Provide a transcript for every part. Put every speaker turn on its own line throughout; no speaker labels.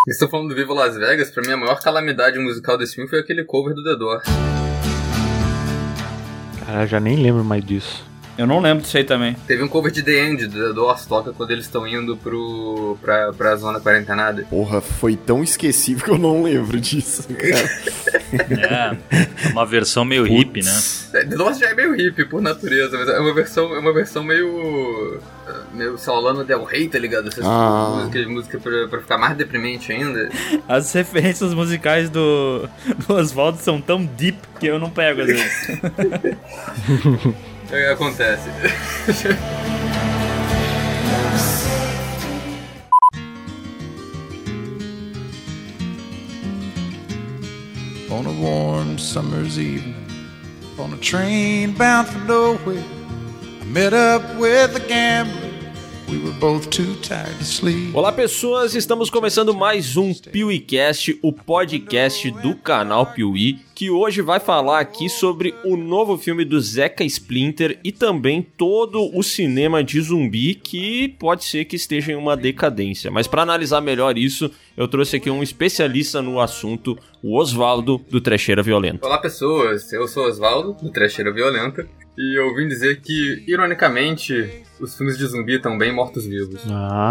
Estou falando do Viva Las Vegas, pra mim a maior calamidade musical desse filme foi aquele cover do The Doors.
Cara, eu já nem lembro mais disso.
Eu não lembro disso aí também.
Teve um cover de The End, do The Doors, toca quando eles estão indo pra zona quarentenada.
Porra, foi tão esquecível que eu não lembro disso, cara.
É uma versão meio hippie, né?
The Doors já é meio hippie por natureza, mas é uma versão meio sei lá, Lana Del Rey, tá ligado? Essas música pra ficar mais deprimente ainda.
As referências musicais do Oswaldo são tão deep que eu não pego às vezes.
Acontece.
On a warm summer's evening, on a train bound for nowhere, I met up with a gambler. We were both too tired to sleep.
Olá pessoas, estamos começando mais um PeeWeeCast, o podcast do canal Piuí, que hoje vai falar aqui sobre o novo filme do Zeca Splinter e também todo o cinema de zumbi que pode ser que esteja em uma decadência. Mas para analisar melhor isso, eu trouxe aqui um especialista no assunto, o Oswaldo, do Trecheira Violenta.
Olá pessoas, eu sou o Oswaldo, do Trecheira Violenta, e eu vim dizer que, ironicamente, os filmes de zumbi estão bem mortos-vivos.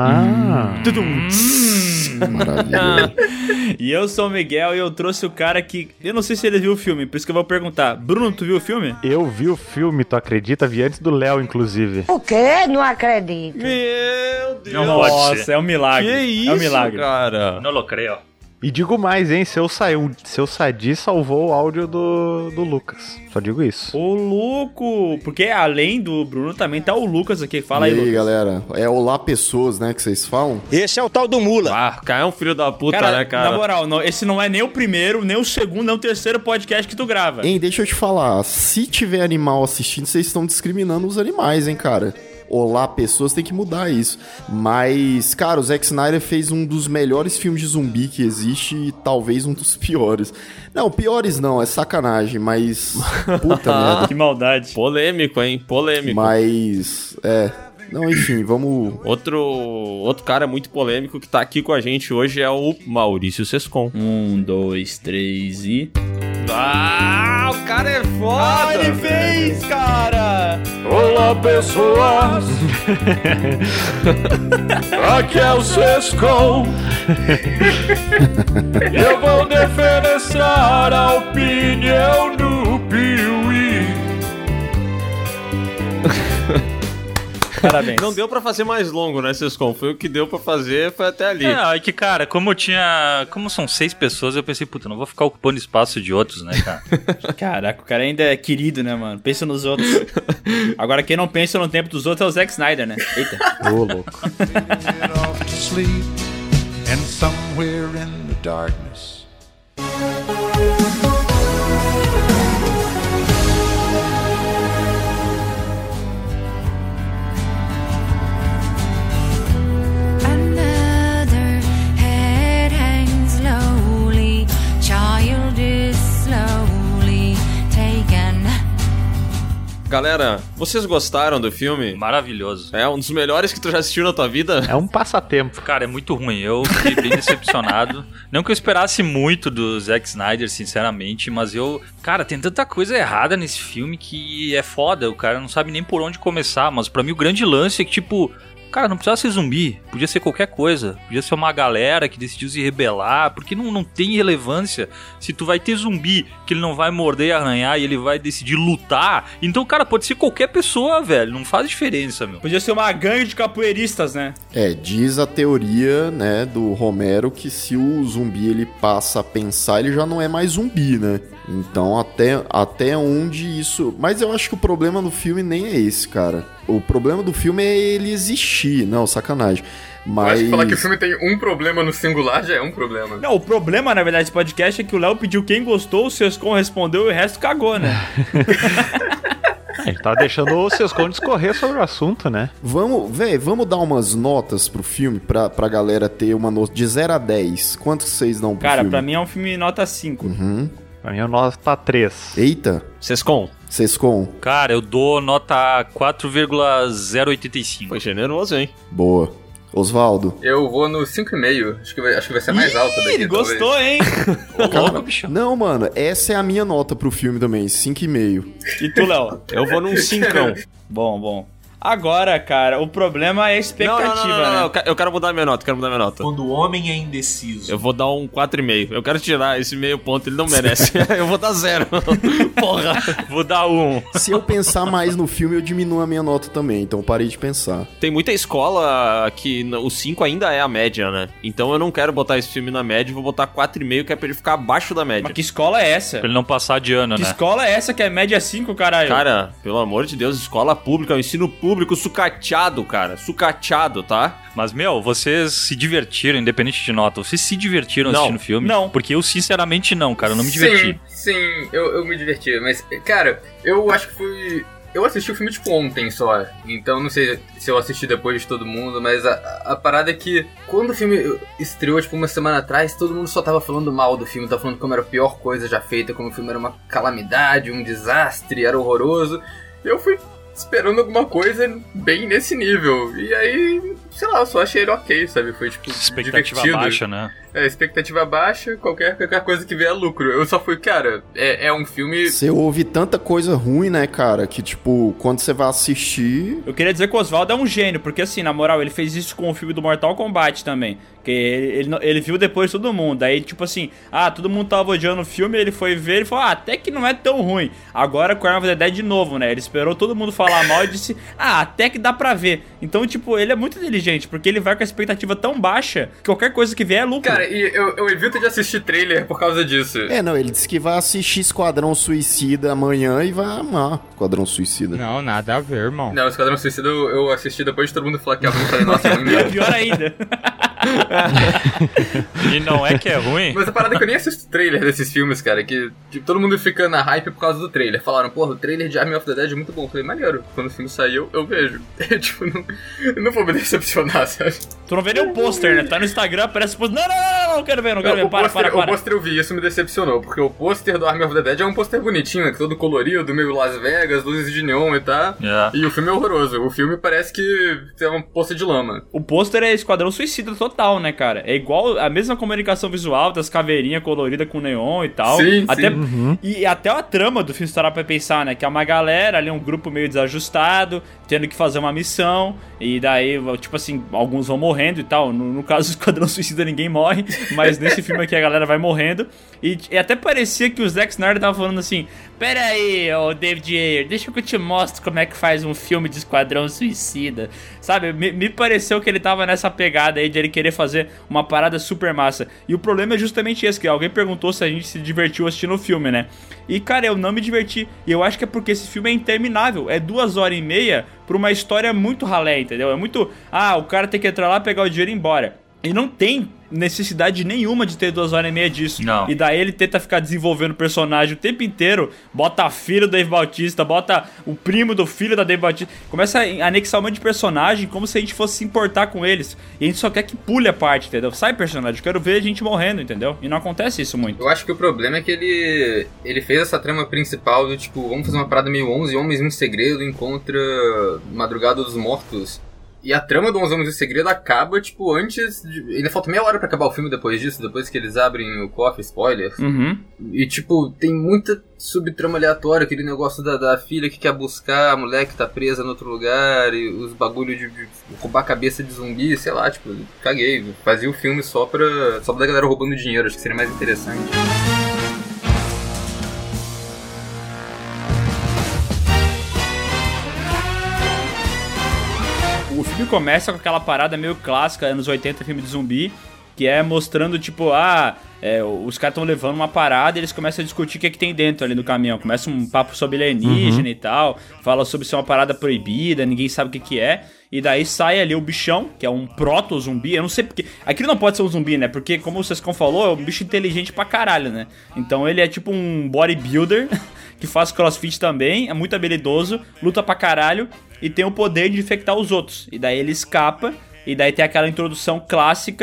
Maravilha.
E eu sou o Miguel e eu trouxe o cara que... Eu não sei se ele viu o filme, por isso que eu vou perguntar. Bruno, tu viu o filme?
Eu vi o filme, tu acredita? Vi antes do Léo, inclusive.
O quê? Não acredito.
Meu Deus!
Não pode
Nossa,
ser.
é um milagre.
Que isso,
é um milagre.
cara?
Não lo creio.
E digo mais, hein? Seu Sadi salvou o áudio do Lucas. Só digo isso.
Ô, louco! Porque além do Bruno, também tá o Lucas aqui. Fala
E
aí,
aí,
Lucas.
galera? É olá pessoas, né, que vocês falam?
Esse é o tal do Mula.
Ah, cara, é um filho da puta, né, cara?
Na moral, esse não é nem o primeiro, nem o segundo, nem o terceiro podcast que tu grava.
Hein, deixa eu te falar. Se tiver animal assistindo, vocês estão discriminando os animais, hein, cara? Olá, pessoas, tem que mudar isso. Mas, cara, o Zack Snyder fez um dos melhores filmes de zumbi que existe e talvez um dos piores. Não, piores não, é sacanagem, mas... Puta merda.
Que maldade.
Polêmico, hein? Polêmico.
Mas, não, enfim, vamos...
Outro cara muito polêmico que tá aqui com a gente hoje é o Maurício Sescon.
1, 2, 3 e...
Ah, o cara é foda!
Ele fez, cara!
Olá, pessoas. Aqui é o Sescon. Eu vou defenestrar a opinião do Piuí.
Parabéns.
Não deu pra fazer mais longo, né, Sescon? Foi o que deu pra fazer, foi até ali.
É que, cara, como são 6 pessoas, eu pensei, puta, não vou ficar ocupando espaço de outros, né, cara?
Caraca, o cara ainda é querido, né, mano? Pensa nos outros. Agora, quem não pensa no tempo dos outros é o Zack Snyder, né? Eita.
Ô, louco.
Get off to sleep, and somewhere in the darkness.
Another head hangs lowly, child is slowly taken.
Galera, vocês gostaram do filme?
Maravilhoso.
É um dos melhores que tu já assistiu na tua vida?
É um passatempo.
Cara, é muito ruim. Eu fiquei bem decepcionado. Não que eu esperasse muito do Zack Snyder, sinceramente, mas cara, tem tanta coisa errada nesse filme que é foda. O cara não sabe nem por onde começar, mas pra mim o grande lance é que, tipo... Cara, não precisava ser zumbi, podia ser qualquer coisa. Podia ser uma galera que decidiu se rebelar, porque não tem relevância. Se tu vai ter zumbi que ele não vai morder e arranhar e ele vai decidir lutar, então, cara, pode ser qualquer pessoa, velho. Não faz diferença, meu.
Podia ser uma gangue de capoeiristas, né?
Diz a teoria, né, do Romero que se o zumbi ele passa a pensar, ele já não é mais zumbi, né? Então, até onde isso... Mas eu acho que o problema do filme nem é esse, cara. O problema do filme é ele existir. Não, sacanagem. Mas...
Eu acho que falar que o filme tem um problema no singular já é um problema.
Não, o problema, na verdade, desse podcast é que o Léo pediu quem gostou, o Sescon respondeu e o resto cagou, né?
A gente tava deixando o Sescon discorrer sobre o assunto, né?
Vamos dar umas notas pro filme pra galera ter uma nota de 0 a 10. Quanto vocês dão pro
Cara,
filme?
pra mim é um filme nota 5.
Uhum.
Pra mim, a nota 3.
Eita.
Sescon.
Cara, eu dou nota 4,085.
Foi generoso, hein?
Boa. Osvaldo?
Eu vou no 5,5. Acho que vai ser mais alta daqui.
Ele gostou, hein?
Ô, louco, bicho.
Não, mano, essa é a minha nota pro filme também, 5,5.
E tu, Léo?
Eu vou num 5.
Bom. Agora, cara, o problema é a expectativa,
Não,
né?
eu quero mudar minha nota,
Quando o homem é indeciso.
Eu vou dar um 4,5. Eu quero tirar esse meio ponto, ele não merece. Eu vou dar 0. Porra.
Vou dar 1.
Se eu pensar mais no filme, eu diminuo a minha nota também, então parei de pensar.
Tem muita escola que o 5 ainda é a média, né? Então eu não quero botar esse filme na média, vou botar 4,5, que é pra ele ficar abaixo da média.
Mas que escola é essa?
Pra ele não passar de ano,
Que
né?
escola é essa que é média 5, caralho?
Cara, pelo amor de Deus, escola pública, o ensino público sucateado, cara. Sucateado, tá?
Mas, vocês se divertiram, independente de nota. Vocês se divertiram
Não.
assistindo o filme?
Não.
Porque eu, sinceramente, não, cara. Eu não me diverti.
Sim, eu me diverti. Mas, cara, eu acho que foi... Eu assisti o filme, tipo, ontem só. Então, não sei se eu assisti depois de todo mundo, mas a parada é que quando o filme estreou, tipo, uma semana atrás, todo mundo só tava falando mal do filme, tava falando como era a pior coisa já feita, como o filme era uma calamidade, um desastre, era horroroso. Eu fui esperando alguma coisa bem nesse nível. E aí, sei lá, eu só achei ele ok, sabe? Foi, tipo,
Expectativa
divertido.
baixa, né?
Expectativa baixa, qualquer coisa que vier é lucro. Eu só fui, cara, é um filme...
Você ouve tanta coisa ruim, né, cara, que, tipo, quando você vai assistir...
Eu queria dizer que o Oswaldo é um gênio, porque assim, na moral, ele fez isso com o filme do Mortal Kombat também. Que ele viu depois todo mundo. Aí, tipo assim, todo mundo tava odiando o filme, ele foi ver e falou, até que não é tão ruim. Agora com Arm of the Dead de novo, né? Ele esperou todo mundo falar mal e disse, até que dá pra ver. Então, tipo, ele é muito inteligente, porque ele vai com a expectativa tão baixa que qualquer coisa que vier é lucro.
Cara, e eu evito de assistir trailer por causa disso.
Não, ele disse que vai assistir Esquadrão Suicida amanhã e vai amar Esquadrão Suicida.
Não, nada a ver, irmão.
Não, Esquadrão Suicida eu assisti depois de todo mundo falar que é ruim. Falei, nossa, é ruim mesmo.
Pior ainda.
E não é que é ruim.
Mas a parada é que eu nem assisto trailer desses filmes, cara, que tipo, todo mundo fica na hype por causa do trailer. Falaram, porra, o trailer de Army of the Dead é muito bom. Eu falei, maneiro, quando o filme saiu, eu vejo. Tipo, eu não vou me decepcionar, sabe?
Tu não vê nem o pôster, né? Tá no Instagram, aparece o pôster. Não quero ver.
O pôster eu vi, isso me decepcionou, porque o pôster do Army of the Dead é um pôster bonitinho, né, todo colorido, meio Las Vegas, luzes de neon e tal.
Yeah.
E o filme é horroroso. O filme parece que é um pôster de lama.
O pôster é Esquadrão Suicida total, né, cara? É igual a mesma comunicação visual das caveirinhas coloridas com neon e tal.
Sim,
até,
sim.
E até a trama do filme, se parar pra pensar, né? Que é uma galera ali, um grupo meio desajustado, tendo que fazer uma missão. E daí, tipo assim, alguns vão morrendo e tal. No caso do Esquadrão Suicida, ninguém morre. Mas nesse filme aqui a galera vai morrendo. E até parecia que o Zack Snyder tava falando assim: pera aí, ô David Ayer, deixa que eu te mostro como é que faz um filme de Esquadrão Suicida. Sabe, me pareceu que ele tava nessa pegada aí de ele querer fazer uma parada super massa. E o problema é justamente esse, que alguém perguntou se a gente se divertiu assistindo o filme, né? E cara, eu não me diverti. E eu acho que é porque esse filme é interminável. É 2h30 pra uma história muito ralé, entendeu? É muito, o cara tem que entrar lá, pegar o dinheiro e ir embora. E não tem necessidade nenhuma de ter 2h30 disso.
Não.
E daí ele tenta ficar desenvolvendo o personagem o tempo inteiro. Bota a filha do Dave Bautista, bota o primo do filho da Dave Bautista. Começa a anexar um monte de personagem como se a gente fosse se importar com eles. E a gente só quer que pule a parte, entendeu? Sai personagem, eu quero ver a gente morrendo, entendeu? E não acontece isso muito.
Eu acho que o problema é que ele fez essa trama principal do tipo, vamos fazer uma parada meio 11 Homens em um Segredo encontra Madrugada dos Mortos. E a trama do 11 Homens em Segredo acaba, tipo, antes de... Ainda falta meia hora pra acabar o filme depois disso, depois que eles abrem o cofre, spoilers.
Uhum.
E, tipo, tem muita subtrama aleatória, aquele negócio da filha que quer buscar a mulher que tá presa no outro lugar, e os bagulho de roubar a cabeça de zumbi, sei lá, tipo, caguei. Fazia o filme só pra da galera roubando dinheiro, acho que seria mais interessante.
O filme começa com aquela parada meio clássica, anos 80, filme de zumbi, que é mostrando, tipo, os caras estão levando uma parada e eles começam a discutir o que é que tem dentro ali no caminhão. Começa um papo sobre alienígena e tal, fala sobre ser uma parada proibida, ninguém sabe o que é. E daí sai ali o bichão, que é um proto-zumbi. Eu não sei porque... Aquilo não pode ser um zumbi, né? Porque, como o Sescon falou, é um bicho inteligente pra caralho, né? Então ele é tipo um bodybuilder que faz crossfit também, é muito habilidoso, luta pra caralho e tem o poder de infectar os outros. E daí ele escapa, e daí tem aquela introdução clássica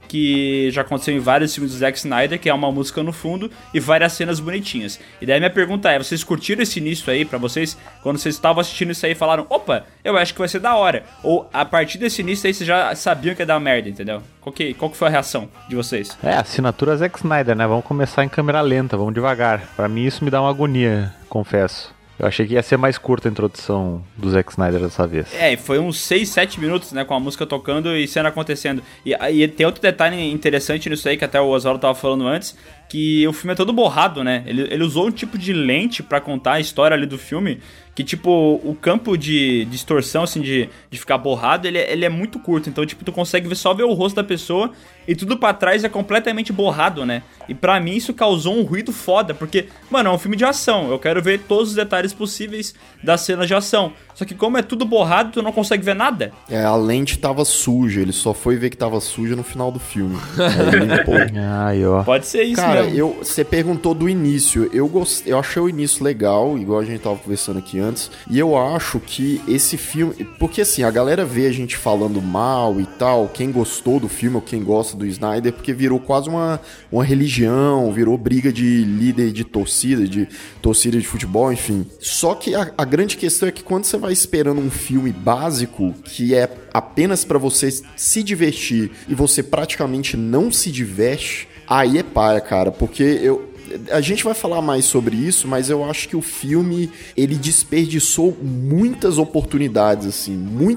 que já aconteceu em vários filmes do Zack Snyder, que é uma música no fundo e várias cenas bonitinhas. E daí minha pergunta é, vocês curtiram esse início aí pra vocês? Quando vocês estavam assistindo isso aí, falaram, opa, eu acho que vai ser da hora. Ou a partir desse início aí, vocês já sabiam que ia dar merda, entendeu? Qual que foi a reação de vocês?
Assinatura Zack Snyder, né? Vamos começar em câmera lenta, vamos devagar. Pra mim isso me dá uma agonia, confesso. Eu achei que ia ser mais curta a introdução do Zack Snyder dessa vez.
Foi uns 6, 7 minutos, né, com a música tocando e cena acontecendo. E tem outro detalhe interessante nisso aí, que até o Oswaldo tava falando antes, que o filme é todo borrado, né? Ele usou um tipo de lente pra contar a história ali do filme, que, tipo, o campo de distorção, assim, de ficar borrado, ele é muito curto. Então, tipo, tu consegue só ver o rosto da pessoa e tudo pra trás é completamente borrado, né? E pra mim isso causou um ruído foda, porque, mano, é um filme de ação. Eu quero ver todos os detalhes possíveis das cenas de ação. Só que como é tudo borrado, tu não consegue ver nada.
A lente tava suja, ele só foi ver que tava suja no final do filme. Aí ele limpou.
Ai, ó.
Pode ser isso,
cara,
mesmo.
Você perguntou do início. Eu achei o início legal, igual a gente tava conversando aqui antes. E eu acho que esse filme... Porque assim, a galera vê a gente falando mal e tal, quem gostou do filme ou quem gosta do Snyder, porque virou quase uma religião, virou briga de líder de torcida de futebol, enfim. Só que a grande questão é que quando você vai esperando um filme básico, que é apenas pra você se divertir, e você praticamente não se diverte, aí é paia, cara, porque a gente vai falar mais sobre isso, mas eu acho que o filme, ele desperdiçou muitas oportunidades, assim,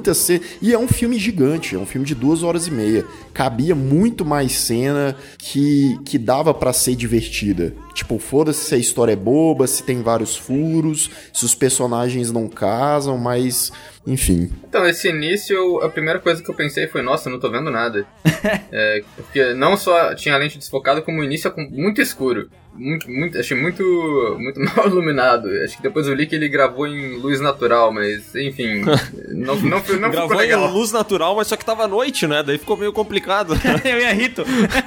e é um filme gigante, é um filme de 2h30, cabia muito mais cena que dava pra ser divertida. Tipo, foda-se se a história é boba, se tem vários furos, se os personagens não casam, mas... Enfim.
Então, esse início, a primeira coisa que eu pensei foi, nossa, eu não tô vendo nada. Porque não só tinha a lente desfocada, como o início é muito escuro. Achei muito mal iluminado. Acho que depois eu li que ele gravou em luz natural, mas enfim, não ficou legal.
Gravou em luz natural, mas só que tava à noite, né? Daí ficou meio complicado.
Eu ia Rito.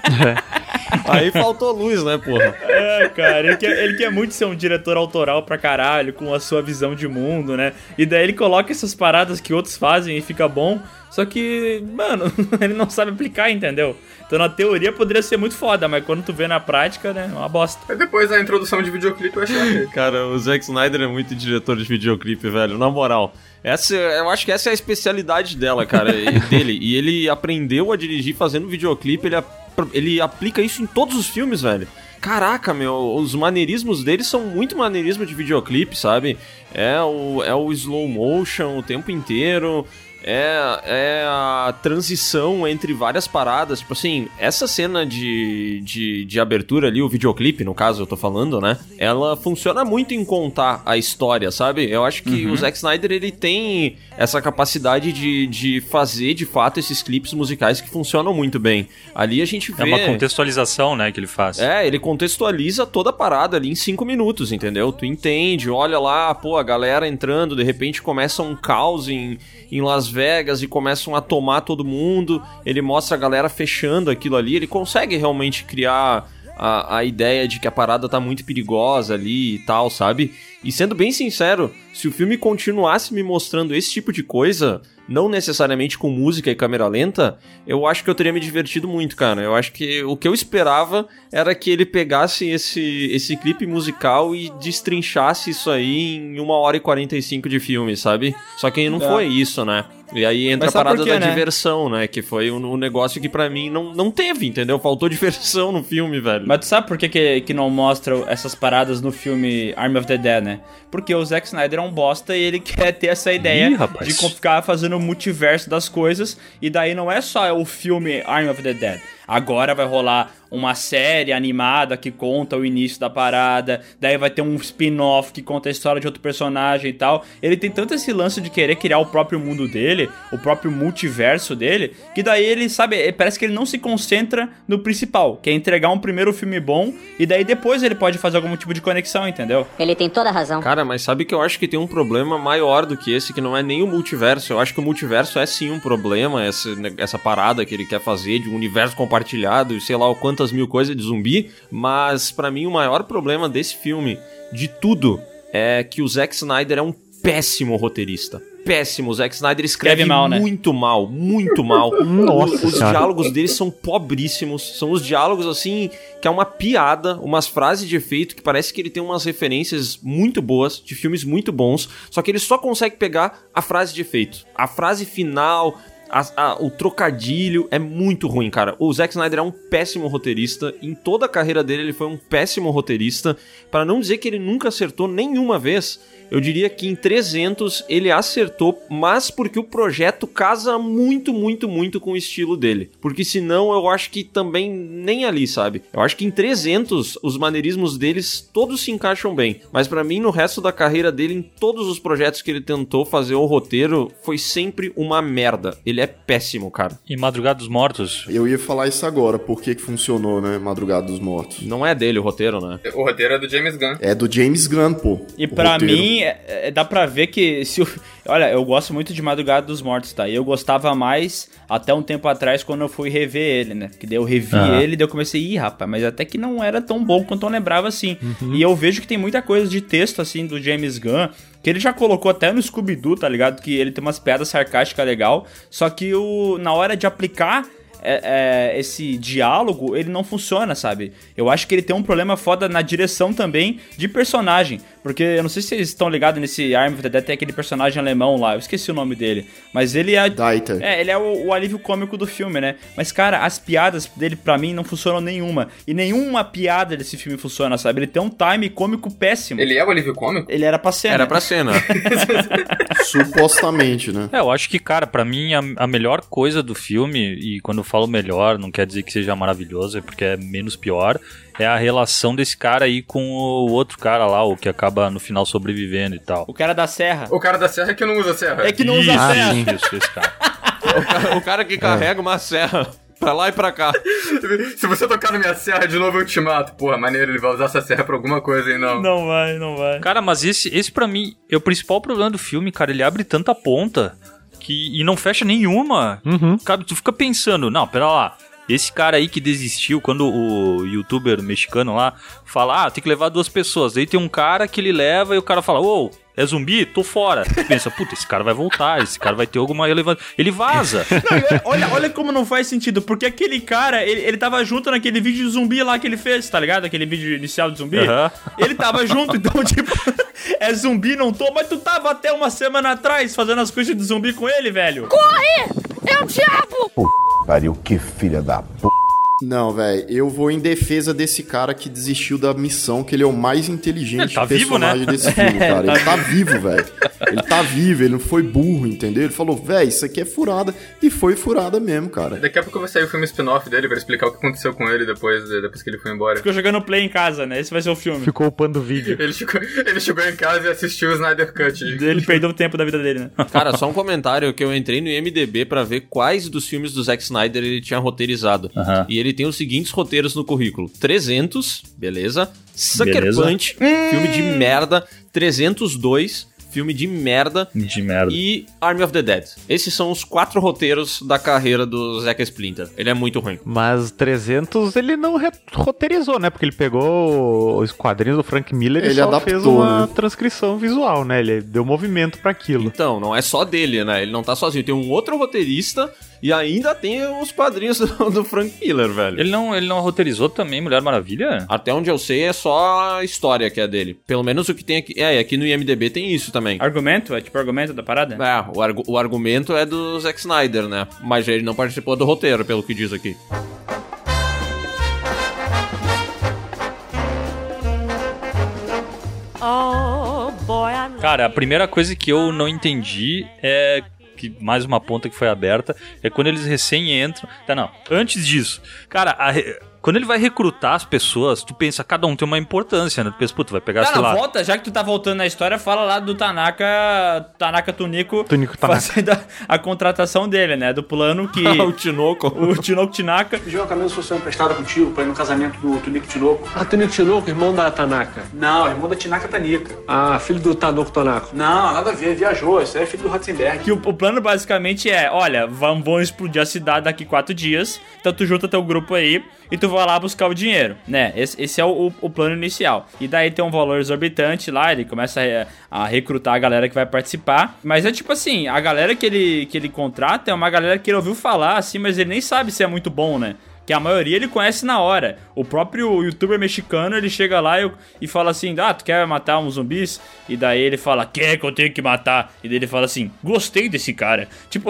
Aí faltou luz, né, porra?
Cara, ele quer muito ser um diretor autoral pra caralho, com a sua visão de mundo, né? E daí ele coloca essas paradas que outros fazem e fica bom, só que, mano, ele não sabe aplicar, entendeu? Então na teoria poderia ser muito foda, mas quando tu vê na prática, né, é uma bosta.
Mas depois da introdução de videoclipe eu achei.
Cara, o Zack Snyder é muito diretor de videoclipe, velho, na moral. Eu acho que essa é a especialidade dela, cara, dele. E ele aprendeu a dirigir fazendo videoclipe, ele aplica isso em todos os filmes, velho. Caraca, meu, os maneirismos dele são muito maneirismo de videoclipe, sabe? É o slow motion o tempo inteiro. É a transição entre várias paradas. Tipo assim, essa cena de abertura ali, o videoclipe, no caso, eu tô falando, né? Ela funciona muito em contar a história, sabe? Eu acho que o Zack Snyder, ele tem essa capacidade de fazer, de fato, esses clipes musicais que funcionam muito bem. Ali a gente vê...
É uma contextualização, né, que ele faz.
Ele contextualiza toda a parada ali em 5 minutos, entendeu? Tu entende, olha lá, pô, a galera entrando, de repente começa um caos em Las Vegas e começam a tomar todo mundo, ele mostra a galera fechando aquilo ali, ele consegue realmente criar a ideia de que a parada tá muito perigosa ali e tal, sabe? E sendo bem sincero, se o filme continuasse me mostrando esse tipo de coisa, não necessariamente com música e câmera lenta, eu acho que eu teria me divertido muito, cara. Eu acho que o que eu esperava era que ele pegasse esse clipe musical e destrinchasse isso aí em 1h45 de filme, sabe? Só que não foi isso, né? E aí entra a parada da diversão, né? Que foi um negócio que pra mim não teve, entendeu? Faltou diversão no filme, velho.
Mas tu sabe por que não mostra essas paradas no filme Army of the Dead, né? Porque o Zack Snyder é um bosta e ele quer ter essa ideia de ficar fazendo o multiverso das coisas. E daí não é só o filme Army of the Dead. Agora vai rolar uma série animada que conta o início da parada, daí vai ter um spin-off que conta a história de outro personagem e tal. Ele tem tanto esse lance de querer criar o próprio mundo dele, o próprio multiverso dele, que daí ele, sabe, parece que ele não se concentra no principal, que é entregar um primeiro filme bom, e daí depois ele pode fazer algum tipo de conexão, entendeu?
Ele tem toda a razão.
Cara, mas sabe que eu acho que tem um problema maior do que esse, que não é nem o multiverso. Eu acho que o multiverso é sim um problema, essa parada que ele quer fazer de um universo compartilhado e sei lá quantas mil coisas de zumbi, mas pra mim o maior problema desse filme, de tudo, é que o Zack Snyder é um péssimo roteirista. péssimo. O Zack Snyder escreve
mal, né?
muito mal, muito mal.
Nossa
Os
Senhora.
diálogos deles são pobríssimos. São os diálogos, assim, que é uma piada, umas frases de efeito que parece que ele tem umas referências muito boas, de filmes muito bons, só que ele só consegue pegar a frase de efeito. A frase final... o trocadilho é muito ruim, cara. O Zack Snyder é um péssimo roteirista. Em toda a carreira dele, ele foi um péssimo roteirista. Para não dizer que ele nunca acertou nenhuma vez, eu diria que em 300 ele acertou, mas porque o projeto casa muito, muito, muito com o estilo dele. Porque senão eu acho que também nem ali, sabe? Eu acho que em 300 os maneirismos deles todos se encaixam bem. Mas pra mim, no resto da carreira dele, em todos os projetos que ele tentou fazer o roteiro, foi sempre uma merda. Ele é péssimo, cara.
E Madrugada dos Mortos?
Eu ia falar isso agora, por que funcionou, né? Madrugada dos Mortos.
Não é dele o roteiro, né?
O roteiro é do James Gunn.
É do James Gunn, pô.
E
o
pra
roteiro.
mim, dá pra ver que se o... Olha, eu gosto muito de Madrugada dos Mortos, tá? E eu gostava mais até um tempo atrás quando eu fui rever ele, né? Porque daí eu revi ele, daí eu comecei, rapaz, mas até que não era tão bom quanto eu lembrava, assim. E eu vejo que tem muita coisa de texto, assim, do James Gunn, que ele já colocou até no Scooby-Doo, tá ligado? Que ele tem umas piadas sarcásticas legal, só que na hora de aplicar esse diálogo, ele não funciona, sabe? Eu acho que ele tem um problema foda na direção também de personagem, porque eu não sei se vocês estão ligados nesse Army of the Dead, tem aquele personagem alemão lá, eu esqueci o nome dele, mas ele é...
Dieter.
Ele é o alívio cômico do filme, né? Mas, cara, as piadas dele, pra mim, não funcionam nenhuma. E nenhuma piada desse filme funciona, sabe? Ele tem um time cômico péssimo.
Ele é o alívio cômico?
Ele era pra ser,
Era
né?
pra ser, né?
Supostamente, né?
Eu acho que, cara, pra mim a melhor coisa do filme, e quando eu falo melhor, não quer dizer que seja maravilhoso, é porque é menos pior, é a relação desse cara aí com o outro cara lá, o que acaba no final sobrevivendo e tal.
O cara da serra.
O cara da serra que não usa serra.
É que não usa
Isso,
serra.
Isso, esse cara.
O cara que carrega uma serra pra lá e pra cá.
Se você tocar na minha serra de novo, eu te mato. Porra, maneiro, ele vai usar essa serra pra alguma coisa, hein, não?
Não vai.
Cara, mas esse pra mim é o principal problema do filme, cara. Ele abre tanta ponta e não fecha nenhuma. Cara, tu fica pensando, não, pera lá. Esse cara aí que desistiu, quando o youtuber mexicano lá fala, tem que levar 2 pessoas. Aí tem um cara que ele leva e o cara fala, ô, é zumbi? Tô fora. Tu pensa, puta, esse cara vai voltar, esse cara vai ter alguma relevância. Ele vaza.
Não, olha como não faz sentido, porque aquele cara, ele tava junto naquele vídeo de zumbi lá que ele fez, tá ligado? Aquele vídeo inicial de zumbi. Ele tava junto, então, tipo, é zumbi, não tô, mas tu tava até uma semana atrás fazendo as coisas de zumbi com ele, velho.
Corre! É o diabo!
Pariu, que filha da p...
Não, velho, eu vou em defesa desse cara que desistiu da missão, que ele é o mais inteligente
Tá vivo,
personagem
né?
desse filme, cara. Ele tá vivo, velho. Ele tá vivo, ele não foi burro, entendeu? Ele falou, velho, isso aqui é furada, e foi furada mesmo, cara.
Daqui a pouco vai sair o filme spin-off dele pra explicar o que aconteceu com ele depois que ele foi embora.
Ficou jogando play em casa, né? Esse vai ser o filme.
Ficou upando o vídeo.
Ele chegou em casa e assistiu o Snyder Cut.
Ele perdeu o tempo da vida dele, né?
Cara, só um comentário que eu entrei no IMDb pra ver quais dos filmes do Zack Snyder ele tinha roteirizado. E ele tem os seguintes roteiros no currículo. 300, beleza. Sucker Punch, filme de merda. 302, filme de merda. E Army of the Dead. Esses são os 4 roteiros da carreira do Zack Splinter. Ele é muito ruim.
Mas 300 ele não roteirizou, né? Porque ele pegou os quadrinhos do Frank Miller e
Ele
só
adaptou,
fez uma
né?
transcrição visual, né? Ele deu movimento pra aquilo.
Então, não é só dele, né? Ele não tá sozinho. Tem um outro roteirista e ainda tem os quadrinhos do Frank Miller, velho.
Ele não roteirizou também Mulher Maravilha?
Até onde eu sei é só a história que é dele. Pelo menos o que tem aqui. Aqui no IMDb tem isso também.
Argumento? É tipo argumento da parada?
O argumento é do Zack Snyder, né? Mas ele não participou do roteiro, pelo que diz aqui.
Oh, boy, I love
Cara, a primeira coisa que eu não entendi é que mais uma ponta que foi aberta é quando eles recém entram. Tá, não. Antes disso, cara, quando ele vai recrutar as pessoas, tu pensa, cada um tem uma importância, né? Tu pensa, puta, vai pegar, sei lá...
volta, já que tu tá voltando na história, fala lá do Tanaka Tunico
Tanaka.
fazendo a contratação dele, né? Do plano que...
O Tinoco.
O Tinoco Tanaka.
Pediu uma camisa social emprestada contigo pra ir no casamento do Tunico Tinoco.
Ah, Tunico Tinoco, irmão da Tanaka.
Não, irmão da Tinaka Tanika.
Ah, filho do Tanoko Tanaka.
Não, nada a ver, viajou. Isso aí é filho do Ratzenberg.
Que o plano basicamente é, olha, vão explodir a cidade daqui 4 dias, então tu junta teu grupo aí e tu vai lá buscar o dinheiro, né? Esse é o plano inicial. E daí tem um valor exorbitante lá, ele começa a recrutar a galera que vai participar. Mas é tipo assim, a galera que ele contrata é uma galera que ele ouviu falar, assim, mas ele nem sabe se é muito bom, né? Que a maioria ele conhece na hora. O próprio youtuber mexicano, ele chega lá e fala assim, tu quer matar uns zumbis? E daí ele fala, quer que eu tenho que matar? E daí ele fala assim, gostei desse cara. Tipo...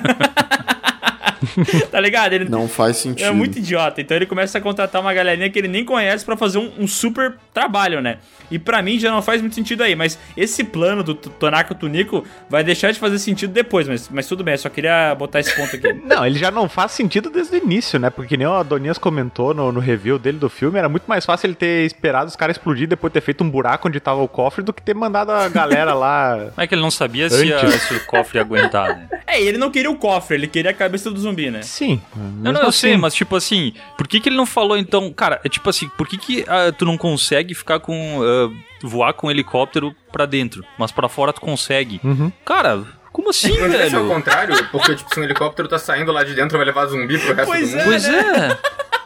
Tá ligado? Ele
não faz sentido.
É muito idiota. Então ele começa a contratar uma galerinha que ele nem conhece pra fazer um super trabalho, né? E pra mim já não faz muito sentido aí. Mas esse plano do Tanaka Tunico vai deixar de fazer sentido depois. Mas tudo bem, eu só queria botar esse ponto aqui.
Não, ele já não faz sentido desde o início, né? Porque nem o Adonias comentou no review dele do filme, era muito mais fácil ele ter esperado os caras explodir depois de ter feito um buraco onde tava o cofre do que ter mandado a galera lá.
Como é que ele não sabia se o cofre ia aguentar, né?
Ele não queria o cofre, ele queria a cabeça do zumbi, né?
Sim.
Não, eu sei, mas tipo assim, por que ele não falou então, cara, é tipo assim, por que tu não consegue ficar voar com um helicóptero pra dentro, mas pra fora tu consegue? Cara, como assim,
velho?
Não
é o contrário, porque tipo, se um helicóptero tá saindo lá de dentro vai levar zumbi pro resto do mundo.
Pois é.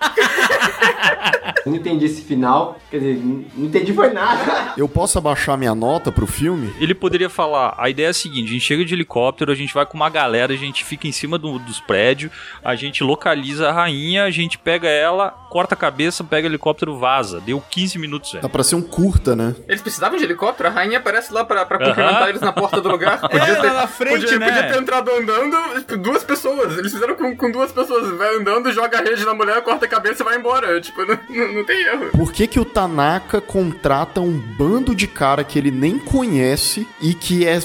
Não entendi esse final, quer dizer, não entendi foi nada.
Eu posso abaixar minha nota pro filme?
Ele poderia falar, a ideia é a seguinte, a gente chega de helicóptero, a gente vai com uma galera, a gente fica em cima dos prédios, a gente localiza a rainha, a gente pega ela, corta a cabeça, pega o helicóptero, vaza. Deu 15 minutos, velho.
Dá pra ser um curta, né?
Eles precisavam de helicóptero, a rainha aparece lá pra cumprimentar eles na porta do lugar.
Na frente, né?
Podia ter entrado andando, tipo, 2 pessoas. Eles fizeram com 2 pessoas. Vai andando, joga a rede na mulher, corta a cabeça e vai embora. Tipo, não tem erro.
Por que o Tanaka contrata um bando de cara que ele nem conhece e que é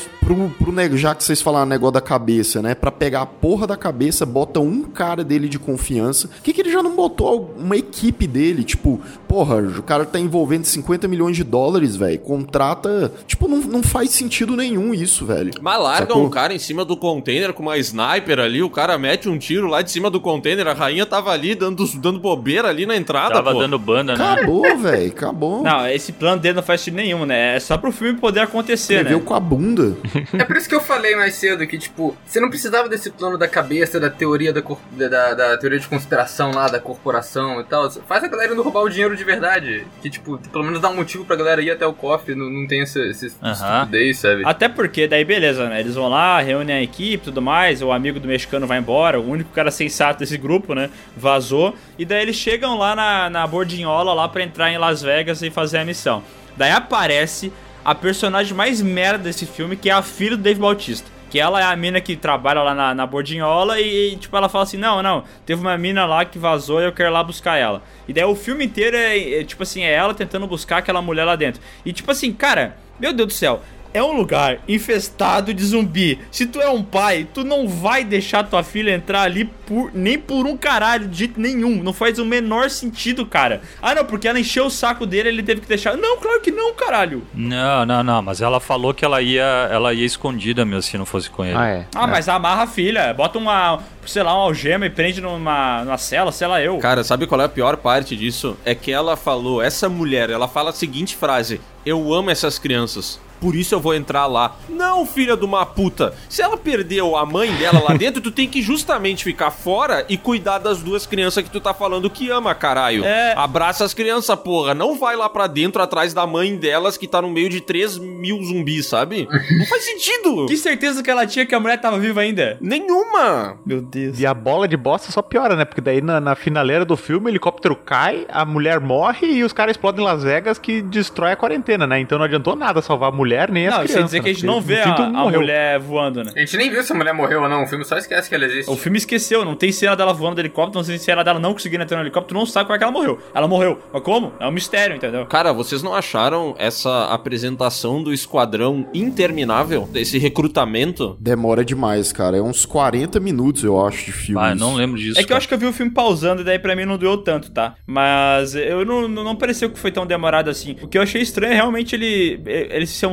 já que vocês falaram o negócio da cabeça, né? Pra pegar a porra da cabeça, bota um cara dele de confiança. Por que ele já não botou uma equipe dele? Tipo, porra, o cara tá envolvendo 50 milhões de dólares, velho. Contrata... Tipo, não faz sentido nenhum isso, velho.
Mas larga um cara em cima do container com uma sniper ali, o cara mete um tiro lá de cima do container, a rainha tava ali dando bobeira ali na entrada,
Tava dando banda, né?
Acabou, velho, acabou.
Não, esse plano dele não faz sentido nenhum, né? É só pro filme poder acontecer,
Ele veio com a bunda.
É por isso que eu falei mais cedo que, tipo, você não precisava desse plano da cabeça, da teoria da teoria de conspiração lá, da corporação e tal. Faz a galera não roubar o dinheiro de verdade. Que, tipo, pelo menos dá um motivo pra galera ir até o cofre, não tem esse estupidez, sabe?
Até porque, daí beleza, né? Eles vão lá, reúnem a equipe e tudo mais, o amigo do mexicano vai embora, o único cara sensato desse grupo, né? Vazou. E daí eles chegam lá na bordinhola lá pra entrar em Las Vegas e fazer a missão. Daí aparece a personagem mais merda desse filme, que é a filha do Dave Bautista. Que ela é a mina que trabalha lá na bordinhola e, tipo, ela fala assim, não, teve uma mina lá que vazou e eu quero ir lá buscar ela. E daí o filme inteiro tipo assim, é ela tentando buscar aquela mulher lá dentro. E tipo assim, cara, meu Deus do céu, é um lugar infestado de zumbi. Se tu é um pai, tu não vai deixar tua filha entrar ali nem por um caralho, de jeito nenhum. Não faz o menor sentido, cara. Ah, não, porque ela encheu o saco dele, ele teve que deixar. Não, claro que não, caralho.
Não, mas ela falou que ela ia escondida mesmo, se não fosse com ele.
Mas amarra a filha, bota uma algema e prende numa cela, sei lá eu.
Cara, sabe qual é a pior parte disso? É que ela falou, essa mulher, ela fala a seguinte frase: eu amo essas crianças, por isso eu vou entrar lá. Não, filha de uma puta. Se ela perdeu a mãe dela lá dentro, tu tem que justamente ficar fora e cuidar das 2 crianças que tu tá falando que ama, caralho. Abraça as crianças, porra. Não vai lá pra dentro atrás da mãe delas que tá no meio de 3 mil zumbis, sabe? Não faz sentido.
Que certeza que ela tinha que a mulher tava viva ainda?
Nenhuma.
Meu Deus.
E a bola de bosta só piora, né? Porque daí na finaleira do filme o helicóptero cai, a mulher morre e os caras explodem em Las Vegas, que destrói a quarentena, né? Então não adiantou nada salvar a mulher nem as crianças.
Não, dizer que a gente não vê a mulher voando, né?
A gente nem viu se a mulher morreu ou não, o filme só esquece que ela existe.
O filme esqueceu, não tem cena dela voando do helicóptero, não tem cena dela não conseguindo entrar no helicóptero, não sabe como é que ela morreu. Ela morreu, mas como? É um mistério, entendeu?
Cara, vocês não acharam essa apresentação do esquadrão interminável? Desse recrutamento?
Demora demais, cara. É uns 40 minutos, eu acho, de filme.
Ah, não lembro disso.
É que eu acho que eu vi o filme pausando e daí pra mim não doeu tanto, tá? Mas eu não pareceu que foi tão demorado assim. O que eu achei estranho é realmente ele ser um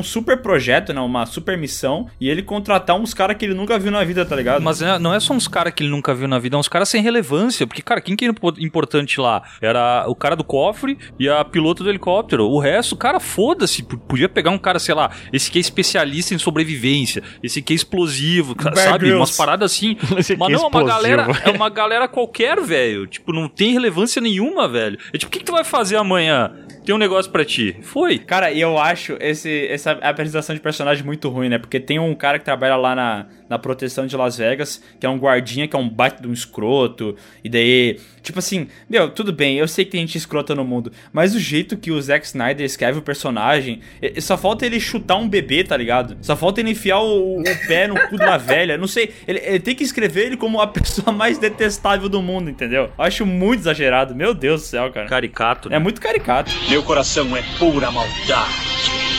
super projeto, né? Uma super missão, e ele contratar uns caras que ele nunca viu na vida, tá ligado?
Mas não é só uns caras que ele nunca viu na vida, é uns caras sem relevância. Porque, cara, quem que era importante lá? Era o cara do cofre e a piloto do helicóptero. O resto, cara, foda-se. Podia pegar um cara, sei lá, esse que é especialista em sobrevivência, esse que é explosivo, sabe? Umas paradas assim. Mas não, é uma galera qualquer, velho. Tipo, não tem relevância nenhuma, velho. É tipo, o que tu vai fazer amanhã? Tem um negócio pra ti. Foi.
Cara, e eu acho essa apresentação de personagem muito ruim, né? Porque tem um cara que trabalha lá na proteção de Las Vegas, que é um guardinha, que é um baita de um escroto. E daí, tipo assim, meu, tudo bem, eu sei que tem gente escrota no mundo, mas o jeito que o Zack Snyder escreve o personagem, só falta ele chutar um bebê, tá ligado? Só falta ele enfiar o pé no cu de uma velha. Não sei, ele tem que escrever ele como a pessoa mais detestável do mundo, entendeu? Eu acho muito exagerado. Meu Deus do céu, cara.
Caricato, né?
É muito caricato.
Meu coração é pura maldade.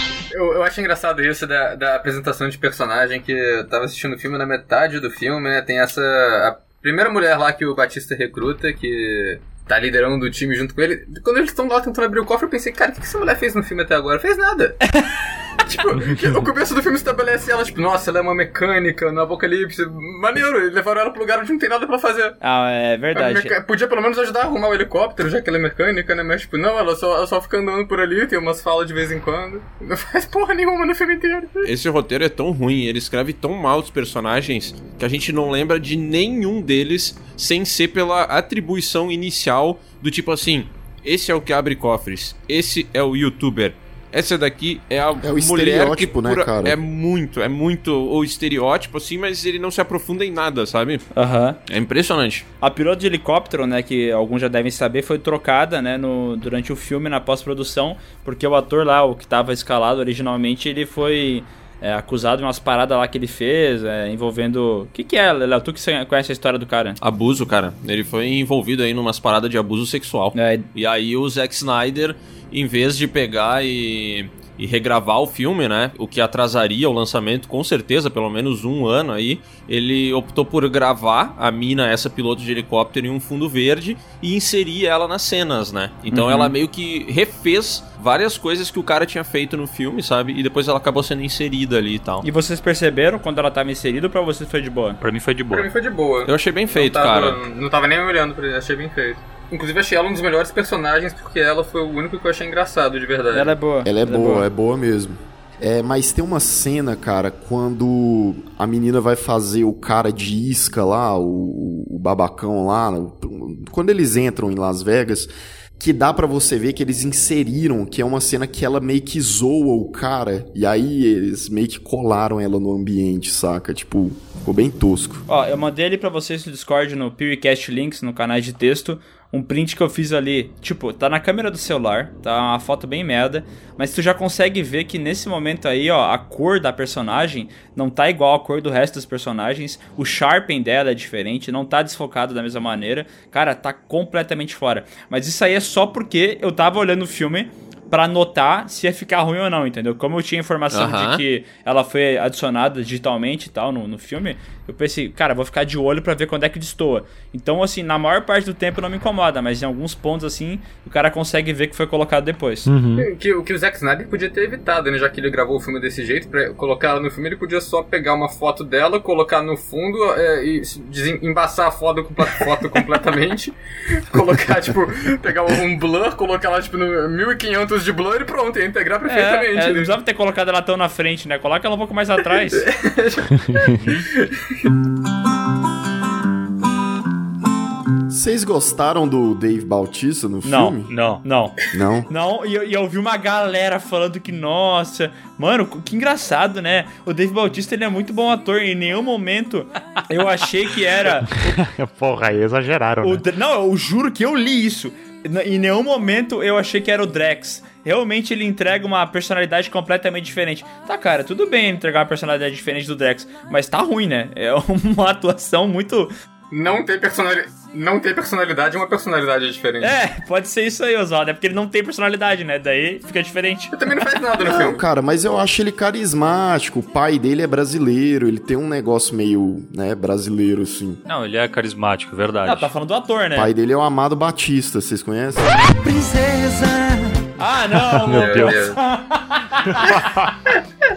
Eu acho engraçado isso da apresentação de personagem, que eu tava assistindo o filme na metade do filme, né? Tem a primeira mulher lá que o Batista recruta, que tá liderando o time junto com ele. Quando eles estão lá tentando abrir o cofre, eu pensei, cara, o que essa mulher fez no filme até agora? Fez nada. Tipo, o começo do filme estabelece ela, tipo, nossa, ela é uma mecânica no apocalipse. Maneiro, levaram ela pro lugar onde não tem nada pra fazer.
Ah, é verdade.
Podia pelo menos ajudar a arrumar o helicóptero, já que ela é mecânica, né? Mas, tipo, não, ela só fica andando por ali, tem umas falas de vez em quando. Não faz porra nenhuma no filme inteiro.
Esse roteiro é tão ruim, ele escreve tão mal os personagens, que a gente não lembra de nenhum deles, sem ser pela atribuição inicial do tipo assim, esse é o que abre cofres, esse é o youtuber, essa daqui é a
o estereótipo, né, cara?
É muito o estereótipo, assim, mas ele não se aprofunda em nada, sabe?
Aham.
É impressionante.
A piloto de helicóptero, né, que alguns já devem saber, foi trocada, né, durante o filme, na pós-produção, porque o ator lá, o que tava escalado originalmente, ele foi acusado de umas paradas lá que ele fez, envolvendo... O que é, Léo? Tu que conhece a história do cara?
Abuso, cara. Ele foi envolvido aí numas paradas de abuso sexual. E aí o Zack Snyder, em vez de pegar e regravar o filme, né, o que atrasaria o lançamento com certeza, pelo menos um ano aí, ele optou por gravar a mina, essa piloto de helicóptero, em um fundo verde e inserir ela nas cenas, né. Então ela meio que refez várias coisas que o cara tinha feito no filme, sabe, e depois ela acabou sendo inserida ali e tal.
E vocês perceberam quando ela tava inserida ou pra vocês foi de boa?
Pra mim foi de boa.
Pra mim foi de boa.
Eu achei bem feito, cara.
Não tava nem olhando pra ele, achei bem feito. Inclusive, achei ela um dos melhores personagens, porque ela foi o único que eu achei engraçado, de verdade.
Ela é boa.
Ela é boa mesmo. Mas tem uma cena, cara, quando a menina vai fazer o cara de isca lá, o babacão lá, quando eles entram em Las Vegas, que dá pra você ver que eles inseriram, que é uma cena que ela meio que zoa o cara, e aí eles meio que colaram ela no ambiente, saca? Tipo, ficou bem tosco.
Ó, eu mandei ali pra vocês no Discord, no PewCast Links, no canal de texto, um print que eu fiz ali, tipo, tá na câmera do celular, tá uma foto bem merda, mas tu já consegue ver que nesse momento aí, ó, a cor da personagem não tá igual a cor do resto dos personagens, o sharpen dela é diferente, não tá desfocado da mesma maneira, cara, tá completamente fora. Mas isso aí é só porque eu tava olhando o filme pra notar se ia ficar ruim ou não, entendeu? Como eu tinha informação de que ela foi adicionada digitalmente e tal no filme, eu pensei, cara, vou ficar de olho pra ver quando é que destoa. Então, assim, na maior parte do tempo não me incomoda, mas em alguns pontos, assim, o cara consegue ver que foi colocado depois.
O que o Zack Snyder podia ter evitado, né? Já que ele gravou o filme desse jeito, pra colocar ela no filme, ele podia só pegar uma foto dela, colocar no fundo e embaçar a foto completamente, colocar, tipo, pegar um blur, colocar lá, tipo, no 1500 de blur e pronto, ia integrar perfeitamente.
Não precisava ter colocado ela tão na frente, né? Coloca ela um pouco mais atrás.
Vocês gostaram do Dave Bautista no filme?
Não. Não, e eu vi uma galera falando que, nossa, mano, que engraçado, né? O Dave Bautista, ele é muito bom ator. Em nenhum momento eu achei que era...
Porra, aí exageraram, né?
Não, eu juro que eu li isso. Em nenhum momento eu achei que era o Drax. Realmente ele entrega uma personalidade completamente diferente. Tá, cara, tudo bem entregar uma personalidade diferente do Drax, mas tá ruim, né? É uma atuação muito...
Não tem personalidade, uma personalidade é diferente.
Pode ser isso aí, Oswaldo. É porque ele não tem personalidade, né? Daí fica diferente.
Ele também não faz nada no filme.
Cara, mas eu acho ele carismático. O pai dele é brasileiro. Ele tem um negócio meio, né, brasileiro, assim.
Não, ele é carismático, verdade.
Não, tá falando do ator, né?
O pai dele é o Amado Batista, vocês conhecem?
Princesa.
Ah, não,
meu Deus.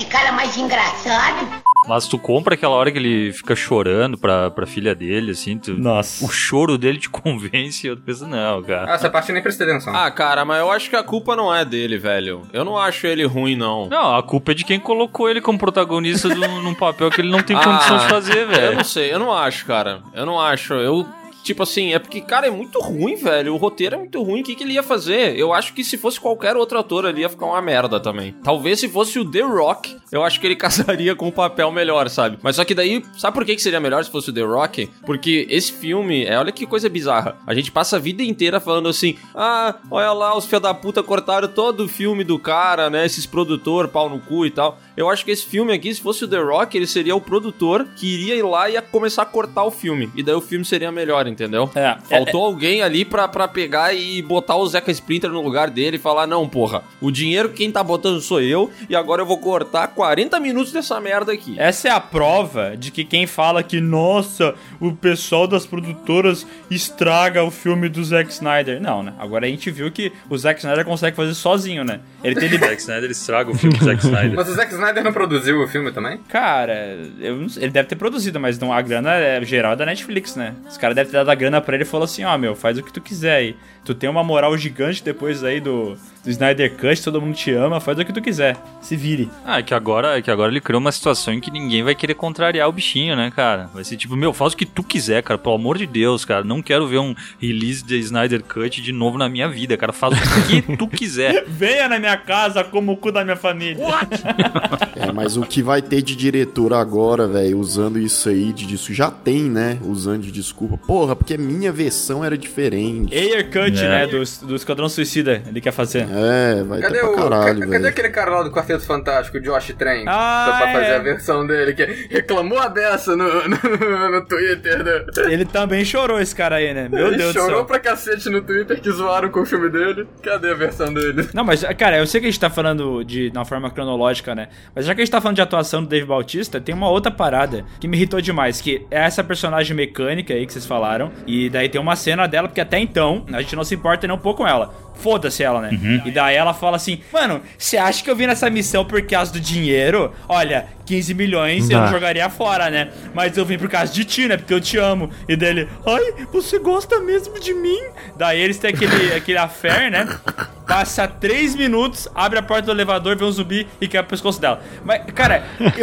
Que cara mais engraçado.
Mas tu compra aquela hora que ele fica chorando pra filha dele, assim,
Nossa.
O choro dele te convence, eu penso, não, cara.
Essa parte eu nem prestei atenção.
Ah, cara, mas eu acho que a culpa não é dele, velho. Eu não acho ele ruim, não.
Não, a culpa é de quem colocou ele como protagonista num papel que ele não tem condição de fazer, velho.
Eu não sei, eu não acho, cara. Eu não acho. Tipo assim, é porque, cara, é muito ruim, velho. O roteiro é muito ruim. O que ele ia fazer? Eu acho que se fosse qualquer outro ator ali, ia ficar uma merda também. Talvez se fosse o The Rock, eu acho que ele casaria com um papel melhor, sabe? Mas só que daí, sabe por que seria melhor se fosse o The Rock? Porque esse filme, olha que coisa bizarra. A gente passa a vida inteira falando assim, olha lá, os filha da puta cortaram todo o filme do cara, né? Esses produtor, pau no cu e tal. Eu acho que esse filme aqui, se fosse o The Rock, ele seria o produtor que iria ir lá e ia começar a cortar o filme. E daí o filme seria melhor, entendeu? Faltou alguém ali pra pegar e botar o Zeca Splinter no lugar dele e falar, não, porra, o dinheiro quem tá botando sou eu e agora eu vou cortar 40 minutos dessa merda aqui.
Essa é a prova de que quem fala que, nossa, o pessoal das produtoras estraga o filme do Zack Snyder. Não, né? Agora a gente viu que o Zack Snyder consegue fazer sozinho, né? Ele tem...
O Zack Snyder estraga o filme do Zack Snyder.
Mas o Zack Snyder não produziu o filme também?
Cara, ele deve ter produzido, mas não, a grana geral é da Netflix, né? Os caras devem ter dado a grana pra ele e falou assim, faz o que tu quiser aí. Tu tem uma moral gigante depois aí do Snyder Cut, todo mundo te ama, faz o que tu quiser. Se vire.
É que agora ele criou uma situação em que ninguém vai querer contrariar o bichinho, né, cara? Vai ser tipo, faz o que tu quiser, cara, pelo amor de Deus, cara. Não quero ver um release de Snyder Cut de novo na minha vida, cara. Faz o que tu quiser.
Venha na minha casa como o cu da minha família.
Mas o que vai ter de diretor agora, velho, usando isso aí, disso já tem, né? Usando de desculpa. Porra, porque minha versão era diferente.
Ayer Cut, né? Do Esquadrão Suicida, ele quer fazer.
Vai ter pra caralho, velho.
Cadê aquele cara lá do Quarteto Fantástico, o Josh Trank? Pra fazer a versão dele, que reclamou a beça no Twitter, né?
Ele também chorou, esse cara aí, né? Meu Deus do céu.
Ele chorou pra cacete no Twitter, que zoaram com o filme dele. Cadê a versão dele?
Não, mas, cara, eu sei que a gente tá falando de uma forma cronológica, né? Mas já que a gente tá falando de atuação do Dave Bautista, tem uma outra parada que me irritou demais, que é essa personagem mecânica aí que vocês falaram, e daí tem uma cena dela, porque até então a gente não se importa nem um pouco com ela. Foda-se ela, né? Uhum. E daí ela fala assim, mano, você acha que eu vim nessa missão por causa do dinheiro? Olha, 15 milhões eu não jogaria fora, né? Mas eu vim por causa de ti, né? Porque eu te amo. E dele, ai, você gosta mesmo de mim? Daí eles têm aquele affair, né? Passa 3 minutos, abre a porta do elevador, vê um zumbi e quebra o pescoço dela. Mas, cara,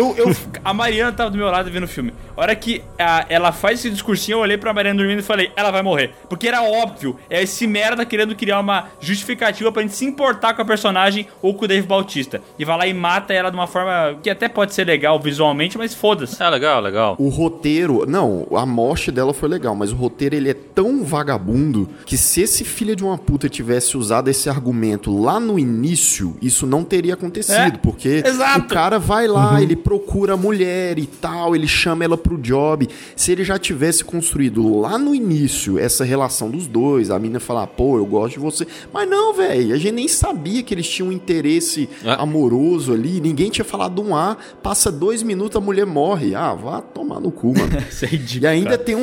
a Mariana tava do meu lado vendo o filme. A hora que ela faz esse discursinho, eu olhei pra Mariana dormindo e falei, ela vai morrer. Porque era óbvio, é esse merda querendo criar uma justificativa pra gente se importar com a personagem ou com o Dave Bautista. E vai lá e mata ela de uma forma que até pode ser legal visualmente, mas foda-se.
Legal.
O roteiro, não, a morte dela foi legal, mas o roteiro ele é tão vagabundo que se esse filho de uma puta tivesse usado esse argumento lá no início, isso não teria acontecido, porque o cara vai lá, ele procura a mulher e tal, ele chama ela pro job. Se ele já tivesse construído lá no início essa relação dos dois, a mina falar, pô, eu gosto de você, mas não, velho, a gente nem sabia que eles tinham um interesse amoroso ali, ninguém tinha falado um A, passa 2 minutos, a mulher morre. Vá tomar no cu, mano. E ainda tem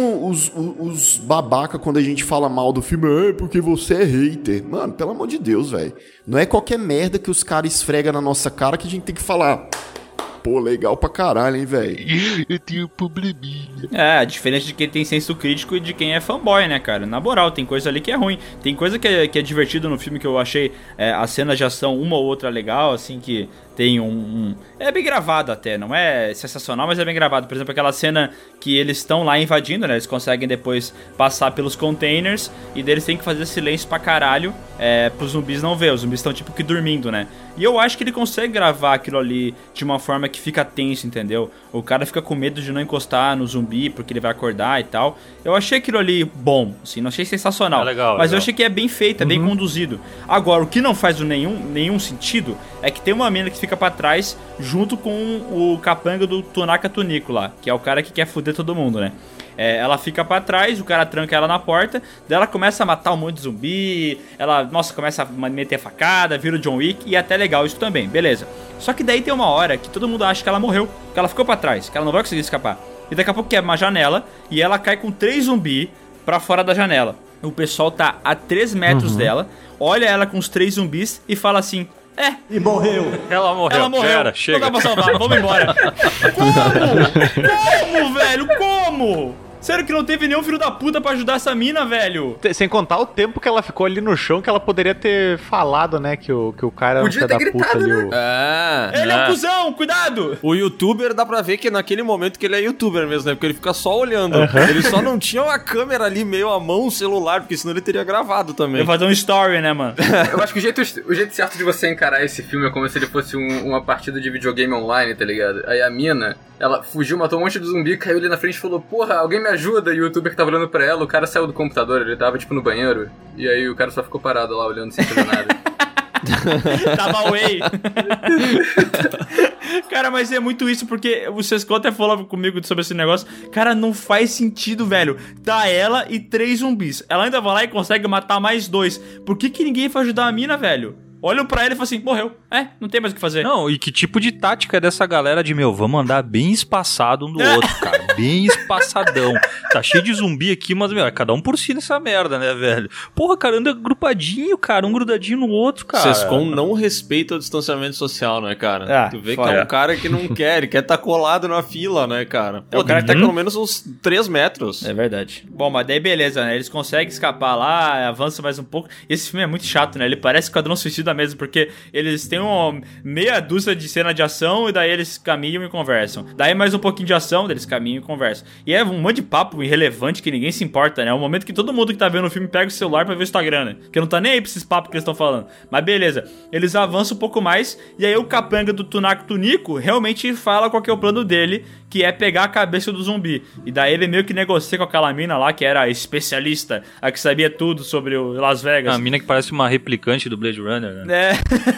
os babaca quando a gente fala mal do filme, porque você é hater. Mano, pelo amor de Deus, velho. Não é qualquer merda que os caras esfregam na nossa cara que a gente tem que falar. Pô, legal pra caralho, hein, velho. Eu tenho probleminha.
Diferente de quem tem senso crítico e de quem é fanboy, né, cara? Na moral, tem coisa ali que é ruim. Tem coisa que é divertido no filme que eu achei as cenas de ação, uma ou outra legal, assim, que tem é bem gravado até, não é sensacional, mas é bem gravado. Por exemplo, aquela cena que eles estão lá invadindo, né? Eles conseguem depois passar pelos containers e deles têm que fazer silêncio pra caralho pros zumbis não ver. Os zumbis estão tipo que dormindo, né? E eu acho que ele consegue gravar aquilo ali de uma forma que fica tenso, entendeu? O cara fica com medo de não encostar no zumbi porque ele vai acordar e tal. Eu achei aquilo ali bom, assim, não achei sensacional. Mas eu achei que é bem feito, é bem conduzido. Agora, o que não faz nenhum sentido é que tem uma mina que fica pra trás junto com o capanga do Tanaka Tunico lá, que é o cara que quer foder todo mundo, né? Ela fica pra trás, o cara tranca ela na porta, daí ela começa a matar um monte de zumbi, ela, começa a meter facada, vira o John Wick, e é até legal isso também, beleza. Só que daí tem uma hora que todo mundo acha que ela morreu, que ela ficou pra trás, que ela não vai conseguir escapar. E daqui a pouco quebra uma janela, e ela cai com 3 zumbis pra fora da janela. O pessoal tá a 3 metros dela, olha ela com os 3 zumbis e fala assim,
E morreu.
Ela morreu. Pera, chega.
Não dá pra salvar, vamos embora. Como, velho? Como? Sério que não teve nenhum filho da puta pra ajudar essa mina, velho?
Sem contar o tempo que ela ficou ali no chão, que ela poderia ter falado, né? Que o cara
podia ter gritado,
ali.
Ele é um cuzão, cuidado!
O youtuber dá pra ver que naquele momento que ele é youtuber mesmo, né? Porque ele fica só olhando. Ele só não tinha uma câmera ali meio à mão, um celular, porque senão ele teria gravado também.
Vai fazer um story, né, mano?
Eu acho que o jeito certo de você encarar esse filme é como se ele fosse uma partida de videogame online, tá ligado? Aí a mina, ela fugiu, matou um monte de zumbi, caiu ali na frente e falou, porra, alguém me ajuda, e o youtuber que tava olhando pra ela, o cara saiu do computador, ele tava tipo no banheiro, e aí o cara só ficou parado lá olhando sem fazer nada.
Tava away. Cara, mas é muito isso, porque o Sescon até falou comigo sobre esse negócio. Cara, não faz sentido, velho. Tá ela e 3 zumbis. Ela ainda vai lá e consegue matar mais 2. Por que ninguém foi ajudar a mina, velho? Olham pra ele e falam assim, morreu. Não tem mais o que fazer.
Não, e que tipo de tática é dessa galera de, vamos andar bem espaçado um do outro, cara. Bem espaçadão. Tá cheio de zumbi aqui, mas, é cada um por si nessa merda, né, velho? Porra, cara, anda grupadinho, cara. Um grudadinho no outro, cara.
Sescon não respeita o distanciamento social, né, cara? Tu vê que é um cara que não quer, ele quer estar colado na fila, né, cara? Pô, tem que estar pelo menos uns 3 metros.
É verdade. Bom, mas daí beleza, né? Eles conseguem escapar lá, avança mais um pouco. E esse filme é muito chato, né? Ele parece Esquadrão Suicida mesmo, porque eles têm uma meia dúzia de cena de ação e daí eles caminham e conversam. Daí mais um pouquinho de ação, daí eles caminham e conversam. E é um monte de papo irrelevante que ninguém se importa, né? É o momento que todo mundo que tá vendo o filme pega o celular pra ver o Instagram, né? Que não tá nem aí pra esses papos que eles estão falando. Mas beleza, eles avançam um pouco mais e aí o capanga do Tunako Tunico realmente fala qual que é o plano dele, que é pegar a cabeça do zumbi. E daí ele meio que negocia com aquela mina lá, que era a especialista, a que sabia tudo sobre o Las Vegas.
A mina que parece uma replicante do Blade Runner, né?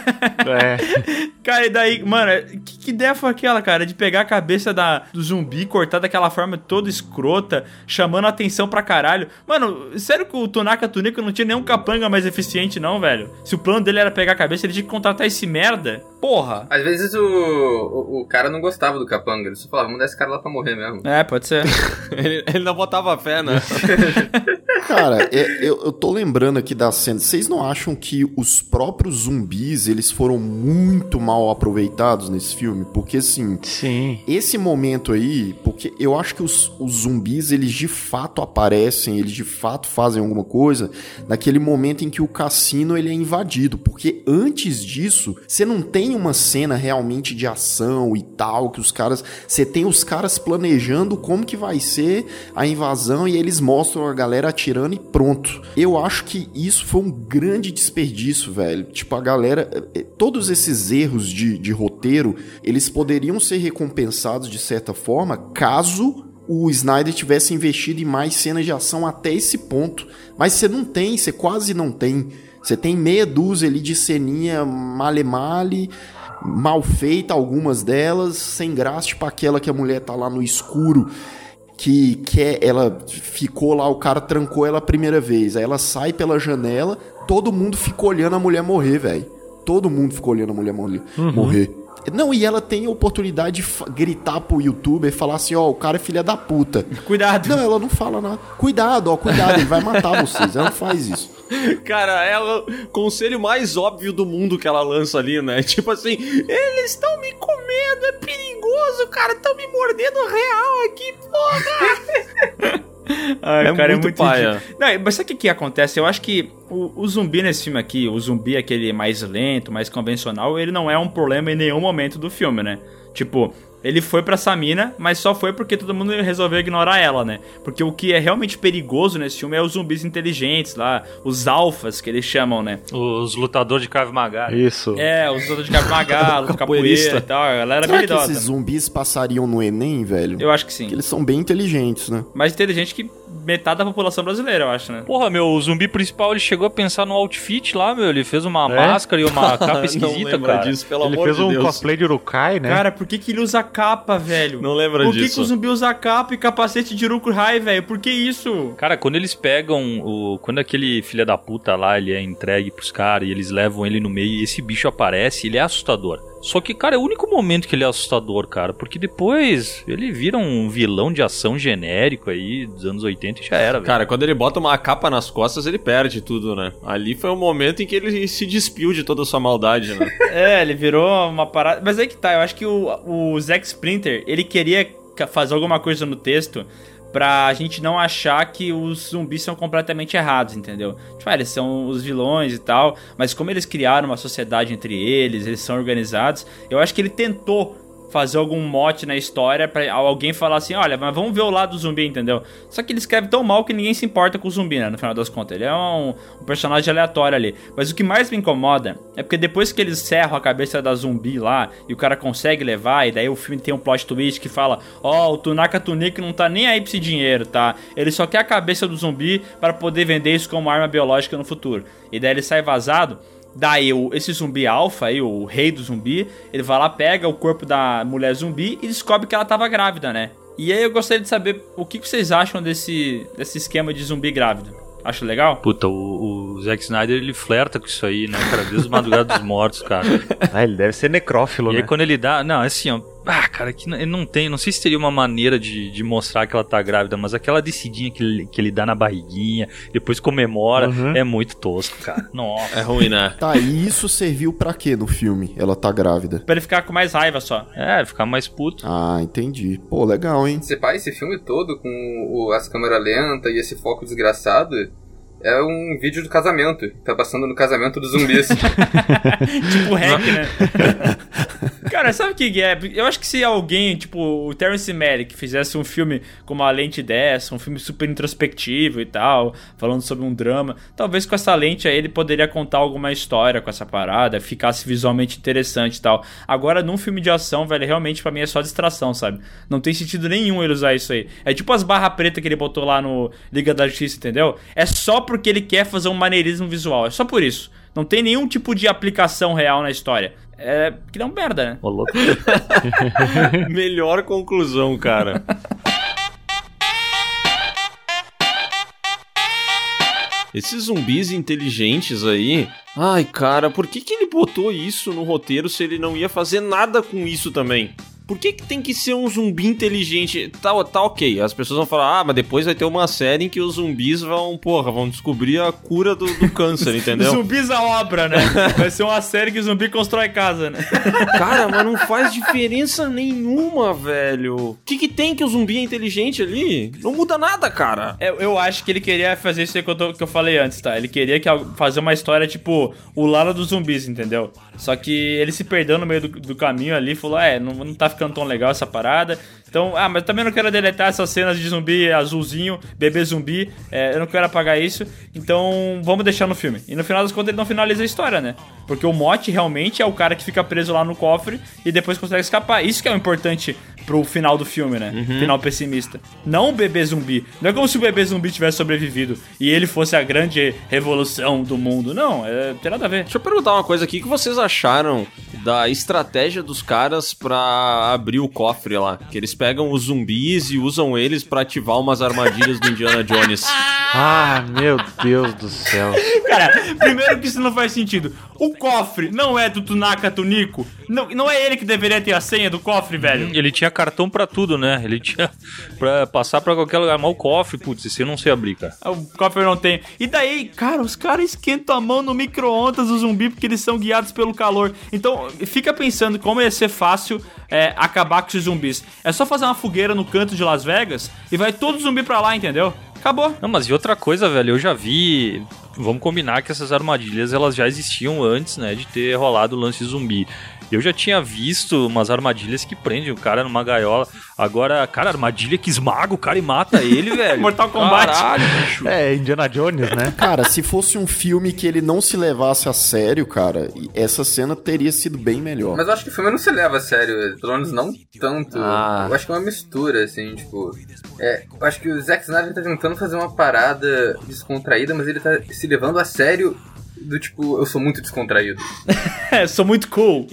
Cara, e daí, mano, que ideia foi aquela, cara? De pegar a cabeça do zumbi, cortar daquela forma toda escrota, chamando a atenção pra caralho. Mano, sério que o Tunaka Tunico não tinha nenhum capanga mais eficiente, não, velho? Se o plano dele era pegar a cabeça, ele tinha que contratar esse merda. Porra!
Às vezes o cara não gostava do capanga, ele só falava, vamos dar esse cara lá pra morrer mesmo.
Pode ser.
ele não botava fé, né?
Cara, eu tô lembrando aqui da cena. Vocês não acham que os próprios zumbis, eles foram muito mal aproveitados nesse filme? Porque, assim...
Sim.
Esse momento aí... Porque eu acho que os zumbis, eles de fato aparecem, eles de fato fazem alguma coisa naquele momento em que o cassino, ele é invadido. Porque antes disso, você não tem uma cena realmente de ação e tal, que os caras... Você tem os caras planejando como que vai ser a invasão e eles mostram a galera atirando e pronto. Eu acho que isso foi um grande desperdício, velho. Tipo, a galera... Todos esses erros de roteiro, eles poderiam ser recompensados de certa forma caso o Snyder tivesse investido em mais cenas de ação até esse ponto. Mas você não tem, você quase não tem. Você tem meia dúzia ali de ceninha male-male, mal feita, algumas delas, sem graça, tipo aquela que a mulher tá lá no escuro, que ela ficou lá, o cara trancou ela a primeira vez, aí ela sai pela janela, todo mundo ficou olhando a mulher morrer, velho. Todo mundo ficou olhando a mulher morrer. Não, e ela tem a oportunidade de gritar pro youtuber e falar assim, o cara é filha da puta.
Cuidado.
Não, ela não fala nada. Cuidado, cuidado, ele vai matar vocês. Ela não faz isso.
Cara, é o conselho mais óbvio do mundo que ela lança ali, né? Tipo assim, eles estão me comendo, é perigoso, cara, estão me mordendo real aqui, porra!
Ai, cara,
muito paia.
Não, mas sabe o que acontece? Eu acho que o zumbi nesse filme aqui, o zumbi aquele mais lento, mais convencional, ele não é um problema em nenhum momento do filme, né? Tipo, ele foi pra essa mina, mas só foi porque todo mundo resolveu ignorar ela, né? Porque o que é realmente perigoso nesse filme é os zumbis inteligentes lá, os alfas que eles chamam, né?
Os lutadores de Krav Maga.
Isso.
Os lutadores de Krav Maga, capoeira e tal, a galera
Será
habilidosa.
que esses zumbis passariam no Enem, velho?
Eu acho que sim.
Porque eles são bem inteligentes, né?
Mais inteligente que metade da população brasileira, eu acho, né?
Porra, o zumbi principal, ele chegou a pensar no outfit lá, ele fez uma máscara e uma capa esquisita, cara.
Disso, pelo
ele
amor
fez
de
um
Deus.
cosplay de Urukai, né?
Cara, por que ele usa capa, velho?
Não lembra disso.
Por que o zumbi usa capa e capacete de Urukai, velho? Por que isso?
Cara, quando eles pegam quando aquele filho da puta lá, ele é entregue pros caras e eles levam ele no meio e esse bicho aparece, ele é assustador. Só que, cara, é o único momento que ele é assustador, cara. Porque depois ele vira um vilão de ação genérico aí dos anos 80 e já era, velho.
Cara, quando ele bota uma capa nas costas, ele perde tudo, né? Ali foi o momento em que ele se despiu de toda a sua maldade, né?
Ele virou uma parada... Mas aí que tá, eu acho que o Zack Splinter, ele queria fazer alguma coisa no texto pra gente não achar que os zumbis são completamente errados, entendeu? Tipo, eles são os vilões e tal, mas como eles criaram uma sociedade entre eles são organizados, eu acho que ele tentou fazer algum mote na história pra alguém falar assim, olha, mas vamos ver o lado do zumbi, entendeu? Só que ele escreve tão mal que ninguém se importa com o zumbi, né, no final das contas. Ele é um personagem aleatório ali. Mas o que mais me incomoda é porque depois que eles serram a cabeça da zumbi lá, e o cara consegue levar, e daí o filme tem um plot twist que fala, o Tanaka Tuniki não tá nem aí pra esse dinheiro, tá? Ele só quer a cabeça do zumbi para poder vender isso como arma biológica no futuro. E daí ele sai vazado. Daí esse zumbi alfa aí, o rei do zumbi, ele vai lá, pega o corpo da mulher zumbi e descobre que ela tava grávida, né? E aí eu gostaria de saber o que vocês acham desse esquema de zumbi grávido. Acho legal?
Puta, o Zack Snyder, ele flerta com isso aí, né, cara? Desde o Madrugada dos Mortos, cara.
Ele deve ser necrófilo,
né?
E
aí quando ele dá... Não, assim, ó... cara, que ele não tem... Não sei se teria uma maneira de mostrar que ela tá grávida, mas aquela descidinha que ele dá na barriguinha, depois comemora, é muito tosco, cara. Nossa.
É ruim, né?
Tá, e isso serviu pra quê no filme? Ela tá grávida?
Pra ele ficar com mais raiva só.
Ficar mais puto.
Ah, entendi. Pô, legal, hein?
Você faz esse filme todo com as câmeras lentas e esse foco desgraçado... É um vídeo do casamento. Tá passando no casamento dos zumbis.
Tipo hack, né? Cara, sabe o que é? Eu acho que se alguém, tipo o Terrence Malick, fizesse um filme com uma lente dessa, um filme super introspectivo e tal, falando sobre um drama, talvez com essa lente aí ele poderia contar alguma história com essa parada, ficasse visualmente interessante e tal. Agora, num filme de ação, velho, realmente pra mim é só distração, sabe? Não tem sentido nenhum ele usar isso aí. É tipo as barras pretas que ele botou lá no Liga da Justiça, entendeu? É só porque ele quer fazer um maneirismo visual. É só por isso. Não tem nenhum tipo de aplicação real na história. É que dá um merda, né?
Ô, louco.
Melhor conclusão, cara. Esses zumbis inteligentes aí... Ai, cara, por que ele botou isso no roteiro se ele não ia fazer nada com isso também? Por que tem que ser um zumbi inteligente? Tá ok, as pessoas vão falar, mas depois vai ter uma série em que os zumbis vão descobrir a cura do câncer, entendeu?
Zumbis à obra, né? Vai ser uma série que o zumbi constrói casa, né?
Cara, mas não faz diferença nenhuma, velho. O que tem que o zumbi é inteligente ali? Não muda nada, cara.
Eu acho que ele queria fazer isso aí que eu falei antes, tá? Ele queria fazer uma história tipo o Lara dos zumbis, entendeu? Só que ele se perdeu no meio do caminho ali e falou, não tá ficando tão legal essa parada. Então, mas também não quero deletar essas cenas de zumbi azulzinho, bebê zumbi, eu não quero apagar isso, então vamos deixar no filme. E no final das contas ele não finaliza a história, né? Porque o mote realmente é o cara que fica preso lá no cofre e depois consegue escapar. Isso que é o importante pro final do filme, né? Final pessimista. Não o bebê zumbi. Não é como se o bebê zumbi tivesse sobrevivido e ele fosse a grande revolução do mundo. Não, não tem nada a ver.
Deixa eu perguntar uma coisa aqui. O que vocês acharam da estratégia dos caras pra abrir o cofre lá? Que eles pegam os zumbis e usam eles pra ativar umas armadilhas do Indiana Jones.
Ah, meu Deus do céu.
Cara, primeiro que isso não faz sentido. O cofre não é do Tanaka Tuniko. Não é ele que deveria ter a senha do cofre, velho.
Ele tinha cartão pra tudo, né? Ele tinha pra passar pra qualquer lugar. Mas o cofre, putz, esse eu não sei abrir, cara.
O cofre não tem. E daí, cara, os caras esquentam a mão no micro-ondas do zumbi porque eles são guiados pelo calor. Então, fica pensando como ia ser fácil acabar com esses zumbis. É só fazer uma fogueira no canto de Las Vegas e vai todo zumbi pra lá, entendeu? Acabou.
Não, mas e outra coisa, velho, eu já vi... Vamos combinar que essas armadilhas, elas já existiam antes, né, de ter rolado o lance zumbi. Eu já tinha visto umas armadilhas que prendem o cara numa gaiola. Agora, cara, armadilha que esmaga o cara e mata ele, velho.
Mortal Kombat.
Caralho, bicho.
Indiana Jones, né?
Cara, se fosse um filme que ele não se levasse a sério, cara, essa cena teria sido bem melhor.
Mas eu acho que o filme não se leva a sério, pelo menos não tanto. Eu acho que é uma mistura, assim, tipo... eu acho que o Zack Snyder tá tentando fazer uma parada descontraída, mas ele tá se levando a sério do tipo, eu sou muito descontraído.
Sou muito cool.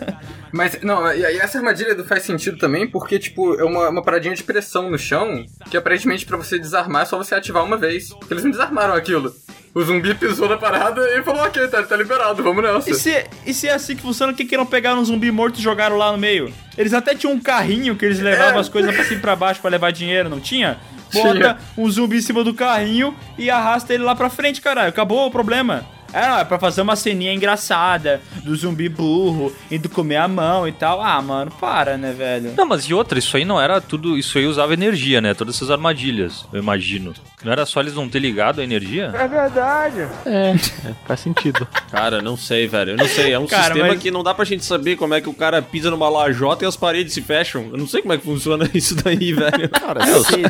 Mas, não, e essa armadilha faz sentido também, porque, tipo, é uma paradinha de pressão no chão, que aparentemente pra você desarmar é só você ativar uma vez. Porque eles não desarmaram aquilo. O zumbi pisou na parada e falou, ok, tá liberado, vamos nessa.
E se é assim que funciona, por que não pegaram um zumbi morto e jogaram lá no meio? Eles até tinham um carrinho que eles levavam as coisas pra cima e pra baixo pra levar dinheiro, não tinha? Bota um zumbi em cima do carrinho e arrasta ele lá pra frente, caralho. Acabou o problema. É pra fazer uma ceninha engraçada do zumbi burro, indo comer a mão e tal. Ah, mano, para, né, velho?
Não, mas e outra, isso aí não era tudo... Isso aí usava energia, né? Todas essas armadilhas, eu imagino. Não era só eles não ter ligado a energia?
É verdade.
Faz sentido.
Cara, não sei, velho. Eu não sei. É um sistema que não dá pra gente saber como é que o cara pisa numa lajota e as paredes se fecham. Eu não sei como é que funciona isso daí, velho.
Cara,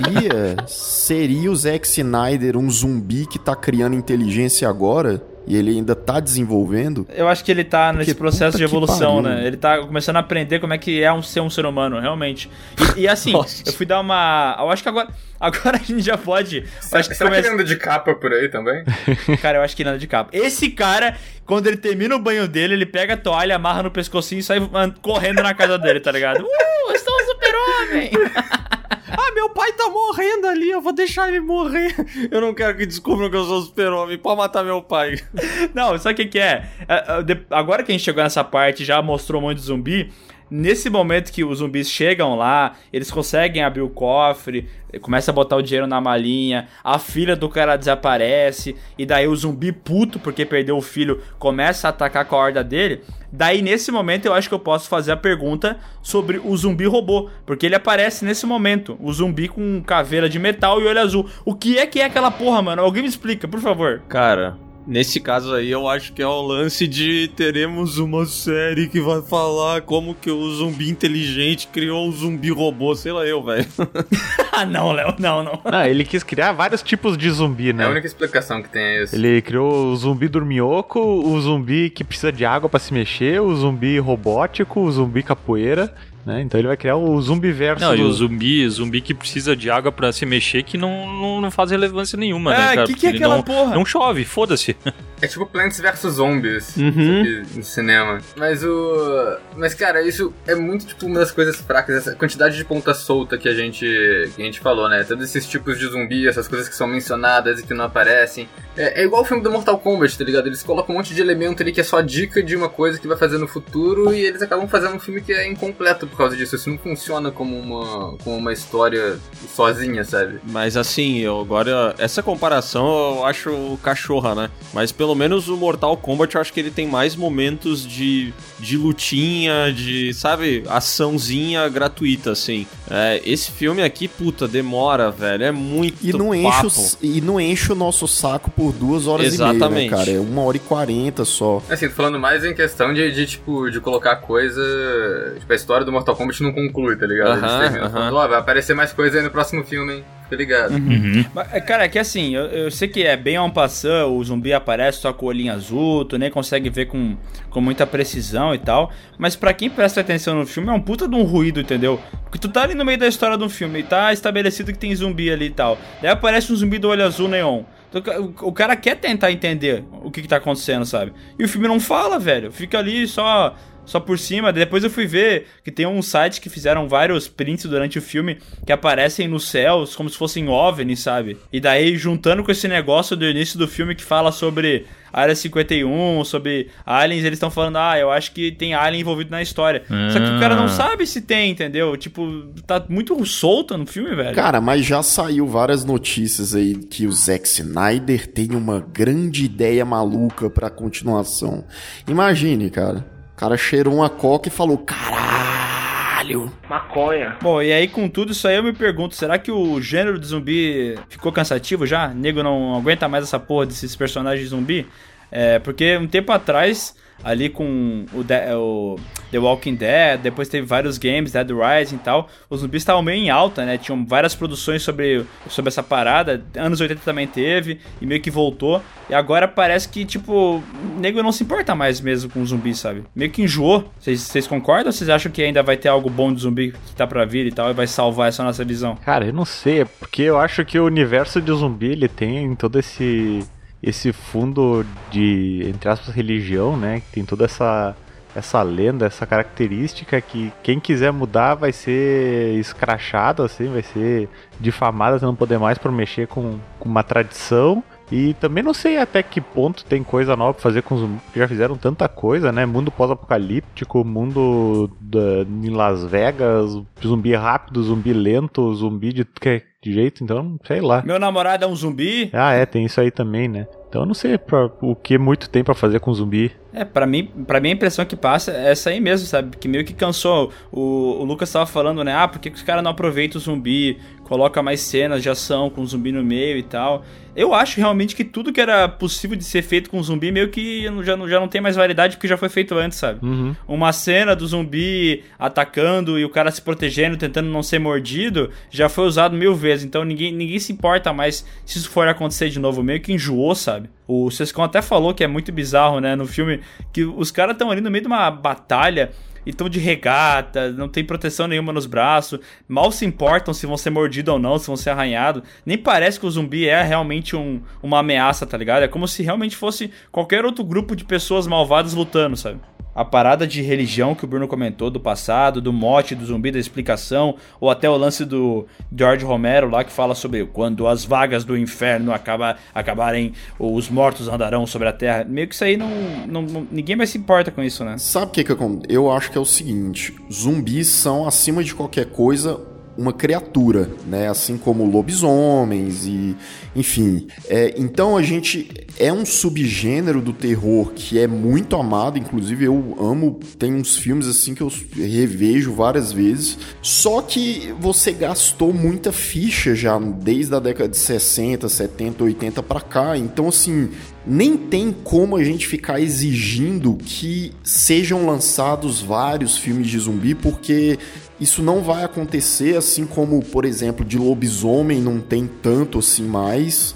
seria o Zack Snyder um zumbi que tá criando inteligência agora? E ele ainda tá desenvolvendo?
Eu acho que ele tá nesse processo de evolução, né? Ele tá começando a aprender como é que é ser um ser humano, realmente. E assim, eu fui dar uma... Eu acho que agora a gente já pode...
Será que ele anda de capa por aí também?
Cara, eu acho que ele anda de capa. Esse cara, quando ele termina o banho dele, ele pega a toalha, amarra no pescocinho e sai correndo na casa dele, tá ligado? Eu sou um super-homem!
Ah, meu pai tá morrendo ali, eu vou deixar ele morrer. Eu não quero que descubram que eu sou super-homem. Pode matar meu pai.
Não, sabe o que é? Agora que a gente chegou nessa parte, já mostrou um monte de zumbi. Nesse momento que os zumbis chegam lá, eles conseguem abrir o cofre, começa a botar o dinheiro na malinha, a filha do cara desaparece, e daí o zumbi puto, porque perdeu o filho, começa a atacar com a horda dele. Daí, nesse momento, eu acho que eu posso fazer a pergunta sobre o zumbi robô, porque ele aparece nesse momento, o zumbi com caveira de metal e olho azul. O que é aquela porra, mano? Alguém me explica, por favor.
Cara... Nesse caso aí, eu acho que é o lance de teremos uma série que vai falar como que o zumbi inteligente criou um zumbi robô, sei lá eu, velho.
Ah, não, Léo, não.
Ele quis criar vários tipos de zumbi, né?
É a única explicação que tem é isso.
Ele criou o zumbi dorminhoco, o zumbi que precisa de água pra se mexer, o zumbi robótico, o zumbi capoeira... Né? Então ele vai criar o zumbiverso.
Não, e o zumbi que precisa de água pra se mexer, que não faz relevância nenhuma, né, cara?
Que é aquela porra?
Não chove, foda-se.
É tipo Plants vs Zombies no cinema. Mas, cara, isso é muito, tipo, uma das coisas fracas. Essa quantidade de ponta solta que a gente falou, né? Todos esses tipos de zumbi, essas coisas que são mencionadas e que não aparecem. É igual o filme do Mortal Kombat, tá ligado? Eles colocam um monte de elemento ali que é só dica de uma coisa que vai fazer no futuro e eles acabam fazendo um filme que é incompleto por causa disso. Isso não funciona como uma história sozinha, sabe?
Mas assim, agora, essa comparação eu acho cachorra, né? Mas pelo menos o Mortal Kombat eu acho que ele tem mais momentos de lutinha, de, sabe, açãozinha gratuita, assim. Esse filme aqui, puta, demora, velho. É muito
e não enche o nosso saco por 2 horas e meia, né, cara? É 1h40 só.
Assim, tô falando mais em questão de colocar coisa... Tipo, a história do Mortal Kombat não conclui, tá ligado? Eles terminam falando, vai aparecer mais coisa aí no próximo filme, hein? Tá ligado?
Mas, cara, é que assim, eu sei que é bem en passant, o zumbi aparece só com o olhinho azul, tu nem consegue ver com muita precisão e tal, mas pra quem presta atenção no filme é um puta de um ruído, entendeu? Porque tu tá ali no meio da história do filme e tá estabelecido que tem zumbi ali e tal, daí aparece um zumbi do olho azul neon. O cara quer tentar entender o que tá acontecendo, sabe? E o filme não fala, velho. Fica ali só por cima. Depois eu fui ver que tem um site que fizeram vários prints durante o filme que aparecem nos céus como se fossem OVNIs, sabe? E daí, juntando com esse negócio do início do filme que fala sobre Área 51, sobre aliens, eles estão falando, eu acho que tem alien envolvido na história. Só que o cara não sabe se tem, entendeu? Tipo, tá muito solto no filme, velho.
Cara, mas já saiu várias notícias aí que o Zack Snyder tem uma grande ideia maluca pra continuação. Imagine, cara. O cara cheirou uma coca e falou, caralho,
maconha.
Bom, e aí com tudo isso aí eu me pergunto, será que o gênero de zumbi ficou cansativo já? O nego não aguenta mais essa porra desses personagens zumbi? Porque um tempo atrás, ali com o The Walking Dead, depois teve vários games, Dead Rising e tal, os zumbis estavam meio em alta, né? Tinham várias produções sobre essa parada, anos 80 também teve, e meio que voltou, e agora parece que, tipo, o nego não se importa mais mesmo com zumbis, sabe? Meio que enjoou. Vocês concordam ou vocês acham que ainda vai ter algo bom de zumbi que tá pra vir e tal, e vai salvar essa nossa visão?
Cara, eu não sei, porque eu acho que o universo de zumbi, ele tem todo esse fundo de, entre aspas, religião, né? Que tem toda essa lenda, essa característica que quem quiser mudar vai ser escrachado, assim, vai ser difamado até não poder mais por mexer com uma tradição. E também não sei até que ponto tem coisa nova pra fazer com zumbi, porque já fizeram tanta coisa, né? Mundo pós-apocalíptico, mundo em Las Vegas, zumbi rápido, zumbi lento, zumbi de jeito, então, sei lá.
Meu namorado é um zumbi?
Ah, tem isso aí também, né? Então eu não sei o que muito tem pra fazer com zumbi.
Pra mim a impressão que passa é essa aí mesmo, sabe? Que meio que cansou. O Lucas tava falando, né? por que os caras não aproveitam o zumbi, coloca mais cenas de ação com o zumbi no meio e tal. Eu acho realmente que tudo que era possível de ser feito com zumbi meio que já não tem mais validade porque já foi feito antes, sabe?
Uhum.
Uma cena do zumbi atacando e o cara se protegendo, tentando não ser mordido, já foi usado 1000 vezes. Então ninguém se importa mais se isso for acontecer de novo. Meio que enjoou, sabe? O Sescon até falou que é muito bizarro, né? No filme, que os caras estão ali no meio de uma batalha e estão de regata, não tem proteção nenhuma nos braços, mal se importam se vão ser mordidos ou não, se vão ser arranhados. Nem parece que o zumbi é realmente uma ameaça, tá ligado? É como se realmente fosse qualquer outro grupo de pessoas malvadas lutando, sabe? A parada de religião que o Bruno comentou do passado, do mote do zumbi, da explicação, ou até o lance do George Romero lá que fala sobre quando as vagas do inferno acabarem, os mortos andarão sobre a terra. Meio que isso aí ninguém mais se importa com isso, né?
Sabe o que eu acho que é o seguinte, zumbis são, acima de qualquer coisa, uma criatura, né? Assim como lobisomens e... enfim. Então a gente... é um subgênero do terror que é muito amado, inclusive eu amo, tem uns filmes assim que eu revejo várias vezes, só que você gastou muita ficha já desde a década de 60, 70, 80 pra cá, então assim, nem tem como a gente ficar exigindo que sejam lançados vários filmes de zumbi, porque isso não vai acontecer, assim como, por exemplo, de lobisomem não tem tanto assim mais.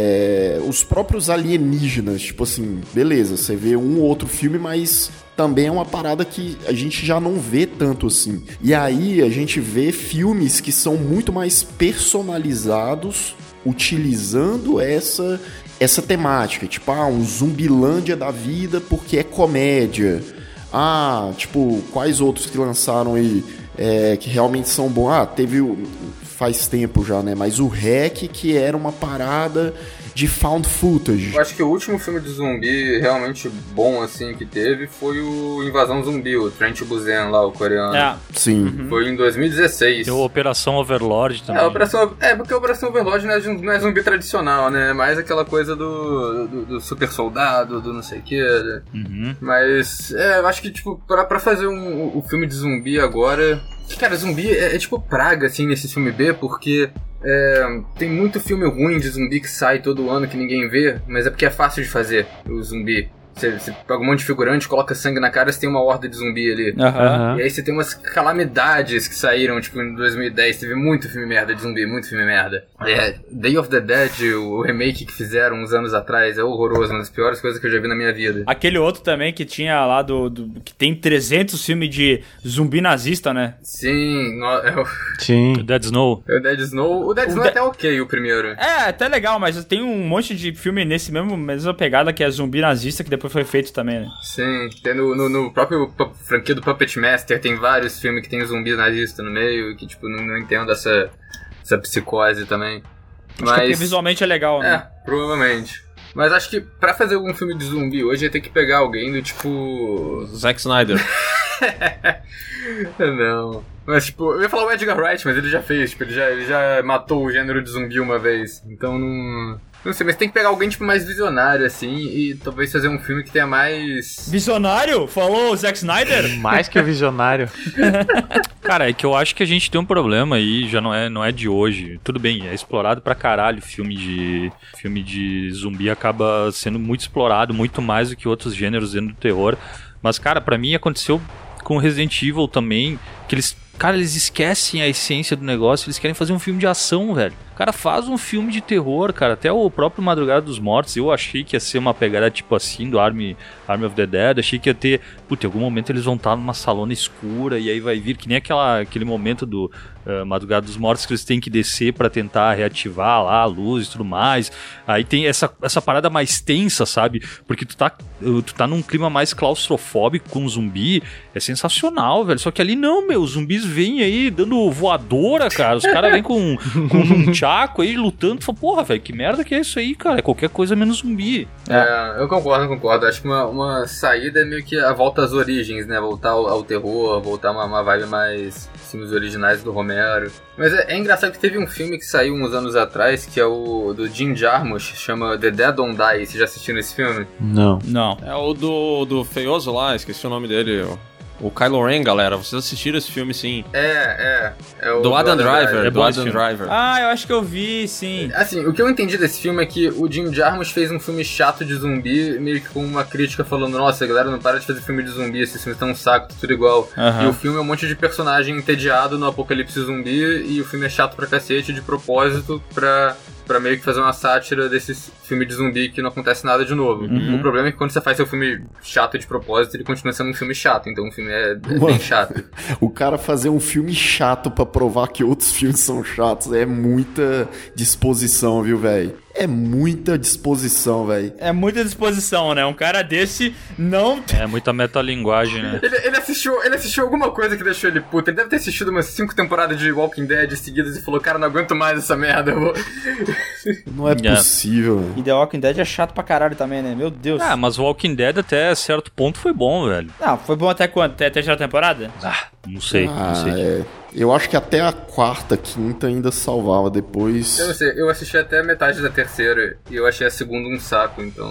Os próprios alienígenas, tipo assim, beleza, você vê um ou outro filme, mas também é uma parada que a gente já não vê tanto assim. E aí a gente vê filmes que são muito mais personalizados, utilizando essa temática, tipo, um Zumbilândia da vida porque é comédia. Tipo, quais outros que lançaram aí que realmente são bons? Teve faz tempo já, né? Mas o REC, que era uma parada de found footage.
Eu acho que o último filme de zumbi realmente bom, assim, que teve foi o Invasão Zumbi, o Train to Busan lá, o coreano.
Sim.
Uhum. Foi em 2016.
Tem a Operação Overlord também.
Porque a Operação Overlord não é zumbi tradicional, né? É mais aquela coisa do super soldado, do não sei o que.
Uhum.
Mas, eu acho que, tipo, pra fazer o filme de zumbi agora... Cara, zumbi é tipo praga, assim, nesse filme B, porque... tem muito filme ruim de zumbi que sai todo ano que ninguém vê, mas é porque é fácil de fazer o zumbi. Você pega um monte de figurante, coloca sangue na cara, você tem uma horda de zumbi ali.
Uhum.
E aí você tem umas calamidades que saíram, tipo, em 2010. Teve muito filme merda de zumbi, muito filme merda. Day of the Dead, o remake que fizeram uns anos atrás, é horroroso, uma das piores coisas que eu já vi na minha vida.
Aquele outro também que tinha lá que tem 300 filmes de zumbi nazista, né?
Sim.
Sim.
O Dead Snow.
O Dead Snow é até ok, o primeiro.
Até legal, mas tem um monte de filme nesse mesma pegada que é zumbi nazista, que depois foi feito também, né?
Sim, tem no próprio franquia do Puppet Master, tem vários filmes que tem zumbi nazista no meio, que tipo, não entendo essa psicose também.
Acho que porque visualmente é legal, né?
Provavelmente. Mas acho que pra fazer algum filme de zumbi hoje ia ter que pegar alguém do tipo...
Zack Snyder.
Não. Mas tipo, eu ia falar o Edgar Wright, mas ele já fez, tipo, ele já matou o gênero de zumbi uma vez. Então não sei, mas tem que pegar alguém, tipo, mais visionário, assim, e talvez fazer um filme que tenha mais...
Visionário? Falou o Zack Snyder?
Mais que visionário.
Cara, é que eu acho que a gente tem um problema aí, já não é de hoje. Tudo bem, é explorado pra caralho. Filme de zumbi acaba sendo muito explorado, muito mais do que outros gêneros dentro do terror. Mas, cara, pra mim aconteceu com Resident Evil também, que eles esquecem a essência do negócio, eles querem fazer um filme de ação, velho. O cara faz um filme de terror, cara. Até o próprio Madrugada dos Mortos, eu achei que ia ser uma pegada tipo assim, do Army of the Dead. Achei que ia ter... em algum momento eles vão estar numa salona escura e aí vai vir, que nem aquele momento do Madrugada dos Mortos, que eles têm que descer pra tentar reativar lá a luz e tudo mais. Aí tem essa parada mais tensa, sabe? Porque tu tá num clima mais claustrofóbico com zumbi. É sensacional, velho. Só que ali não, os zumbis vêm aí dando voadora, cara. Os caras vêm com um nunchaku aí lutando. Tu fala, porra, velho, que merda que é isso aí, cara? É qualquer coisa menos zumbi.
Eu concordo. Acho que uma saída é meio que a volta às origens, né? Voltar ao terror, voltar uma vibe mais filmes originais do Romero. Mas é engraçado que teve um filme que saiu uns anos atrás, que é o do Jim Jarmusch, chama The Dead Don't Die. Vocês já assistiram esse filme?
Não.
É o do feioso lá, esqueci o nome dele. O Kylo Ren, galera. Vocês assistiram esse filme, sim.
É o
do Adam Driver.
Do Adam Driver.
Ah, eu acho que eu vi, sim.
Assim, o que eu entendi desse filme é que o Jim Jarmusch fez um filme chato de zumbi, meio que com uma crítica falando, nossa, galera, não para de fazer filme de zumbi, esses filmes estão um saco, tudo igual. E o filme é um monte de personagem entediado no apocalipse zumbi, e o filme é chato pra cacete de propósito pra meio que fazer uma sátira desse filme de zumbi que não acontece nada de novo. O problema é que quando você faz seu filme chato de propósito, ele continua sendo um filme chato, então o filme é bem chato.
O cara fazer um filme chato pra provar que outros filmes são chatos é muita disposição, viu, velho? É muita disposição, velho.
É muita disposição, né? Um cara desse não...
É muita metalinguagem, né?
Ele assistiu alguma coisa que deixou ele puto. Ele deve ter assistido umas 5 temporadas de Walking Dead seguidas e falou, cara, não aguento mais essa merda.
Não é possível, velho.
E The Walking Dead é chato pra caralho também, né? Meu Deus.
Ah, mas o Walking Dead até certo ponto foi bom, velho.
Não, foi bom até quando? Até a terceira temporada?
Não sei.
Eu acho que até a quarta, quinta ainda salvava, depois...
Eu não sei, eu assisti até a metade da terceira e eu achei a segunda um saco, então...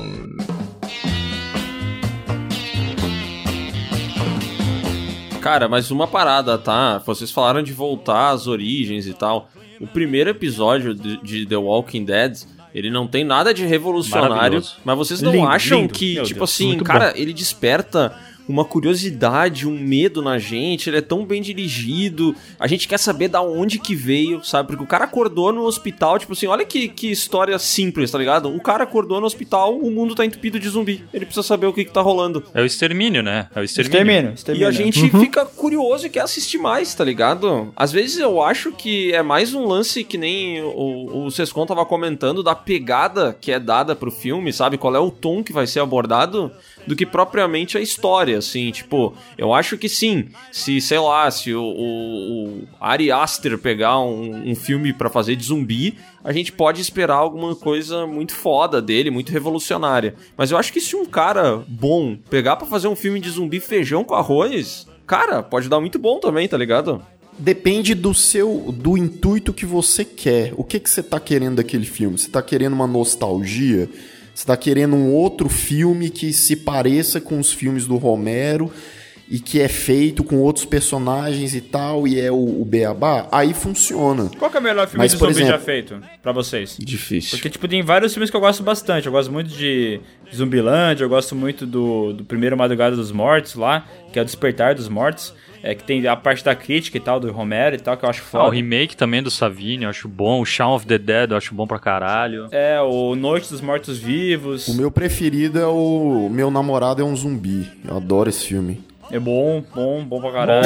Cara, mas uma parada, tá? Vocês falaram de voltar às origens e tal. O primeiro episódio de The Walking Dead, ele não tem nada de revolucionário, mas vocês não acham que,
Meu
tipo
Deus,
assim,
muito
cara, ele desperta uma curiosidade, um medo na gente, ele é tão bem dirigido, a gente quer saber da onde que veio, sabe? Porque o cara acordou no hospital, tipo assim, olha que história simples, tá ligado? Um cara acordou no hospital, o mundo tá entupido de zumbi, ele precisa saber o que tá rolando.
É o extermínio, né? É o extermínio.
E a gente fica curioso e quer assistir mais, tá ligado? Às vezes eu acho que é mais um lance que nem o Sescon tava comentando, da pegada que é dada pro filme, sabe? Qual é o tom que vai ser abordado, do que propriamente a história, assim, tipo, eu acho que sim, se, sei lá, se o Ari Aster pegar um filme pra fazer de zumbi, a gente pode esperar alguma coisa muito foda dele, muito revolucionária, mas eu acho que se um cara bom pegar pra fazer um filme de zumbi feijão com arroz, cara, pode dar muito bom também, tá ligado?
Depende do intuito que você quer. O que você tá querendo daquele filme? Você tá querendo uma nostalgia? Você tá querendo um outro filme que se pareça com os filmes do Romero e que é feito com outros personagens e tal, e é o beabá? Aí funciona.
Qual que é o melhor filme de zumbi já feito pra vocês?
Difícil.
Porque, tipo, tem vários filmes que eu gosto bastante. Eu gosto muito de Zumbilândia, eu gosto muito do primeiro Madrugada dos Mortos lá, que é o Despertar dos Mortos. Que tem a parte da crítica e tal, do Romero e tal, que eu acho foda.
O remake também do Savini, eu acho bom. O Shaun of the Dead, eu acho bom pra caralho.
O Noite dos Mortos Vivos.
O meu preferido é o Meu Namorado é um Zumbi. Eu adoro esse filme.
É bom pra caralho.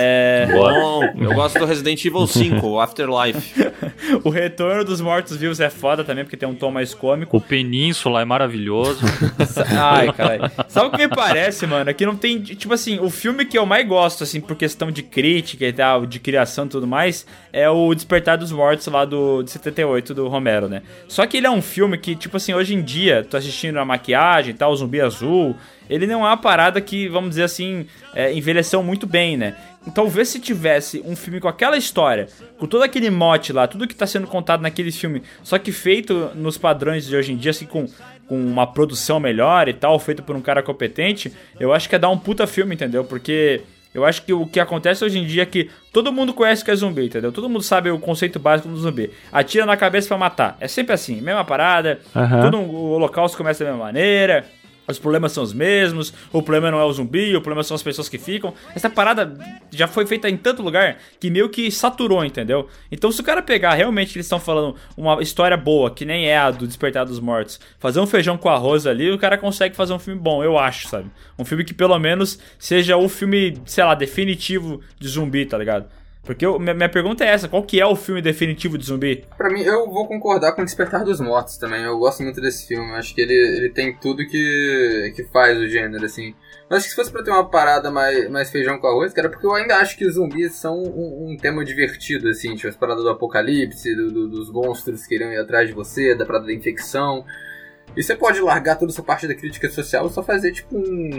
Bom. Eu gosto do Resident Evil 5, o Afterlife.
O Retorno dos Mortos-Vivos é foda também, porque tem um tom mais cômico.
O Península é maravilhoso.
Ai, caralho. Sabe o que me parece, mano? É que não tem... Tipo assim, o filme que eu mais gosto, assim, por questão de crítica e tal, de criação e tudo mais, é o Despertar dos Mortos lá de 78, do Romero, né? Só que ele é um filme que, tipo assim, hoje em dia, tô assistindo a maquiagem e tal, o Zumbi Azul... Ele não é uma parada que, vamos dizer assim, envelheceu muito bem, né? Então, talvez se tivesse um filme com aquela história, com todo aquele mote lá, tudo que tá sendo contado naquele filme, só que feito nos padrões de hoje em dia, assim, com uma produção melhor e tal, feito por um cara competente, eu acho que ia dar um puta filme, entendeu? Porque eu acho que o que acontece hoje em dia é que todo mundo conhece o que é zumbi, entendeu? Todo mundo sabe o conceito básico do zumbi. Atira na cabeça pra matar. É sempre assim, mesma parada, o holocausto começa da mesma maneira... Os problemas são os mesmos, o problema não é o zumbi, o problema são as pessoas que ficam. Essa parada já foi feita em tanto lugar que meio que saturou, entendeu? Então se o cara pegar realmente que eles estão falando uma história boa, que nem é a do Despertar dos Mortos, fazer um feijão com arroz ali, o cara consegue fazer um filme bom, eu acho, sabe? Um filme que pelo menos seja o filme, sei lá, definitivo de zumbi, tá ligado? Porque minha pergunta é essa, qual que é o filme definitivo de zumbi?
Pra mim, eu vou concordar com o Despertar dos Mortos também. Eu gosto muito desse filme. Acho que ele tem tudo que faz o gênero, assim. Mas acho que se fosse pra ter uma parada mais feijão com arroz, cara, porque eu ainda acho que os zumbis são um tema divertido, assim. Tipo, as paradas do apocalipse, dos monstros que irão ir atrás de você, da parada da infecção. E você pode largar toda essa parte da crítica social e só fazer, tipo,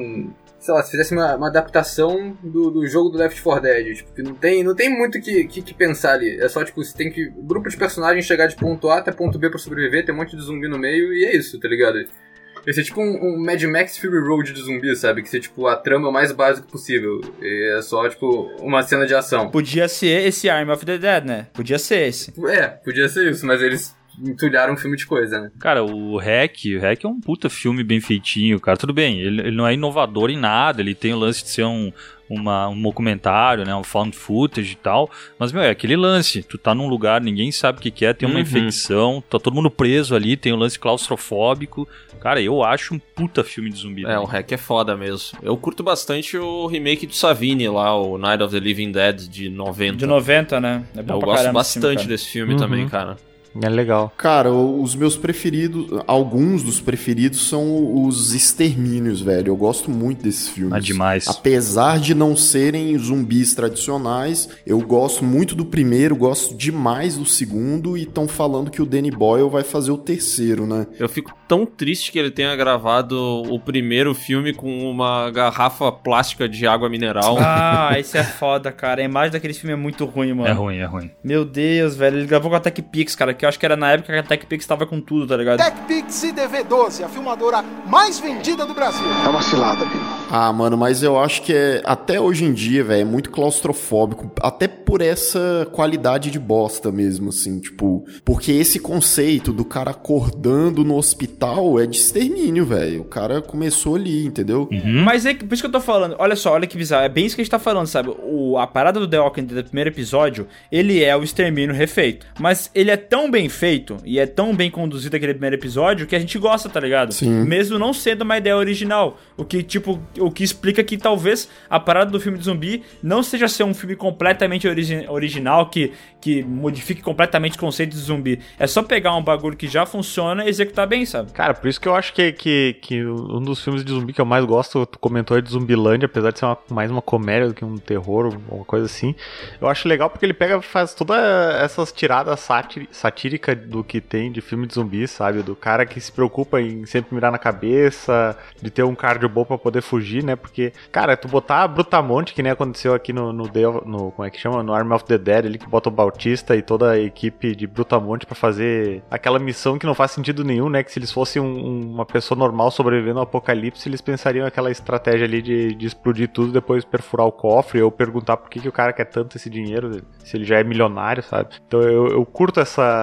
sei lá, se fizesse uma adaptação do jogo do Left 4 Dead. Tipo, que não tem muito que pensar ali. É só, tipo, você tem que... grupo de personagens chegar de ponto A até ponto B pra sobreviver, tem um monte de zumbi no meio e é isso, tá ligado? Esse é tipo um Mad Max Fury Road de zumbi, sabe? Que você, tipo, a trama é o mais básico possível. E é só, tipo, uma cena de ação.
Podia ser esse Army of the Dead, né? Podia ser esse.
Podia ser isso, mas eles entulharam um filme de coisa, né?
Cara, o Hack é um puta filme bem feitinho, cara. Tudo bem, ele não é inovador em nada, ele tem o lance de ser um documentário, né, um found footage e tal, mas, meu, é aquele lance, tu tá num lugar, ninguém sabe o que é, tem uma infecção, tá todo mundo preso ali, tem um lance claustrofóbico, cara, eu acho um puta filme de zumbi.
O Hack é foda mesmo. Eu curto bastante o remake do Savini lá, o Night of the Living Dead de 90.
De 90, né? É bom,
eu gosto bastante desse filme também, cara.
É legal.
Cara, os meus preferidos, alguns dos preferidos são os Extermínios, velho. Eu gosto muito desses filmes.
Ah, demais.
Apesar de não serem zumbis tradicionais, eu gosto muito do primeiro, gosto demais do segundo e estão falando que o Danny Boyle vai fazer o terceiro, né?
Eu fico tão triste que ele tenha gravado o primeiro filme com uma garrafa plástica de água mineral.
Ah, esse é foda, cara. A imagem daquele filme é muito ruim, mano.
É ruim.
Meu Deus, velho. Ele gravou com a TechPix, cara, que eu acho que era na época que a TechPix tava com tudo, tá ligado?
TechPix IDV12, a filmadora mais vendida do Brasil.
É uma cilada, Bino.
Ah, mano, mas eu acho que até hoje em dia, velho, é muito claustrofóbico, até por essa qualidade de bosta mesmo, assim, tipo, porque esse conceito do cara acordando no hospital é de extermínio, velho. O cara começou ali, entendeu?
Mas é por isso que eu tô falando, olha só, olha que bizarro, é bem isso que a gente tá falando, sabe? A parada do The Walking Dead do primeiro episódio, ele é o extermínio refeito, mas ele é tão bem feito e é tão bem conduzido aquele primeiro episódio que a gente gosta, tá ligado?
Sim.
Mesmo não sendo uma ideia original, o que explica que talvez a parada do filme de zumbi não seja ser um filme completamente original, que modifique completamente o conceito de zumbi. É só pegar um bagulho que já funciona e executar bem, sabe?
Cara, por isso que eu acho que um dos filmes de zumbi que eu mais gosto, tu comentou, é de Zumbilândia, apesar de ser mais uma comédia do que um terror, uma coisa assim. Eu acho legal porque ele faz todas essas tiradas satíricas do que tem de filme de zumbi, sabe? Do cara que se preocupa em sempre mirar na cabeça, de ter um cardio bom pra poder fugir, né? Porque, cara, tu botar a Brutamonte, que nem aconteceu aqui no como é que chama? No Army of the Dead, ali que bota o Bautista e toda a equipe de Brutamonte pra fazer aquela missão que não faz sentido nenhum, né? Que se eles fossem uma pessoa normal sobrevivendo ao apocalipse, eles pensariam aquela estratégia ali de explodir tudo, depois perfurar o cofre, ou perguntar por que o cara quer tanto esse dinheiro, se ele já é milionário, sabe? Então eu curto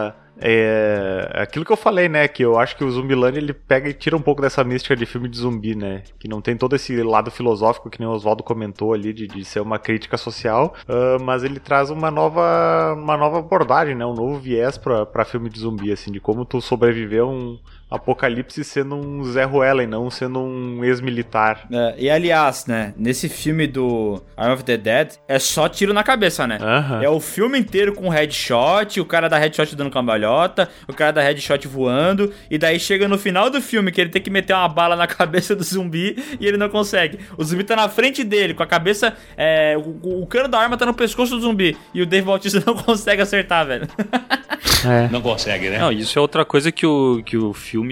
aquilo que eu falei, né, que eu acho que o Zumbilândia ele pega e tira um pouco dessa mística de filme de zumbi, né, que não tem todo esse lado filosófico que nem o Oswaldo comentou ali, de ser uma crítica social, mas ele traz uma nova abordagem, né, um novo viés pra filme de zumbi, assim, de como tu sobreviver a um apocalipse sendo um Zé Ruela, não sendo um ex-militar.
E aliás, né, nesse filme do Arm of the Dead, é só tiro na cabeça, né? É o filme inteiro com headshot, o cara da headshot dando cambalhota, o cara da headshot voando, e daí chega no final do filme que ele tem que meter uma bala na cabeça do zumbi e ele não consegue. O zumbi tá na frente dele, com a cabeça, o cano da arma tá no pescoço do zumbi, e o Dave Bautista não consegue acertar, velho.
Não consegue, né? Não, isso é outra coisa que o filme,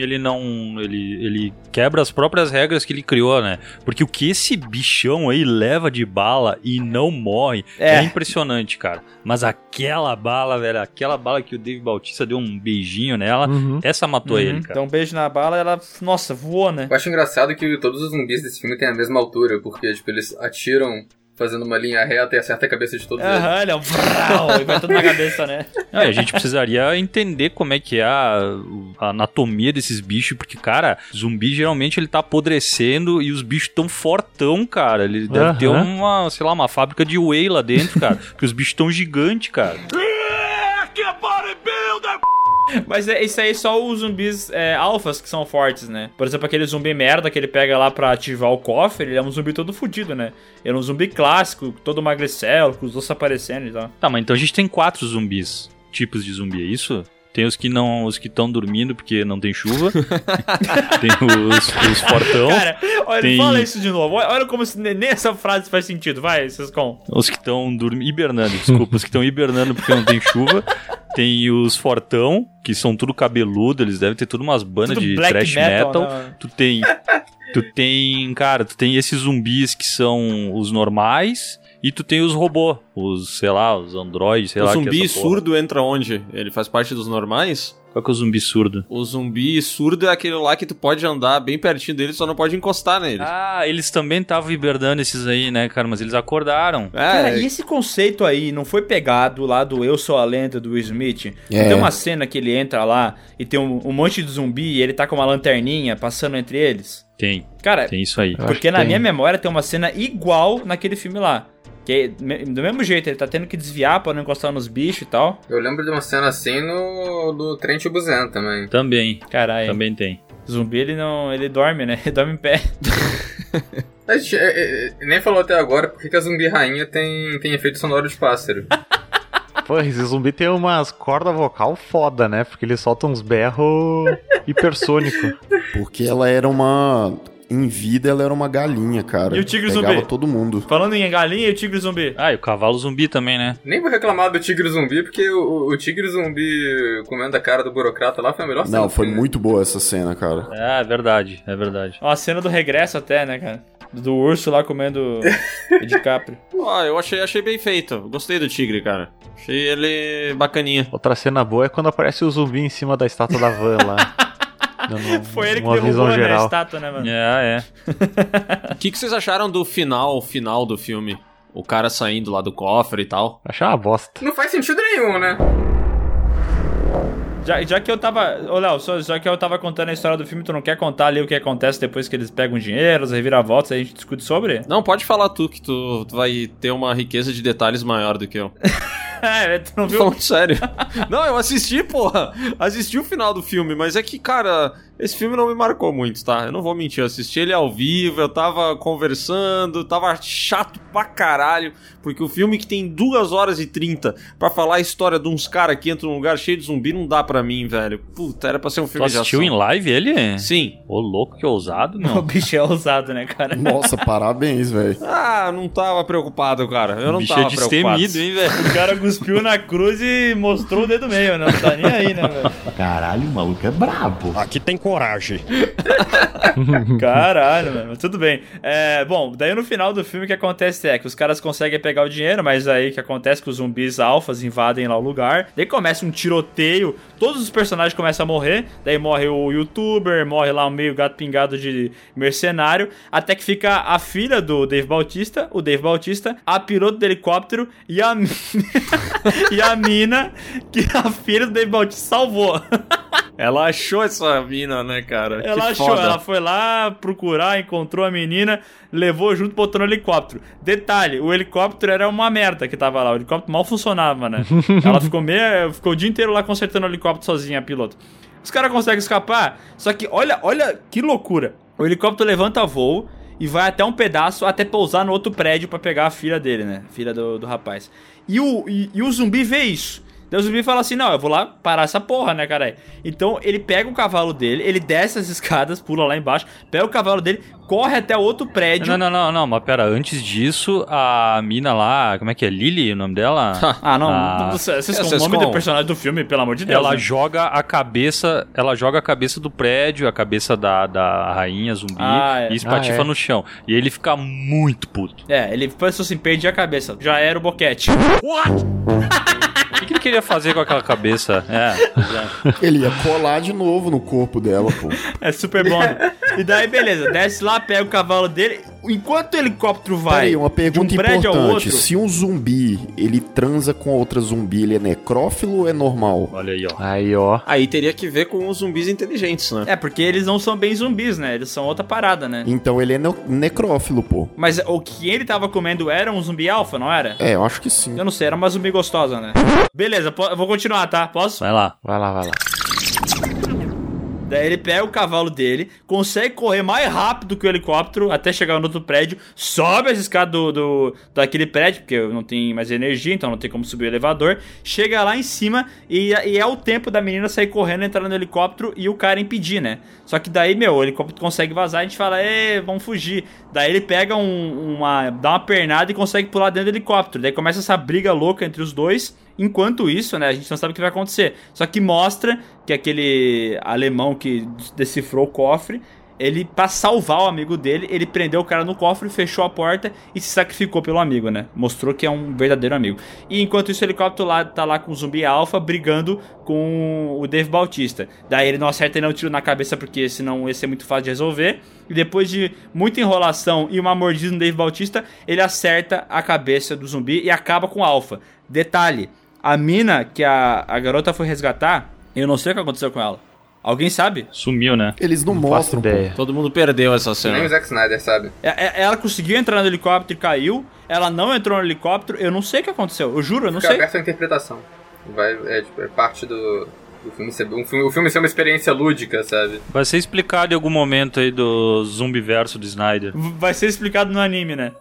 ele quebra as próprias regras que ele criou, né? Porque o que esse bichão aí leva de bala e não morre é impressionante, cara. Mas aquela bala, velho, aquela bala que o Dave Bautista deu um beijinho nela, essa matou ele, cara.
Então um beijo na bala, ela, nossa, voou, né?
Eu acho engraçado que todos os zumbis desse filme têm a mesma altura, porque, tipo, eles atiram fazendo uma linha reta e acerta a cabeça de todos eles.
Ele é um vrau, e vai tudo na cabeça, né?
A gente precisaria entender como é que é a anatomia desses bichos, porque, cara, zumbi geralmente ele tá apodrecendo e os bichos tão fortão, cara. Ele deve ter uma fábrica de whey lá dentro, cara, porque os bichos tão gigantes, cara.
Que bodybuilder!
Mas isso aí só os zumbis alfas que são fortes, né? Por exemplo, aquele zumbi merda que ele pega lá pra ativar o cofre, ele é um zumbi todo fudido, né? Ele é um zumbi clássico, todo magricelo, com os ossos aparecendo e tal.
Tá, mas então a gente tem 4 zumbis, tipos de zumbi, é isso? Tem os que estão dormindo porque não tem chuva. Tem os fortão.
Cara, olha, fala isso de novo. Olha como nem essa frase faz sentido. Vai, Sescon.
Os que estão hibernando, desculpa. Os que estão hibernando porque não tem chuva. Tem os fortão, que são tudo cabeludo. Eles devem ter tudo umas bandas de thrash metal. Né? Tu tem esses zumbis que são os normais. E tu tem os robôs, os androides, sei lá.
O zumbi surdo entra onde? Ele faz parte dos normais?
Qual que é o zumbi surdo?
O zumbi surdo é aquele lá que tu pode andar bem pertinho dele, só não pode encostar nele.
Ah, eles também estavam hibernando esses aí, né, cara? Mas eles acordaram.
Cara, e esse conceito aí não foi pegado lá do Eu Sou a Lenda do Will Smith? Tem uma cena que ele entra lá e tem um monte de zumbi e ele tá com uma lanterninha passando entre eles?
Tem.
Cara,
tem isso aí.
Porque na minha memória tem uma cena igual naquele filme lá. Que do mesmo jeito, ele tá tendo que desviar pra não encostar nos bichos e tal.
Eu lembro de uma cena assim do Trem to Busan também.
Também.
Caralho.
Também tem.
Zumbi, ele dorme, né? Ele dorme em pé.
A gente nem falou até agora porque a zumbi rainha tem efeito sonoro de pássaro.
Pô, esse zumbi tem umas cordas vocal foda, né? Porque ele solta uns berros hipersônicos.
Porque ela era uma... Em vida, ela era uma galinha, cara.
E o tigre
Pegava
zumbi?
Todo mundo.
Falando em galinha e o tigre zumbi.
Ah, e o cavalo zumbi também, né?
Nem vou reclamar do tigre zumbi, porque o tigre zumbi comendo a cara do burocrata lá foi a melhor cena.
Não, foi muito boa essa cena, cara.
É verdade, é verdade.
Ó, a cena do regresso até, né, cara? Do urso lá comendo o DiCaprio.
Eu achei bem feito. Gostei do tigre, cara. Achei ele bacaninha.
Outra cena boa é quando aparece o zumbi em cima da estátua da van lá.
Foi ele que derrubou, né, a estátua, né, mano?
O que vocês acharam do final do filme? O cara saindo lá do cofre e tal.
Achei uma bosta.
Não faz sentido nenhum, né?
Já que eu tava... Ô, Léo, já que eu tava contando a história do filme, tu não quer contar ali o que acontece depois que eles pegam dinheiro, as reviravoltas, aí a gente discute sobre?
Não, pode falar tu, que tu vai ter uma riqueza de detalhes maior do que eu.
Tu não viu?
Falando sério. Não, eu assisti, porra. Assisti o final do filme, mas é que, cara, esse filme não me marcou muito, tá? Eu não vou mentir, eu assisti ele ao vivo, eu tava conversando, tava chato pra caralho, porque o filme que tem 2h30 pra falar a história de uns caras que entram num lugar cheio de zumbi não dá pra mim, velho. Puta, era pra ser um filme de ação.
Tu assistiu em live ele?
Sim.
Ô, louco, que ousado, não.
O bicho é ousado, né, cara?
Nossa, parabéns, velho.
Não tava preocupado, cara. Eu não tava preocupado.
Destemido, hein, velho?
O cara cuspiu na cruz e mostrou o dedo meio, né? Não tá nem aí, né, velho?
Caralho, o maluco é brabo.
Aqui tem coragem.
Caralho, mano. Tudo bem. Bom, daí no final do filme o que acontece é que os caras conseguem pegar o dinheiro, mas aí o que acontece é que os zumbis alfas invadem lá o lugar. Daí começa um tiroteio, todos os personagens começam a morrer. Daí morre o youtuber, morre lá um meio gato pingado de mercenário. Até que fica a filha do Dave Bautista, o Dave Bautista, a piloto do helicóptero e a e a mina que a filha do Dave Bautista salvou.
Ela achou essa mina, né, cara?
Ela achou, foda. Ela foi lá procurar, encontrou a menina, levou junto, botou no helicóptero. Detalhe, o helicóptero era uma merda que tava lá, o helicóptero mal funcionava, né? Ela ficou o dia inteiro lá consertando o helicóptero sozinha, a piloto. Os caras conseguem escapar, só que olha que loucura. O helicóptero levanta voo e vai até um pedaço, até pousar no outro prédio pra pegar a filha dele, né? Filha do rapaz. E o zumbi vê isso. Daí o zumbi fala assim, não, eu vou lá parar essa porra, né, caralho? Então ele pega o cavalo dele, ele desce as escadas, pula lá embaixo, pega o cavalo dele, corre até outro prédio.
Não, mas pera, antes disso, a mina lá, como é que é? Lily, o nome dela?
Vocês o nome do personagem do filme, pelo amor de Deus.
Ela joga a cabeça do prédio, a cabeça da rainha zumbi, e espatifa no chão. E ele fica muito puto.
Ele pensou assim, perdi a cabeça, já era o boquete.
What? O que ele queria fazer com aquela cabeça?
Ele ia colar de novo no corpo dela, pô.
É super bom. E daí, beleza, desce lá, pega o cavalo dele. Enquanto o helicóptero vai.
Peraí, uma pergunta
de um prédio
importante.
ao outro,
se um zumbi, ele transa com outra zumbi, ele é necrófilo ou é normal?
Olha aí, ó.
Aí, ó.
Aí teria que ver com os zumbis inteligentes, né?
É, porque eles não são bem zumbis, né? Eles são outra parada, né?
Então ele é necrófilo, pô.
Mas o que ele tava comendo era um zumbi alfa, não era?
Eu acho que sim.
Eu não sei, era uma zumbi gostosa, né? Beleza, eu vou continuar, tá? Posso?
Vai lá.
Vai lá.
Daí ele pega o cavalo dele, consegue correr mais rápido que o helicóptero até chegar no outro prédio, sobe as escadas daquele prédio, porque não tem mais energia, então não tem como subir o elevador, chega lá em cima e é o tempo da menina sair correndo, entrar no helicóptero e o cara impedir, né? Só que daí, o helicóptero consegue vazar, a gente fala, vamos fugir. Daí ele pega dá uma pernada e consegue pular dentro do helicóptero. Daí começa essa briga louca entre os dois. Enquanto isso, né, a gente não sabe o que vai acontecer. Só que mostra que aquele alemão que decifrou o cofre, ele, pra salvar o amigo dele, ele prendeu o cara no cofre, fechou a porta e se sacrificou pelo amigo, né? Mostrou que é um verdadeiro amigo. E enquanto isso, o helicóptero tá lá com o zumbi alfa, brigando com o Dave Bautista. Daí ele não acerta nem um tiro na cabeça, porque senão ia ser muito fácil de resolver. E depois de muita enrolação e uma mordida no Dave Bautista, ele acerta a cabeça do zumbi e acaba com o alfa. Detalhe, a mina que a garota foi resgatar, eu não sei o que aconteceu com ela. Alguém sabe?
Sumiu, né?
Eles não mostram,
ideia. Todo mundo perdeu essa cena.
Nem o Zack Snyder sabe.
Ela conseguiu entrar no helicóptero e caiu. Ela não entrou no helicóptero. Eu não sei o que aconteceu. Eu juro, eu não sei.
Fica aberto a interpretação. É parte do filme. O filme ser uma experiência lúdica, sabe?
Vai ser explicado em algum momento aí do Zumbiverso do Snyder.
Vai ser explicado no anime, né?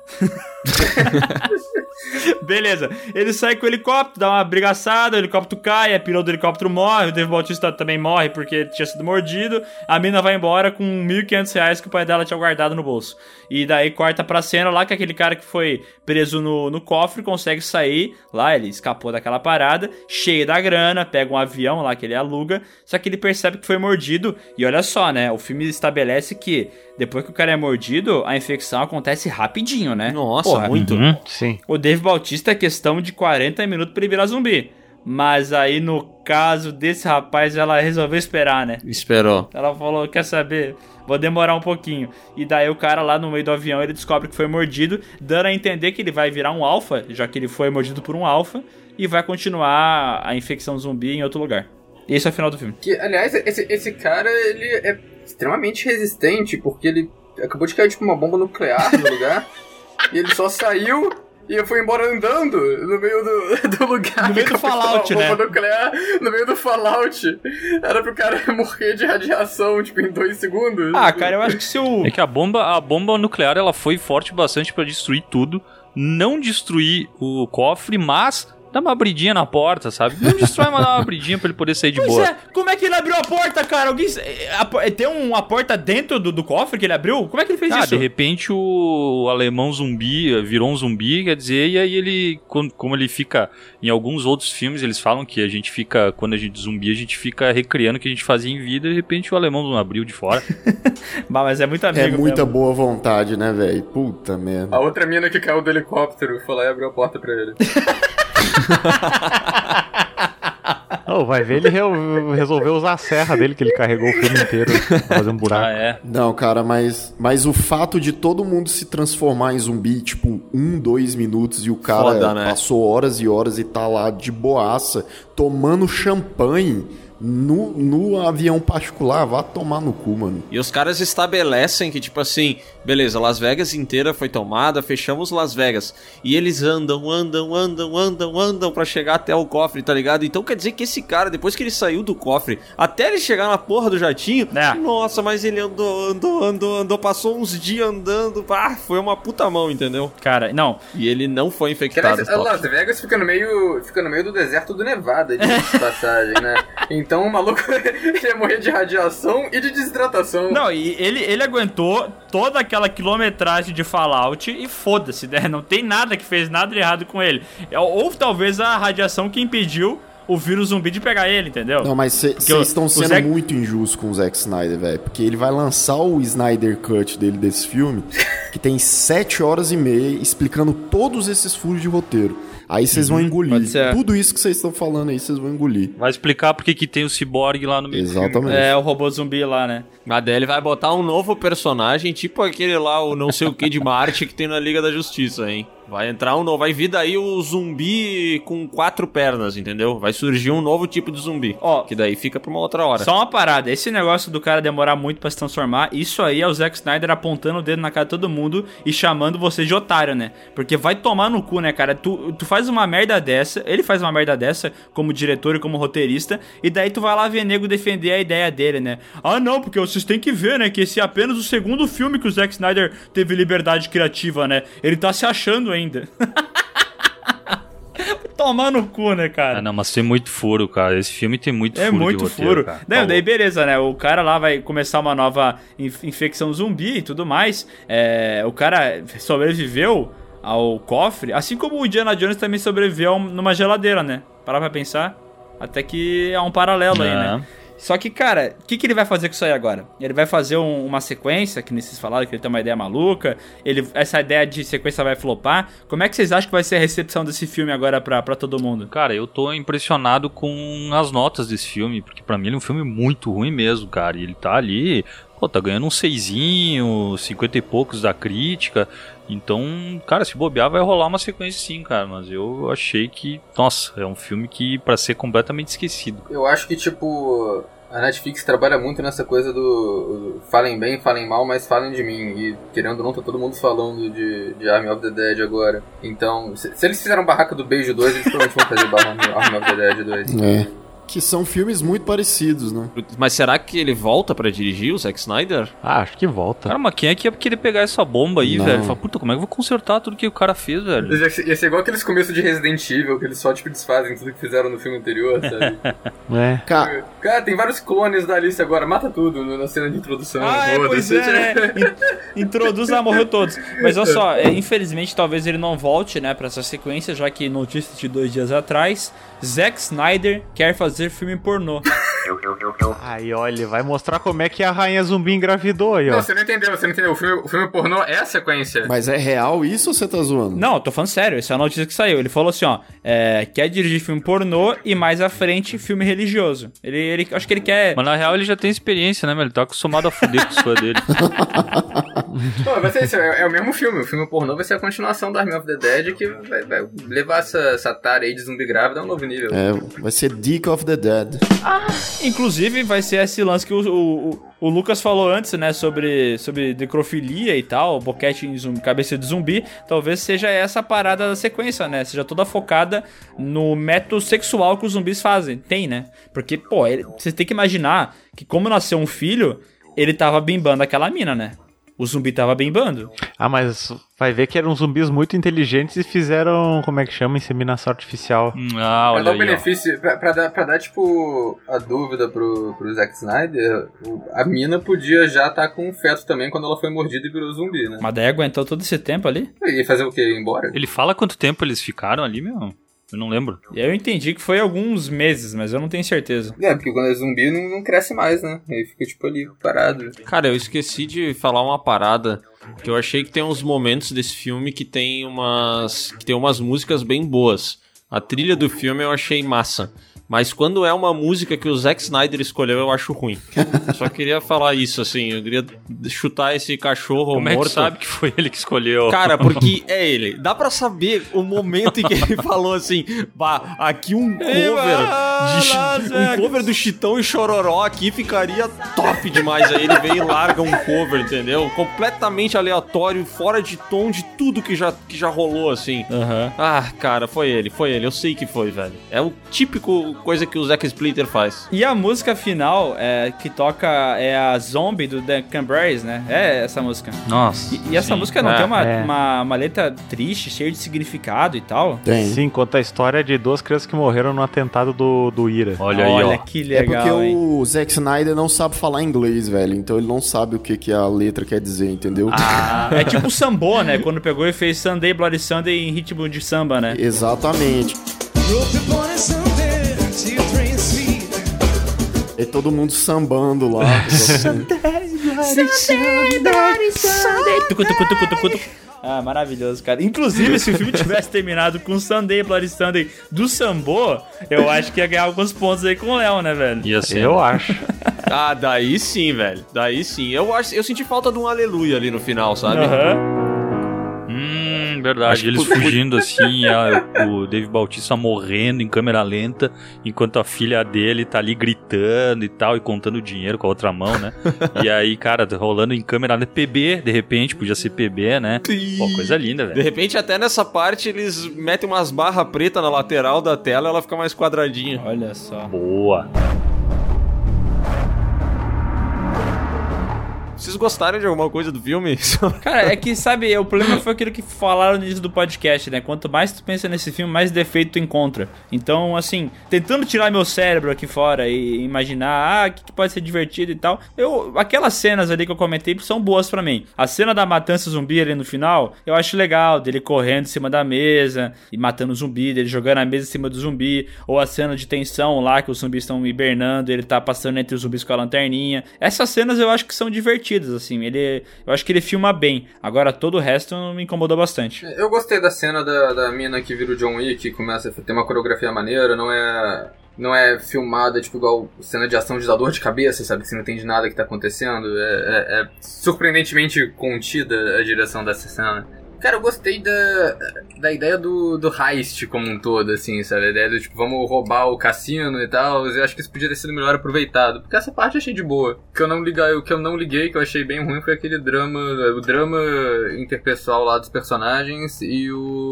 Beleza, ele sai com o helicóptero, dá uma brigaçada, o helicóptero cai, a piloto do helicóptero morre, o Dave Bautista também morre porque ele tinha sido mordido, a mina vai embora com R$1.500 que o pai dela tinha guardado no bolso. E daí corta pra cena lá que aquele cara que foi preso no cofre consegue sair, lá ele escapou daquela parada, cheio da grana, pega um avião lá que ele aluga, só que ele percebe que foi mordido, e olha só, né, o filme estabelece que depois que o cara é mordido, a infecção acontece rapidinho, né?
Nossa, muito.
Sim.
O Dave Bautista é questão de 40 minutos pra ele virar zumbi. Mas aí, no caso desse rapaz, ela resolveu esperar, né?
Esperou.
Ela falou, quer saber? Vou demorar um pouquinho. E daí o cara lá no meio do avião, ele descobre que foi mordido, dando a entender que ele vai virar um alfa, já que ele foi mordido por um alfa, e vai continuar a infecção zumbi em outro lugar. E esse é o final do filme.
Que, aliás, esse cara, ele é extremamente resistente, porque ele acabou de cair tipo uma bomba nuclear no lugar, e ele só saiu e foi embora andando no meio do lugar.
No meio do Fallout, né?
Bomba nuclear, no meio do Fallout. Era pro cara morrer de radiação, tipo, em 2 segundos.
Ah, cara, eu acho que se o...
É que a bomba nuclear, ela foi forte bastante pra destruir tudo, não destruir o cofre, mas... dá uma abridinha na porta, sabe? Não destrói, mas dá uma abridinha pra ele poder sair de boa.
É, como é que ele abriu a porta, cara? Alguém... Tem uma porta dentro do cofre que ele abriu? Como é que ele fez isso?
De repente o alemão zumbi virou um zumbi, quer dizer, e aí ele, como ele fica... Em alguns outros filmes eles falam que a gente fica, quando a gente zumbi, a gente fica recriando o que a gente fazia em vida, e de repente o alemão não abriu de fora.
Mas é muito amigo.
É muita boa vontade, né, velho? Puta merda.
A outra mina que caiu do helicóptero foi lá e abriu a porta pra ele.
Vai ver, ele resolveu usar a serra dele, que ele carregou o filme inteiro pra fazer um buraco.
Não, cara, mas o fato de todo mundo se transformar em zumbi, tipo, 1-2 minutos, e o cara
foda, né?
Passou horas e horas e tá lá de boaça, tomando champanhe no avião particular, vá tomar no cu, mano.
E os caras estabelecem que, tipo assim, beleza, Las Vegas inteira foi tomada, fechamos Las Vegas. E eles andam pra chegar até o cofre, tá ligado? Então quer dizer que esse cara, depois que ele saiu do cofre, até ele chegar na porra do jatinho, nossa, mas ele andou, passou uns dias andando, foi uma puta mão, entendeu?
Cara, não.
E ele não foi infectado.
Las Vegas fica no meio do deserto do Nevada, de passagem, né? Então o maluco ia morrer de radiação e de desidratação.
Não, e ele aguentou toda aquela quilometragem de Fallout e foda-se, né? Não tem nada que fez nada de errado com ele. Ou talvez a radiação que impediu o vírus zumbi de pegar ele, entendeu?
Não, mas vocês estão sendo muito injustos com o Zack Snyder, velho. Porque ele vai lançar o Snyder Cut dele desse filme, que tem 7 horas e meia explicando todos esses furos de roteiro. Aí vocês vão engolir. Tudo isso que vocês estão falando aí, vocês vão engolir.
Vai explicar porque que tem o Cyborg lá no meio.
Exatamente.
É, o robô zumbi lá, né?
Mas daí ele vai botar um novo personagem, tipo aquele lá, o não sei o que de Marte que tem na Liga da Justiça, hein? Vai entrar um novo, vai vir daí o zumbi com 4 pernas, entendeu? Vai surgir um novo tipo de zumbi.
Ó,
que daí fica pra uma outra hora.
Só uma parada, esse negócio do cara demorar muito pra se transformar, isso aí é o Zack Snyder apontando o dedo na cara de todo mundo e chamando você de otário, né? Porque vai tomar no cu, né, cara? Tu faz uma merda dessa, ele faz uma merda dessa como diretor e como roteirista, e daí tu vai lá ver nego defender a ideia dele, né? Ah, não, porque vocês têm que ver, né, que esse é apenas o segundo filme que o Zack Snyder teve liberdade criativa, né? Ele tá se achando ainda. Tomar no cu, né, cara?
Não, mas tem muito furo, cara. Esse filme tem muito furo. É
muito furo. Não, daí beleza, né? O cara lá vai começar uma nova infecção zumbi e tudo mais. O cara sobreviveu ao cofre, assim como o Indiana Jones também sobreviveu numa geladeira, né? Parar pra pensar. Até que há um paralelo aí, né? Só que, cara, o que ele vai fazer com isso aí agora? Ele vai fazer uma sequência, que vocês falaram que ele tem uma ideia maluca, essa ideia de sequência vai flopar. Como é que vocês acham que vai ser a recepção desse filme agora pra todo mundo?
Cara, eu tô impressionado com as notas desse filme, porque pra mim ele é um filme muito ruim mesmo, cara. E ele tá ali, tá ganhando um 6zinho, 50 e poucos da crítica. Então, cara, se bobear vai rolar uma sequência sim, cara. Mas eu achei que, nossa, é um filme que pra ser completamente esquecido.
Eu acho que, tipo, a Netflix trabalha muito nessa coisa do falem bem, falem mal, mas falem de mim. E, querendo ou não, tá todo mundo falando de Army of the Dead agora. Então, se eles fizeram Barraca do Beijo 2, eles provavelmente vão fazer Army of the Dead 2.
Que são filmes muito parecidos, né?
Mas será que ele volta pra dirigir, o Zack Snyder?
Acho que volta.
Cara, mas quem é que ia querer pegar essa bomba aí, velho? Fala, puta, como é que eu vou consertar tudo que o cara fez, velho?
Ia ser igual aqueles começos de Resident Evil, que eles só, tipo, desfazem tudo que fizeram no filme anterior, sabe? Cara, tem vários clones da Alice agora, mata tudo na cena de introdução.
Pois é, né? Introduz lá, morreu todos. Mas olha só, infelizmente talvez ele não volte, né, pra essa sequência, já que notícia de 2 dias atrás, Zack Snyder quer fazer filme pornô.
Aí, olha, ele vai mostrar como é que a rainha zumbi engravidou aí, ó.
Não, você não entendeu. O filme pornô é a sequência.
Mas é real isso ou você tá zoando?
Não, eu tô falando sério, essa é a notícia que saiu. Ele falou assim, ó, quer dirigir filme pornô e mais à frente filme religioso. Ele acho que ele quer...
Mas na real ele já tem experiência, né, meu? Ele tá acostumado a fuder com os fãs dele.
Pô, vai ser isso, é o mesmo filme. O filme pornô vai ser a continuação da Army of the Dead, que vai levar essa tara aí de zumbi grávida a um novo nível.
Vai ser Dick of the Dead.
Inclusive vai ser esse lance que o Lucas falou antes, né, sobre necrofilia e tal, boquete em zumbi, cabeça de zumbi. Talvez seja essa parada da sequência, né, seja toda focada no método sexual que os zumbis fazem. Tem, né, porque, pô, você tem que imaginar que como nasceu um filho, ele tava bimbando aquela mina, né. O zumbi tava bimbando.
Mas vai ver que eram zumbis muito inteligentes e fizeram, como é que chama, inseminação artificial.
Olha pra dar o benefício, pra dar, tipo, a dúvida pro Zack Snyder, a mina podia já estar com um feto também quando ela foi mordida e virou zumbi, né?
Mas daí aguentou todo esse tempo ali?
E ia fazer o quê? Ir embora?
Ele fala quanto tempo eles ficaram ali, meu? Eu não lembro.
Eu entendi que foi alguns meses, mas eu não tenho certeza.
Porque quando é zumbi não cresce mais, né? Aí fica tipo ali, parado.
Cara, eu esqueci de falar uma parada que eu achei que tem uns momentos desse filme que tem umas músicas bem boas. A trilha do filme eu achei massa. Mas quando é uma música que o Zack Snyder escolheu, eu acho ruim. Só queria falar isso, assim. Eu queria chutar esse cachorro
morto. Como é que sabe que foi ele que escolheu?
Cara, porque é ele. Dá pra saber o momento em que ele falou assim, bah, aqui um cover do Chitão e Chororó aqui ficaria top demais. Aí ele vem e larga um cover, entendeu? Completamente aleatório, fora de tom de tudo que já rolou, assim. Ah, cara, foi ele. Eu sei que foi, velho. É o típico coisa que o Zack Splitter faz.
E a música final que toca é a Zombie do The Cranberries, né? É essa música.
Nossa.
E essa música não tem uma letra triste, cheia de significado e tal?
Tem. Sim, conta a história de 2 crianças que morreram no atentado do Ira.
Olha aí, ó. Que legal,
porque o Zack Snyder não sabe falar inglês, velho. Então ele não sabe o que a letra quer dizer, entendeu?
É tipo o Sambô, né? Quando pegou e fez Sunday Bloody Sunday em ritmo de samba, né?
Exatamente. E todo mundo sambando lá.
Ah, maravilhoso, cara. Inclusive, se o filme tivesse terminado com Sunday Bloody Sunday do Sambô, eu acho que ia ganhar alguns pontos aí com o Léo, né, velho?
Eu acho.
Ah, daí sim, velho. Daí sim. Eu senti falta de um aleluia ali no final, sabe?
Verdade, eles fugindo assim, o Dave Bautista morrendo em câmera lenta, enquanto a filha dele tá ali gritando e tal, e contando dinheiro com a outra mão, né? E aí, cara, rolando em câmera lenta, PB, de repente, podia ser PB, né? Pô, coisa linda, velho.
De repente, até nessa parte, eles metem umas barras pretas na lateral da tela e ela fica mais quadradinha.
Olha só.
Boa.
Vocês gostaram de alguma coisa do filme?
Cara, é que, sabe, o problema foi aquilo que falaram no início do podcast, né? Quanto mais tu pensa nesse filme, mais defeito tu encontra. Então, assim, tentando tirar meu cérebro aqui fora e imaginar, o que pode ser divertido e tal, aquelas cenas ali que eu comentei são boas pra mim. A cena da matança zumbi ali no final, eu acho legal, dele correndo em cima da mesa e matando o zumbi, dele jogando a mesa em cima do zumbi, ou a cena de tensão lá, que os zumbis estão hibernando, ele tá passando entre os zumbis com a lanterninha. Essas cenas eu acho que são divertidas, assim, eu acho que ele filma bem. Agora, todo o resto me incomodou bastante.
Eu gostei da cena da mina que vira o John Wick, que começa a ter uma coreografia maneira, não é filmada, tipo, igual cena de ação de dar dor de cabeça, sabe? Que você não entende nada que tá acontecendo. É surpreendentemente contida a direção dessa cena. Cara, eu gostei da ideia do heist como um todo, assim, sabe? A ideia do, tipo, vamos roubar o cassino e tal. Eu acho que isso podia ter sido melhor aproveitado. Porque essa parte eu achei de boa. O que eu não liguei, que eu achei bem ruim, foi aquele o drama interpessoal lá dos personagens e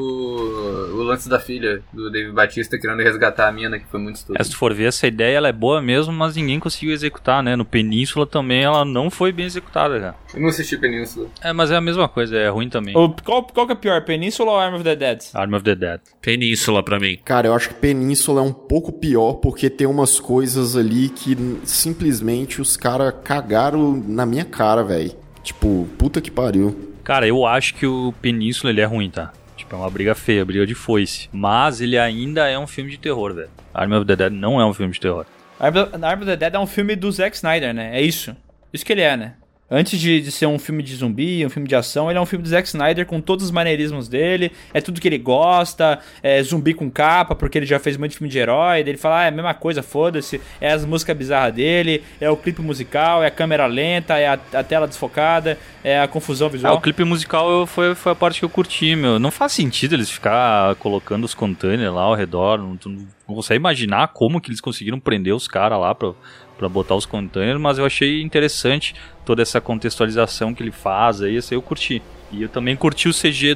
o lance da filha do Dave Bautista querendo resgatar a mina, que foi muito estúpido.
Se tu for ver, essa ideia ela é boa mesmo, mas ninguém conseguiu executar, né? No Península também ela não foi bem executada, cara.
Eu não assisti Península.
Mas é a mesma coisa, é ruim também.
Qual que é pior, Península ou Arm of the Dead?
Arm of the Dead.
Península pra mim.
Cara, eu acho que Península é um pouco pior, porque tem umas coisas ali que simplesmente os caras cagaram na minha cara, velho. Tipo, puta que pariu.
Cara, eu acho que o Península ele é ruim, tá? Tipo, é uma briga feia, briga de foice. Mas ele ainda é um filme de terror, velho. Arm of the Dead não é um filme de terror.
Arm of the Dead é um filme do Zack Snyder, né? É isso. Isso que ele é, né? Antes de ser um filme de zumbi, um filme de ação, ele é um filme do Zack Snyder com todos os maneirismos dele, é tudo que ele gosta, é zumbi com capa, porque ele já fez muito filme de herói, ele fala, é a mesma coisa, foda-se, é as músicas bizarras dele, é o clipe musical, é a câmera lenta, é a tela desfocada, é a confusão visual.
O clipe musical foi a parte que eu curti, meu. Não faz sentido eles ficar colocando os containers lá ao redor, não consegue imaginar como que eles conseguiram prender os caras lá pra botar os containers, mas eu achei interessante toda essa contextualização que ele faz aí, isso aí eu curti. E eu também curti o CG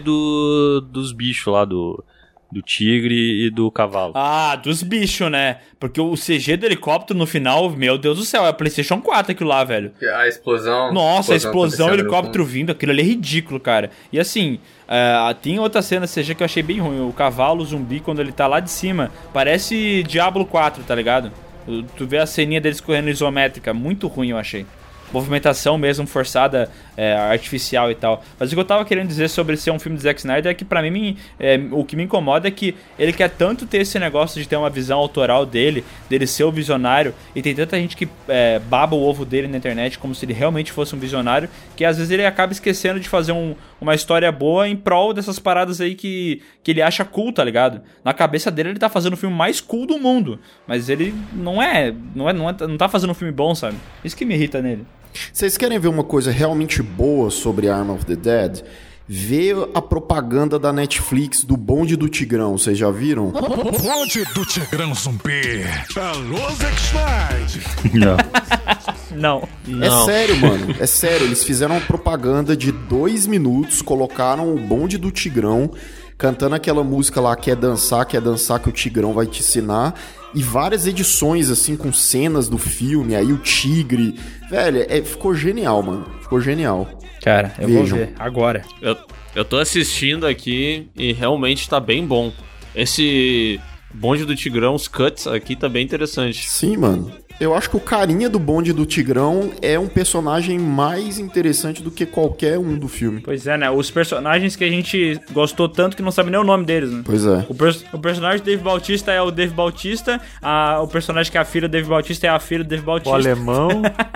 dos bichos lá, do tigre e do cavalo.
Ah, dos bichos, né? Porque o CG do helicóptero no final, meu Deus do céu, é PlayStation 4 aquilo lá, velho.
A explosão.
Nossa, a explosão, o helicóptero vindo, aquilo ali é ridículo, cara. E assim, tem outra cena CG que eu achei bem ruim. O cavalo zumbi, quando ele tá lá de cima, parece Diablo 4, tá ligado? Tu vê a ceninha deles correndo isométrica, muito ruim eu achei. Movimentação mesmo forçada, artificial e tal. Mas o que eu tava querendo dizer sobre ser um filme de Zack Snyder é que pra mim, o que me incomoda é que ele quer tanto ter esse negócio de ter uma visão autoral dele ser o visionário, e tem tanta gente que baba o ovo dele na internet como se ele realmente fosse um visionário, que às vezes ele acaba esquecendo de fazer uma história boa em prol dessas paradas aí que ele acha cool, tá ligado? Na cabeça dele ele tá fazendo o filme mais cool do mundo, mas ele não tá fazendo um filme bom, sabe? Isso que me irrita nele.
Vocês querem ver uma coisa realmente boa sobre Arm of the Dead? Vê a propaganda da Netflix do Bonde do Tigrão, vocês já viram?
Bonde do Tigrão zumbi. Alô, Zack Snyder.
Não.
Não.
É sério, mano. É sério. Eles fizeram uma propaganda de 2 minutos, colocaram o Bonde do Tigrão cantando aquela música lá, quer dançar que o Tigrão vai te ensinar. E várias edições, assim, com cenas do filme, aí o tigre. Velho, ficou genial, mano. Ficou genial.
Cara, eu vou ver agora.
Eu tô assistindo aqui e realmente tá bem bom. Esse Bonde do Tigrão, os cuts aqui, tá bem interessante.
Sim, mano. Eu acho que o carinha do Bonde do Tigrão é um personagem mais interessante do que qualquer um do filme.
Pois é, né? Os personagens que a gente gostou tanto que não sabe nem o nome deles, né?
Pois é.
O personagem do Dave Bautista é o Dave Bautista, o personagem que é a filha do Dave Bautista é a filha do Dave Bautista.
O alemão.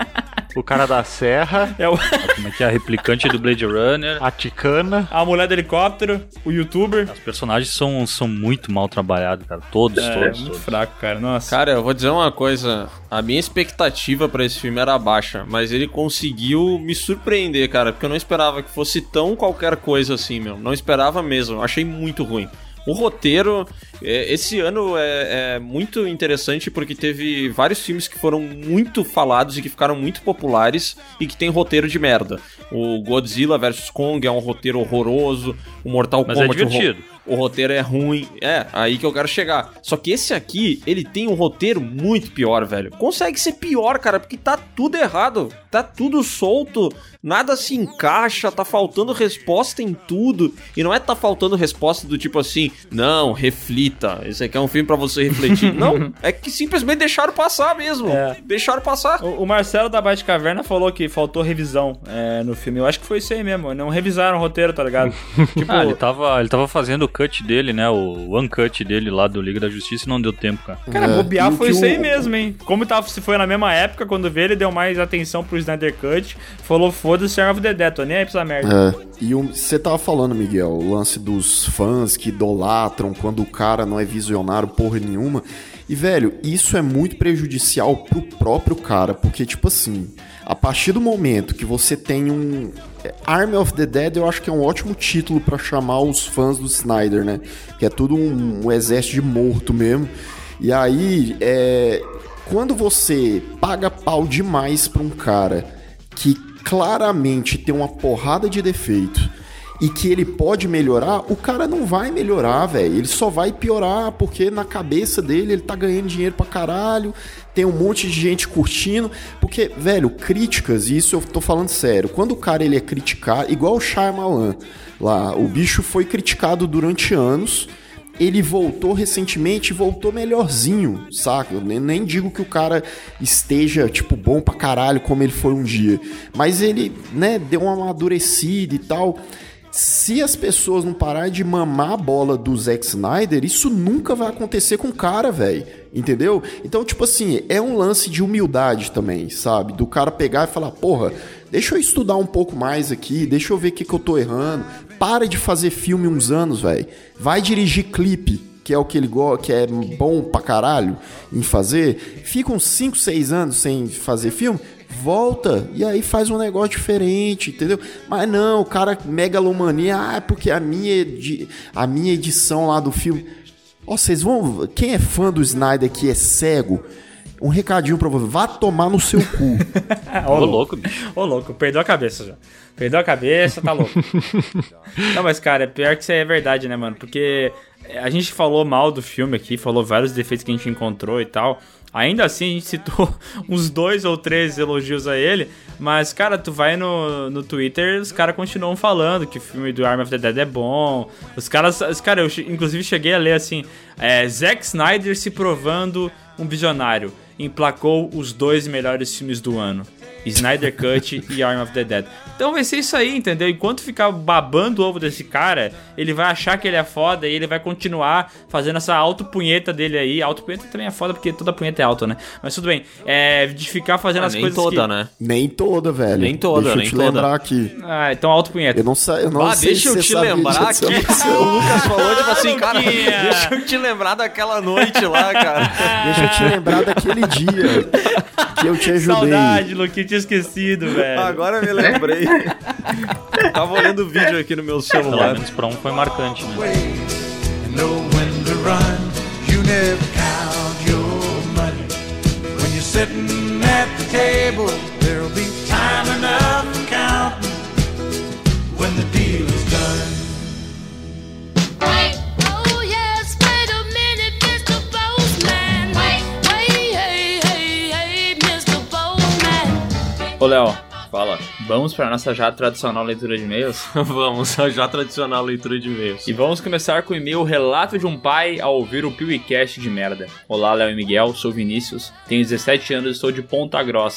o cara da serra,
Como é que é? A replicante do Blade Runner.
a ticana.
A mulher do helicóptero, o youtuber.
Os personagens são muito mal trabalhados, cara. Todos.
Muito fraco, cara. Nossa.
Cara, eu vou dizer uma coisa. A minha expectativa pra esse filme era baixa, mas ele conseguiu me surpreender, cara, porque eu não esperava que fosse tão qualquer coisa assim, meu. Não esperava mesmo. Eu achei muito ruim. O roteiro, esse ano é muito interessante porque teve vários filmes que foram muito falados e que ficaram muito populares e que tem roteiro de merda. O Godzilla vs Kong é um roteiro horroroso, o Mortal Kombat...
Mas é divertido.
O roteiro é ruim, aí que eu quero chegar. Só que esse aqui, ele tem um roteiro muito pior, velho. Consegue ser pior, cara, porque tá tudo errado. Tá tudo solto, nada se encaixa, tá faltando resposta em tudo. E não é tá faltando resposta do tipo assim, não, reflita, esse aqui é um filme pra você refletir. Não, é que simplesmente deixaram passar mesmo. Deixaram passar.
O Marcelo da Batcaverna falou que faltou revisão no filme. Eu acho que foi isso aí mesmo. Não revisaram o roteiro, tá ligado?
Tipo, ele tava fazendo o cut dele, né? O one cut dele lá do Liga da Justiça e não deu tempo, cara.
Cara, bobear foi isso aí mesmo, hein? Como se foi na mesma época, quando veio, ele deu mais atenção pro Snyder Cut. Falou, foda-se, Arm of the Dead, tô nem aí pra essa merda.
E você tava falando, Miguel, o lance dos fãs que idolatram quando o cara não é visionário porra nenhuma. E, velho, isso é muito prejudicial pro próprio cara, porque, tipo assim, a partir do momento que você tem um... Army of the Dead eu acho que é um ótimo título pra chamar os fãs do Snyder, né? Que é tudo um exército de morto mesmo. E aí, quando você paga pau demais pra um cara que claramente tem uma porrada de defeito e que ele pode melhorar, o cara não vai melhorar, velho. Ele só vai piorar, porque na cabeça dele ele tá ganhando dinheiro pra caralho, tem um monte de gente curtindo. Porque, velho, críticas, e isso eu tô falando sério, quando o cara ele é criticado, igual o Shyamalan lá, o bicho foi criticado durante anos, ele voltou recentemente, voltou melhorzinho, saca? Eu nem digo que o cara esteja, tipo, bom pra caralho como ele foi um dia, mas ele, né, deu uma amadurecida e tal. Se as pessoas não pararem de mamar a bola do Zack Snyder, isso nunca vai acontecer com o cara, velho. Entendeu? Então, tipo assim, é um lance de humildade também, sabe? Do cara pegar e falar, porra, deixa eu estudar um pouco mais aqui, deixa eu ver o que eu tô errando. Para de fazer filme uns anos, velho. Vai dirigir clipe, que é o que ele gosta, que é bom pra caralho em fazer. Fica uns 5, 6 anos sem fazer filme, volta e aí faz um negócio diferente, entendeu? Mas não, o cara megalomania, é porque a minha edição lá do filme... Ó, vocês vão... Quem é fã do Snyder que é cego, um recadinho pra você, vá tomar no seu cu.
Ô louco, bicho. Ô louco, perdeu a cabeça já. Perdeu a cabeça, tá louco. Não, mas cara, pior que isso aí é verdade, né, mano? Porque a gente falou mal do filme aqui, falou vários defeitos que a gente encontrou e tal. Ainda assim, a gente citou uns 2 ou 3 elogios a ele, mas, cara, tu vai no Twitter, os caras continuam falando que o filme do Army of the Dead é bom. Cara, eu inclusive cheguei a ler assim, Zack Snyder se provando um visionário, emplacou os 2 melhores filmes do ano, Snyder Cut e Army of the Dead. Então vai ser isso aí, entendeu? Enquanto ficar babando o ovo desse cara, ele vai achar que ele é foda e ele vai continuar fazendo essa auto-punheta dele aí. Auto-punheta também é foda porque toda punheta é alta, né? Mas tudo bem. De ficar fazendo as coisas
toda,
que...
né?
Nem toda, velho.
Nem toda,
Deixa eu te lembrar aqui.
Então auto-punheta.
Eu não sei
deixa eu te lembrar que o Lucas falou, tipo assim, cara, deixa eu te lembrar daquela noite lá, cara.
Deixa eu te lembrar daquele dia que eu te ajudei.
Saudade, Luquinha, tinha esquecido, velho.
Agora eu me lembrei. Tava olhando o vídeo aqui no meu celular.
Pelo menos pra um foi marcante, né?
Ô, Léo, fala. Vamos para a nossa já tradicional leitura de e-mails?
Vamos, a já tradicional leitura de e-mails.
E vamos começar com o e-mail Relato de um pai ao ouvir o PewCast de merda. Olá, Léo e Miguel, sou Vinícius, tenho 17 anos e sou de Ponta Grossa.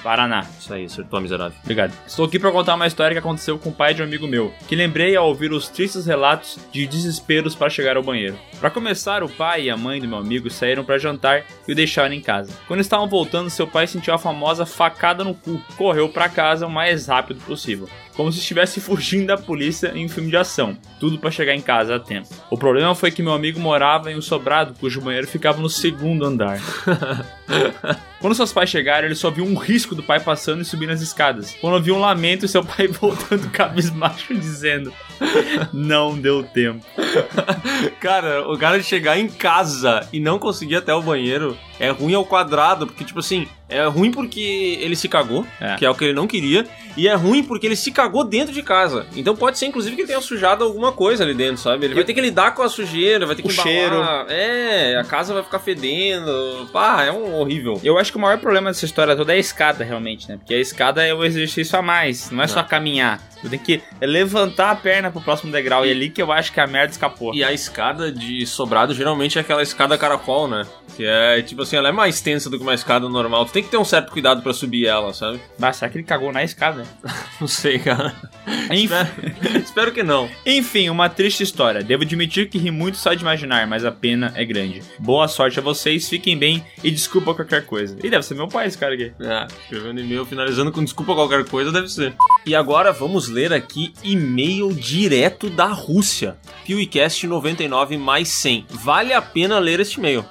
Paraná.
Isso aí, acertou, miserável.
Obrigado. Estou aqui para contar uma história que aconteceu com o pai de um amigo meu, que lembrei ao ouvir os tristes relatos de desesperos para chegar ao banheiro. Para começar, o pai e a mãe do meu amigo saíram para jantar e o deixaram em casa. Quando estavam voltando, seu pai sentiu a famosa facada no cu. Correu para casa o mais rápido possível, como se estivesse fugindo da polícia em um filme de ação. Tudo para chegar em casa a tempo. O problema foi que meu amigo morava em um sobrado cujo banheiro ficava no 2º andar. Quando seus pais chegaram, ele só viu um risco do pai passando e subindo as escadas. Quando viu um lamento e seu pai voltando cabisbaixo dizendo: não deu tempo.
Cara, o cara de chegar em casa e não conseguir ir até o banheiro é ruim ao quadrado, porque tipo assim, é ruim porque ele se cagou, que é o que ele não queria, e é ruim porque ele se cagou dentro de casa. Então pode ser inclusive que ele tenha sujado alguma coisa ali dentro, sabe? Ele vai ter que lidar com a sujeira, vai ter que embalar, cheiro. A casa vai ficar fedendo. Pá, é horrível.
Eu acho que o maior problema dessa história toda é a escada, realmente, né? Porque a escada é o exercício a mais, não é só caminhar. Tu tem que levantar a perna pro próximo degrau, e é ali que eu acho que a merda escapou.
E a escada de sobrado geralmente é aquela escada caracol, né? Que é, tipo assim, ela é mais tensa do que uma escada normal. Tu tem que ter um certo cuidado pra subir ela, sabe?
Mas será que ele cagou na escada?
Não sei, cara. Espero que não.
Enfim, uma triste história. Devo admitir que ri muito só de imaginar, mas a pena é grande. Boa sorte a vocês, fiquem bem e desculpa qualquer coisa. E deve ser meu pai esse cara aqui.
Escrevendo e-mail, finalizando com desculpa qualquer coisa, deve ser. E agora vamos ler aqui e-mail direto da Rússia. PewCast 99 mais 100. Vale a pena ler este e-mail.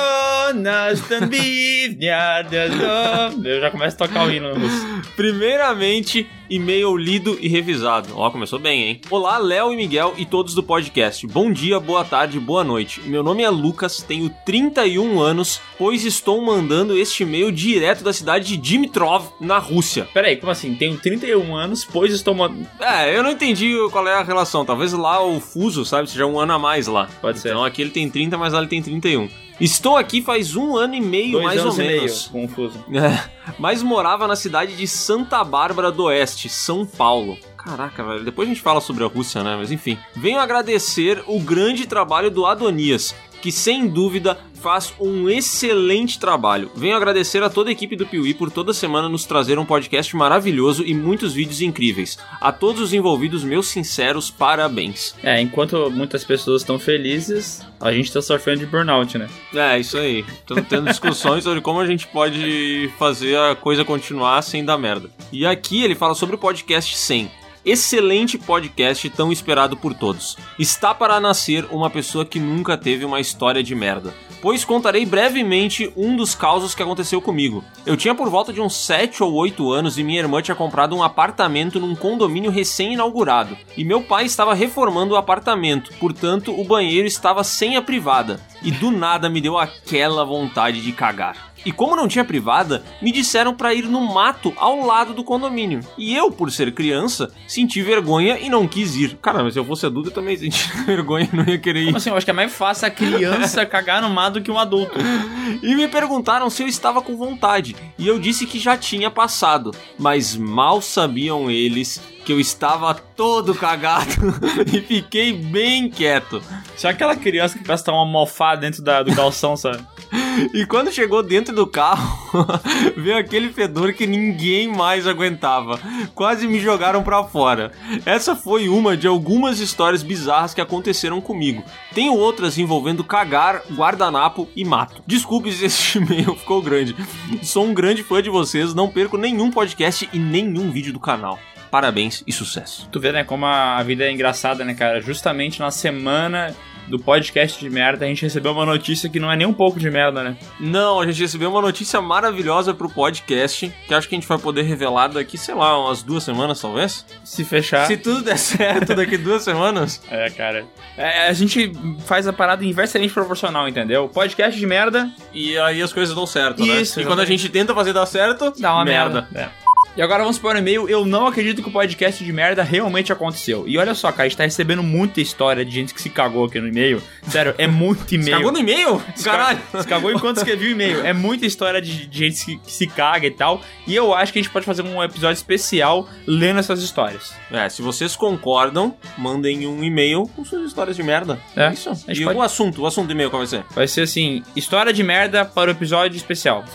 Eu já começo a tocar o hino russo.
Primeiramente, e-mail lido e revisado. Ó, começou bem, hein? Olá, Léo e Miguel e todos do podcast. Bom dia, boa tarde, boa noite. Meu nome é Lucas, tenho 31 anos, pois estou mandando este e-mail direto da cidade de Dimitrov, na Rússia.
Peraí, como assim? Tenho 31 anos, pois estou mandando...
Eu não entendi qual é a relação. Talvez lá o fuso, sabe, seja um ano a mais lá.
Pode ser.
Então aqui ele tem 30, mas lá ele tem 31. Estou aqui faz 1 ano e meio,
2
mais
anos
ou
e
menos.
Meio, confuso.
Mas morava na cidade de Santa Bárbara do Oeste, São Paulo. Caraca, velho, depois a gente fala sobre a Rússia, né? Mas enfim. Venho agradecer o grande trabalho do Adonias, que sem dúvida faz um excelente trabalho. Venho agradecer a toda a equipe do Piuí por toda semana nos trazer um podcast maravilhoso e muitos vídeos incríveis. A todos os envolvidos, meus sinceros parabéns.
Enquanto muitas pessoas estão felizes, a gente tá sofrendo de burnout, né?
Isso aí. Estamos tendo discussões sobre como a gente pode fazer a coisa continuar sem dar merda. E aqui ele fala sobre o podcast 100. Excelente podcast tão esperado por todos. Está para nascer uma pessoa que nunca teve uma história de merda, pois contarei brevemente um dos causos que aconteceu comigo. Eu tinha por volta de uns 7 ou 8 anos e minha irmã tinha comprado um apartamento num condomínio recém-inaugurado, e meu pai estava reformando o apartamento, portanto o banheiro estava sem a privada, e do nada me deu aquela vontade de cagar. E como não tinha privada, me disseram para ir no mato ao lado do condomínio. E eu, por ser criança, senti vergonha e não quis ir. Cara, mas se eu fosse adulto eu também senti vergonha e não ia querer ir.
Como assim? Eu acho que é mais fácil a criança cagar no mato do que um adulto.
E me perguntaram se eu estava com vontade. E eu disse que já tinha passado. Mas mal sabiam eles que eu estava todo cagado e fiquei bem quieto.
Só aquela criança que parece estar uma almofada dentro do calção, sabe?
E quando chegou dentro do carro, veio aquele fedor que ninguém mais aguentava. Quase me jogaram pra fora. Essa foi uma de algumas histórias bizarras que aconteceram comigo. Tenho outras envolvendo cagar, guardanapo e mato. Desculpe se esse e-mail ficou grande. Sou um grande fã de vocês, não perco nenhum podcast e nenhum vídeo do canal. Parabéns e sucesso.
Tu vê, né, como a vida é engraçada, né, cara? Justamente na semana do podcast de merda, a gente recebeu uma notícia que não é nem um pouco de merda, né?
Não, a gente recebeu uma notícia maravilhosa pro podcast, que acho que a gente vai poder revelar daqui, sei lá, umas 2 semanas, talvez?
Se fechar.
Se tudo der certo daqui 2 semanas.
Cara. A gente faz a parada inversamente proporcional, entendeu? Podcast de merda.
E aí as coisas dão certo, né?
Isso.
E quando a gente tenta fazer dar certo,
dá uma merda. E agora vamos para o e-mail. Eu não acredito que o podcast de merda realmente aconteceu. E olha só, cara, a gente tá recebendo muita história de gente que se cagou aqui no e-mail. Sério, é muito e-mail.
Se cagou no e-mail? Caralho.
Se cagou enquanto escreveu o e-mail. É muita história de gente que se caga e tal. E eu acho que a gente pode fazer um episódio especial lendo essas histórias.
Se vocês concordam, mandem um e-mail com suas histórias de merda.
É
isso.
E
o assunto do e-mail qual vai ser?
Vai ser assim, história de merda para o episódio especial. Sei lá.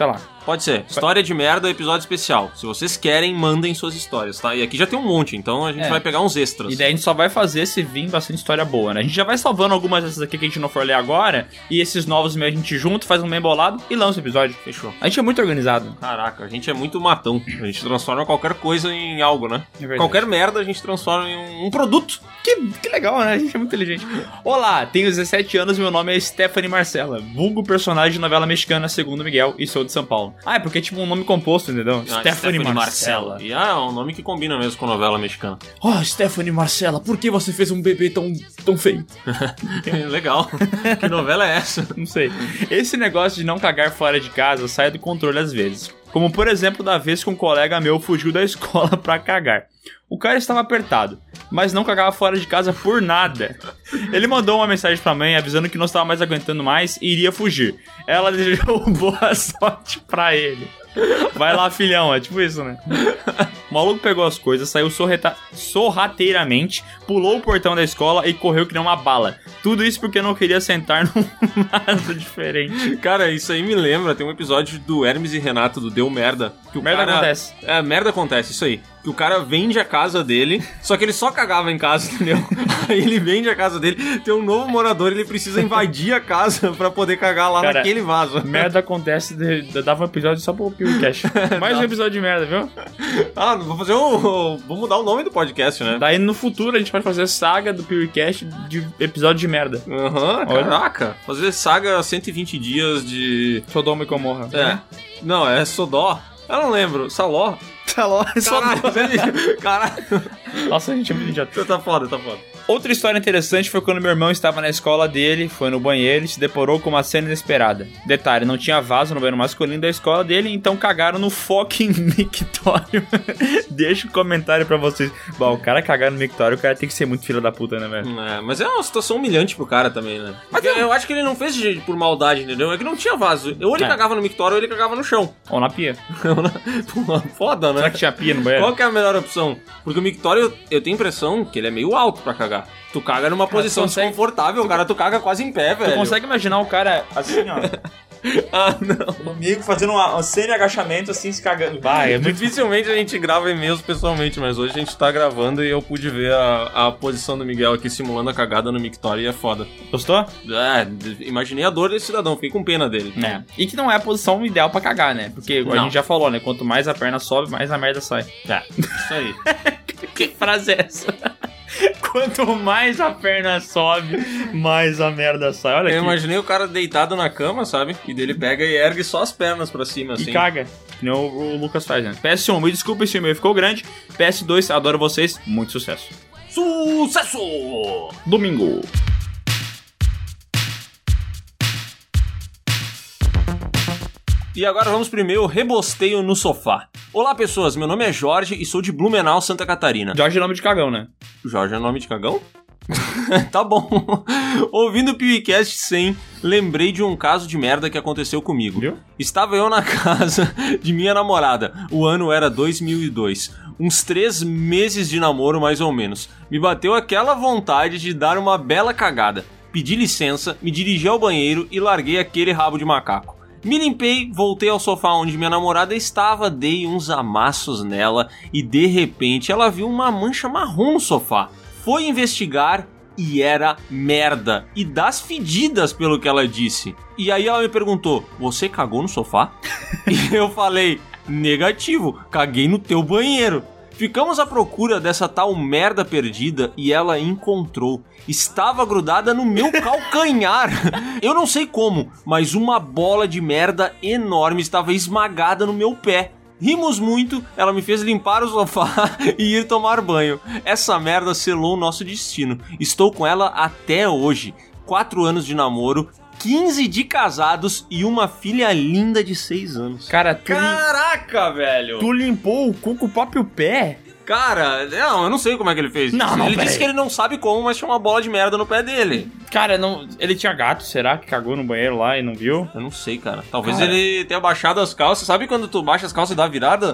Pode ser. História de merda, episódio especial. Se vocês querem, mandem suas histórias, tá? E aqui já tem um monte, então a gente vai pegar uns extras.
E daí a gente só vai fazer se vir bastante história boa, né? A gente já vai salvando algumas dessas aqui que a gente não for ler agora, e esses novos meio a gente junta, faz um bem bolado e lança o episódio.
Fechou.
A gente é muito organizado.
Caraca, a gente é muito matão. A gente transforma qualquer coisa em algo, né? Qualquer merda a gente transforma em um produto.
Que legal, né? A gente é muito inteligente. Olá, tenho 17 anos e meu nome é Stephanie Marcela, vulgo personagem de novela mexicana, segundo Miguel, e sou de São Paulo. Ah, é porque é tipo um nome composto, entendeu?
Stephanie Marcela. E é um nome que combina mesmo com novela mexicana.
Oh, Stephanie Marcela, por que você fez um bebê tão feio?
Legal. Que novela é essa?
Não sei. Esse negócio de não cagar fora de casa sai do controle às vezes. Como por exemplo da vez que um colega meu fugiu da escola pra cagar. O cara estava apertado, mas não cagava fora de casa por nada. Ele mandou uma mensagem pra mãe avisando que não estava mais aguentando mais e iria fugir. Ela desejou boa sorte pra ele. Vai lá, filhão, é tipo isso, né? O maluco pegou as coisas, saiu sorrateiramente, pulou o portão da escola e correu que nem uma bala. Tudo isso porque não queria sentar num vaso diferente.
Cara, isso aí me lembra, tem um episódio do Hermes e Renato, do Deu Merda. Que o
merda acontece.
É, merda acontece, isso aí. Que o cara vende a casa dele, só que ele só cagava em casa, entendeu? Aí ele vende a casa dele, tem um novo morador, ele precisa invadir a casa pra poder cagar lá, cara, naquele vaso.
Merda acontece, dava um episódio só pro PewCast. Mais um episódio de merda, viu?
Ah, vou fazer vou mudar o nome do podcast, né?
Daí no futuro a gente pode fazer saga do PewCast de episódio de merda.
Caraca. Fazer saga 120 dias de...
Sodoma e Gomorra.
É. Não, é Sodó. Eu não lembro. Saló. Caralho.
Nossa, a gente é muito idiota.
Tá foda.
Outra história interessante foi quando meu irmão estava na escola dele, foi no banheiro e se deparou com uma cena inesperada. Detalhe, não tinha vaso no banheiro masculino da escola dele, então cagaram no fucking mictório. Deixa um comentário pra vocês. Bom, o cara cagar no mictório, o cara tem que ser muito filho da puta, né, velho?
É, mas é uma situação humilhante pro cara também, né? Mas eu acho que ele não fez por maldade, entendeu? É que não tinha vaso. Ou ele cagava no mictório ou ele cagava no chão.
Ou na pia.
Foda, né?
Será que tinha pia no banheiro?
Qual que é a melhor opção? Porque o mictório, eu tenho a impressão que ele é meio alto pra cagar. Tu caga numa posição desconfortável, cara. Tu caga quase em pé, velho.
Tu consegue imaginar o cara assim, ó...
Ah, não.
Comigo fazendo um semi-agachamento assim, se cagando. Vai,
Dificilmente a gente grava e-mails pessoalmente, mas hoje a gente tá gravando e eu pude ver a posição do Miguel aqui simulando a cagada no mictório e é foda.
Gostou?
É, imaginei a dor desse cidadão, fiquei com pena dele.
É. E que não é a posição ideal pra cagar, né? Porque a gente já falou, né? Quanto mais a perna sobe, mais a merda sai.
É, isso aí.
Que frase é essa? Quanto mais a perna sobe, mais a merda sai. Olha aqui.
Eu imaginei o cara deitado na cama, sabe? E dele pega e ergue só as pernas pra cima, assim.
E caga. Que nem o Lucas faz, né? PS1, me desculpa, esse e-mail ficou grande. PS2, adoro vocês. Muito sucesso.
Sucesso!
Domingo.
E agora vamos pro e-mail Rebosteio no Sofá. Olá, pessoas. Meu nome é Jorge e sou de Blumenau, Santa Catarina.
Jorge é nome de cagão, né?
Jorge é nome de cagão? Tá bom. Ouvindo o PewCast 100, lembrei de um caso de merda que aconteceu comigo.
Viu?
Estava eu na casa de minha namorada. O ano era 2002. Uns 3 meses de namoro, mais ou menos. Me bateu aquela vontade de dar uma bela cagada. Pedi licença, me dirigi ao banheiro e larguei aquele rabo de macaco. Me limpei, voltei ao sofá onde minha namorada estava, dei uns amassos nela e de repente ela viu uma mancha marrom no sofá. Foi investigar e era merda. E das fedidas pelo que ela disse. E aí ela me perguntou, você cagou no sofá? E eu falei, negativo, caguei no teu banheiro. Ficamos à procura dessa tal merda perdida e ela encontrou. Estava grudada no meu calcanhar. Eu não sei como, mas uma bola de merda enorme estava esmagada no meu pé. Rimos muito, ela me fez limpar o sofá e ir tomar banho. Essa merda selou o nosso destino. Estou com ela até hoje. 4 anos de namoro, 15 de casados e uma filha linda de 6 anos.
Cara,
Caraca, velho!
Tu limpou o cu com o próprio pé?
Cara, não, eu não sei como é que ele fez. Ele disse que ele não sabe como, mas tinha uma bola de merda no pé dele.
Cara, não, ele tinha gato, será que cagou no banheiro lá e não viu?
Eu não sei, cara. Talvez ele tenha baixado as calças. Sabe quando tu baixa as calças e dá a virada?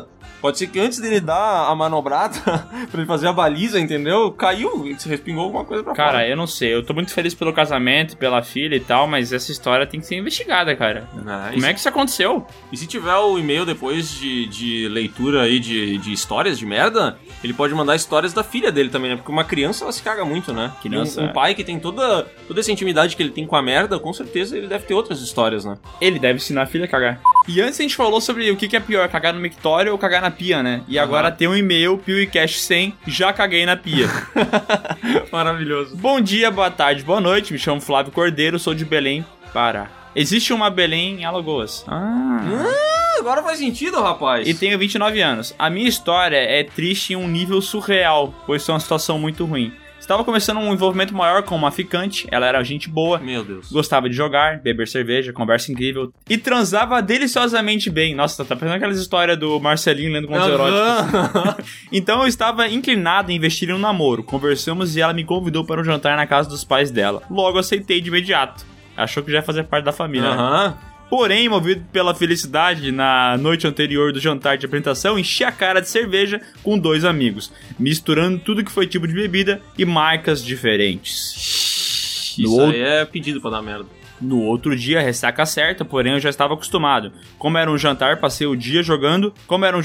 Pode ser que antes dele dar a manobrada pra ele fazer a baliza, entendeu? Caiu e se respingou alguma coisa pra fora.
Cara, eu não sei. Eu tô muito feliz pelo casamento, pela filha e tal, mas essa história tem que ser investigada, cara. Como é que isso aconteceu?
E se tiver o e-mail depois de leitura aí de histórias de merda, ele pode mandar histórias da filha dele também, né? Porque uma criança, ela se caga muito, né? Um pai que tem toda essa intimidade que ele tem com a merda, com certeza ele deve ter outras histórias, né?
Ele deve ensinar a filha a cagar. E antes a gente falou sobre o que é pior, cagar no mictório ou cagar na pia, né? E agora tem um e-mail, PewCast 100, já caguei na pia.
Maravilhoso.
Bom dia, boa tarde, boa noite, me chamo Flávio Cordeiro, sou de Belém, Pará. Existe uma Belém em Alagoas.
Agora faz sentido, rapaz.
E tenho 29 anos. A minha história é triste em um nível surreal, pois foi uma situação muito ruim. Estava começando um envolvimento maior com uma ficante, ela era gente boa,
meu Deus,
gostava de jogar, beber cerveja, conversa incrível, e transava deliciosamente bem. Nossa, tá pensando aquelas histórias do Marcelinho lendo contos eróticos. Então eu estava inclinado em investir em um namoro, conversamos e ela me convidou para um jantar na casa dos pais dela. Logo aceitei de imediato. Achou que já ia fazer parte da família, né? Porém, movido pela felicidade, na noite anterior do jantar de apresentação, enchi a cara de cerveja com 2 amigos, misturando tudo que foi tipo de bebida e marcas diferentes.
Isso aí é pedido pra dar merda.
No outro dia, ressaca certa, porém eu já estava acostumado. Como era um jantar, passei o dia jogando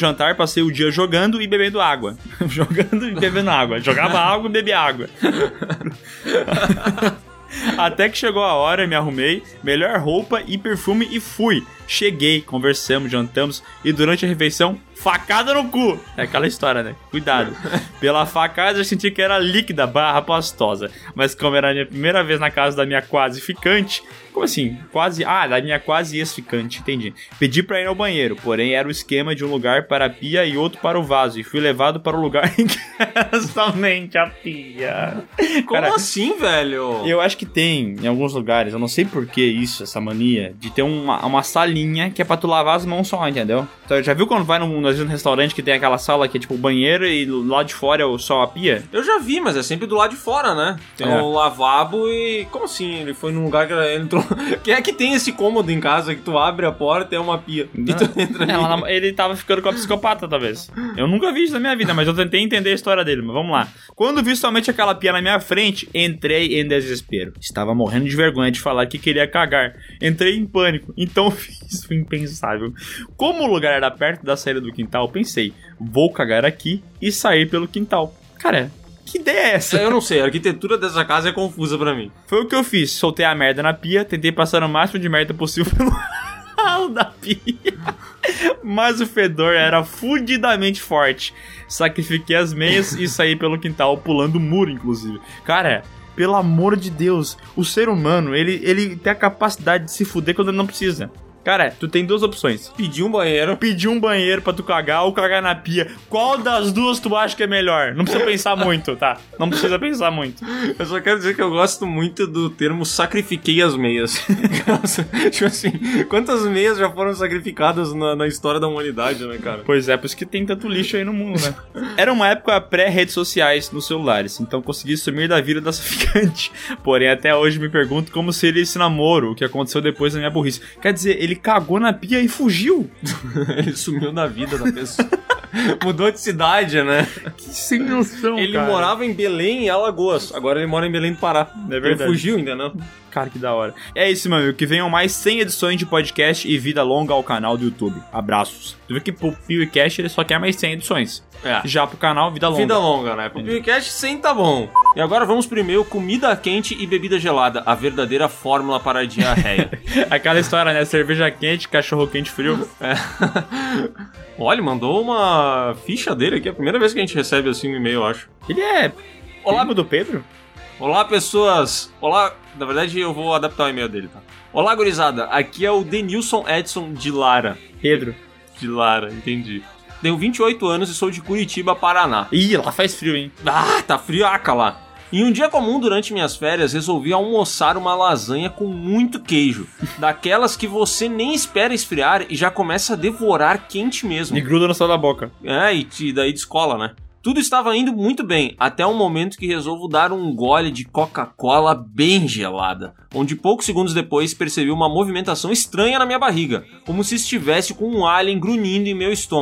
e bebendo água. Jogando e bebendo água. Jogava água e bebia água. Até que chegou a hora, me arrumei, melhor roupa e perfume e fui. Cheguei, conversamos, jantamos e durante a refeição, facada no cu. É aquela história, né? Cuidado. Pela facada eu senti que era líquida barra pastosa. Mas como era a minha primeira vez na casa da minha quase ficante... Como assim? Quase... da minha quase ex-ficante, entendi. Pedi pra ir ao banheiro, porém era o esquema de um lugar para a pia e outro para o vaso. E fui levado para o lugar em que era somente a pia.
Como assim, velho?
Eu acho que tem em alguns lugares, eu não sei por que isso, essa mania, de ter uma salinha que é pra tu lavar as mãos só, entendeu? Então, já viu quando vai num restaurante que tem aquela sala que é tipo o banheiro e lá de fora é só a pia?
Eu já vi, mas é sempre do lado de fora, né? Tem um lavabo e... Como assim? Ele foi num lugar que ele entrou... Quem é que tem esse cômodo em casa que tu abre a porta e é uma pia? E tu entra ali?
Ele tava ficando com a psicopata, talvez. Eu nunca vi isso na minha vida, mas eu tentei entender a história dele. Mas vamos lá. Quando vi somente aquela pia na minha frente, entrei em desespero. Estava morrendo de vergonha de falar que queria cagar. Entrei em pânico. Então fiz o impensável. Como o lugar era perto da saída do quintal, pensei, vou cagar aqui e sair pelo quintal. Cara... Que ideia é essa?
Eu não sei, a arquitetura dessa casa é confusa pra mim.
Foi o que eu fiz, soltei a merda na pia, tentei passar o máximo de merda possível pelo ralo da pia. Mas o fedor era fudidamente forte. Sacrifiquei as meias e saí pelo quintal, pulando o muro, inclusive. Cara, pelo amor de Deus, o ser humano, ele tem a capacidade de se fuder quando ele não precisa. Cara, tu tem 2 opções. Pedir um banheiro pra tu cagar ou cagar na pia. Qual das duas tu acha que é melhor? Não precisa pensar muito, tá? Não precisa pensar muito.
Eu só quero dizer que eu gosto muito do termo sacrifiquei as meias. Tipo assim, quantas meias já foram sacrificadas na história da humanidade, né, cara?
Pois é, por isso que tem tanto lixo aí no mundo, né? Era uma época pré-redes sociais nos celulares, então consegui sumir da vida dessa ficante. Porém, até hoje me pergunto como seria esse namoro, o que aconteceu depois da minha burrice. Quer dizer, ele cagou na pia e fugiu.
Ele sumiu da vida da pessoa. Mudou de cidade, né?
Que sem noção,
ele
cara.
Morava em Belém, em Alagoas. Agora ele mora em Belém do Pará.
É verdade.
Ele fugiu, entendeu?
Cara, que da hora. É isso, meu amigo. Que venham mais 100 edições de podcast e vida longa ao canal do YouTube. Abraços. Tu viu que pro PewCast ele só quer mais 100 edições. Já pro canal, vida longa.
Vida longa, né? Pro PewCast 100 tá bom. E agora vamos pro e-mail comida quente e bebida gelada. A verdadeira fórmula para a diarreia.
Aquela história, né? Cerveja quente, cachorro quente frio.
Olha, mandou uma ficha dele aqui. É a primeira vez que a gente recebe assim um e-mail, eu acho.
Ele é...
Olá,
do Pedro?
Olá, pessoas. Olá. Na verdade, eu vou adaptar o e-mail dele, tá? Olá, gurizada. Aqui é o Denilson Edson de Lara.
Pedro.
De Lara, entendi. Tenho 28 anos e sou de Curitiba, Paraná.
Ih, lá faz frio, hein?
Tá friaca lá. Em um dia comum durante minhas férias, resolvi almoçar uma lasanha com muito queijo. Daquelas que você nem espera esfriar e já começa a devorar quente mesmo.
E gruda no céu da boca.
E daí descola, né? Tudo estava indo muito bem, até o momento que resolvo dar um gole de Coca-Cola bem gelada, onde poucos segundos depois percebi uma movimentação estranha na minha barriga, como se estivesse com um alien grunhindo em meu estômago.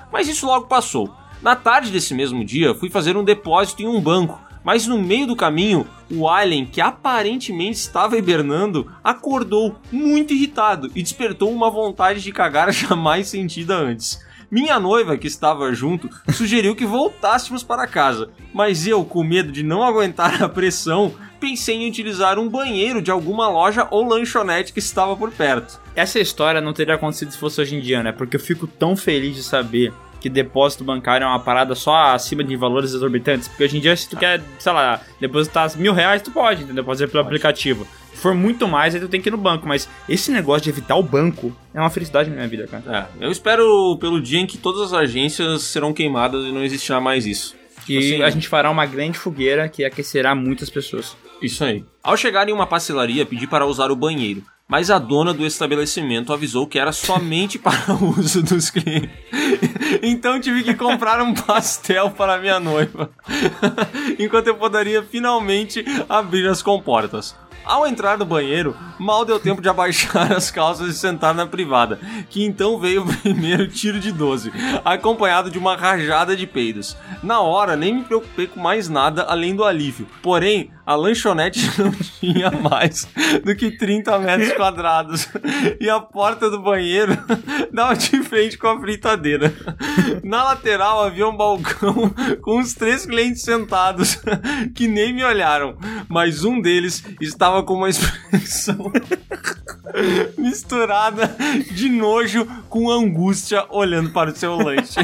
Mas isso logo passou. Na tarde desse mesmo dia, fui fazer um depósito em um banco, mas no meio do caminho, o alien, que aparentemente estava hibernando, acordou muito irritado e despertou uma vontade de cagar jamais sentida antes. Minha noiva, que estava junto, sugeriu que voltássemos para casa, mas eu, com medo de não aguentar a pressão, pensei em utilizar um banheiro de alguma loja ou lanchonete que estava por perto.
Essa história não teria acontecido se fosse hoje em dia, né? Porque eu fico tão feliz de saber que depósito bancário é uma parada só acima de valores exorbitantes. Porque hoje em dia, se tu quer, sei lá, depositar R$1.000, tu pode, entendeu? Pode ser pelo aplicativo. Se for muito mais, aí tu tem que ir no banco. Mas esse negócio de evitar o banco é uma felicidade na minha vida, cara.
Eu espero pelo dia em que todas as agências serão queimadas e não existirá mais isso.
E assim, a gente fará uma grande fogueira que aquecerá muitas pessoas.
Isso aí. Ao chegar em uma pastelaria, pedi para usar o banheiro, mas a dona do estabelecimento avisou que era somente para o uso dos clientes. Então tive que comprar um pastel para minha noiva, enquanto eu poderia finalmente abrir as comportas. Ao entrar no banheiro, mal deu tempo de abaixar as calças e sentar na privada, que então veio o primeiro tiro de 12, acompanhado de uma rajada de peidos. Na hora, nem me preocupei com mais nada além do alívio. Porém, a lanchonete não tinha mais do que 30 metros quadrados e a porta do banheiro dava de frente com a fritadeira. Na lateral havia um balcão com os 3 clientes sentados que nem me olharam, mas um deles estava com uma expressão misturada de nojo com angústia olhando para o seu lanche.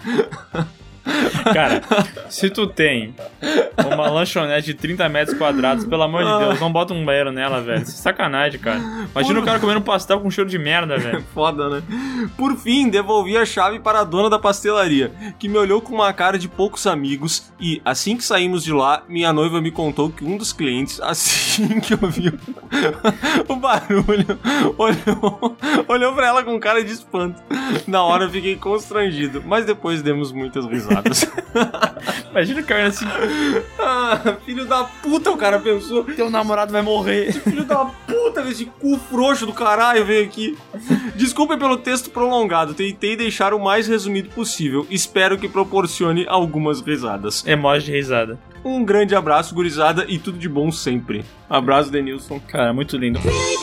Cara, se tu tem uma lanchonete de 30 metros quadrados, pelo amor de Deus, não bota um banheiro nela, velho. Isso é sacanagem, cara. Imagina o cara comendo um pastel com cheiro de merda, velho.
Foda, né? Por fim, devolvi a chave para a dona da pastelaria, que me olhou com uma cara de poucos amigos e, assim que saímos de lá, minha noiva me contou que um dos clientes, assim que ouviu o barulho, olhou pra ela com cara de espanto. Na hora eu fiquei constrangido, mas depois demos muitas risadas.
Imagina o cara assim.
Filho da puta, o cara pensou.
Teu namorado vai morrer.
Esse filho da puta, esse cu frouxo do caralho veio aqui. Desculpem pelo texto prolongado, tentei deixar o mais resumido possível. Espero que proporcione algumas risadas.
Emoji de risada.
Um grande abraço, gurizada, e tudo de bom sempre. Abraço, Denilson.
Cara, muito lindo.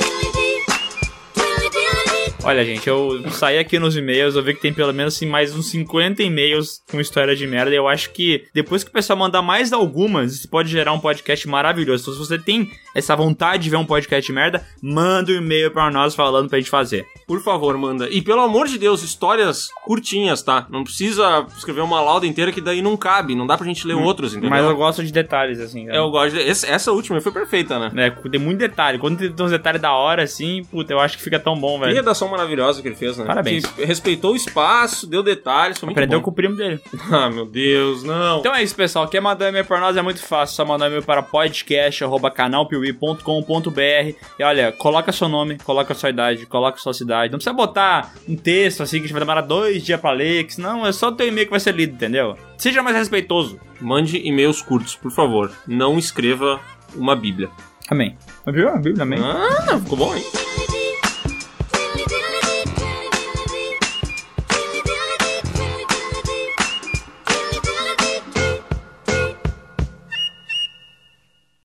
Olha, gente, eu saí aqui nos e-mails, eu vi que tem pelo menos assim, mais uns 50 e-mails com história de merda. E eu acho que depois que o pessoal mandar mais algumas, isso pode gerar um podcast maravilhoso. Então, se você tem essa vontade de ver um podcast de merda, manda um e-mail pra nós falando pra gente fazer.
Por favor, manda. E pelo amor de Deus, histórias curtinhas, tá? Não precisa escrever uma lauda inteira que daí não cabe, não dá pra gente ler outros, entendeu?
Mas eu gosto de detalhes, assim. Cara.
Eu gosto de... Essa última foi perfeita, né?
É, tem muito detalhe. Quando tem uns detalhes da hora, assim, puta, eu acho que fica tão bom, velho.
Que redação maravilhosa que ele fez, né?
Parabéns.
Que respeitou o espaço, deu detalhes, foi muito
Aprendeu
bom.
com o primo dele.
Ah, meu Deus, não.
Então é isso, pessoal. Quer mandar e-mail pra nós? É muito fácil. Só mandar e-mail para podcast@canalpiuí.com.br. E olha, coloca seu nome, coloca sua idade, coloca sua cidade. Não precisa botar um texto assim que a gente vai demorar 2 dias pra ler, que senão é só o teu e-mail que vai ser lido, entendeu? Seja mais respeitoso.
Mande e-mails curtos, por favor. Não escreva uma bíblia.
Amém. Viu? A Bíblia, amém.
Ah, ficou bom, hein?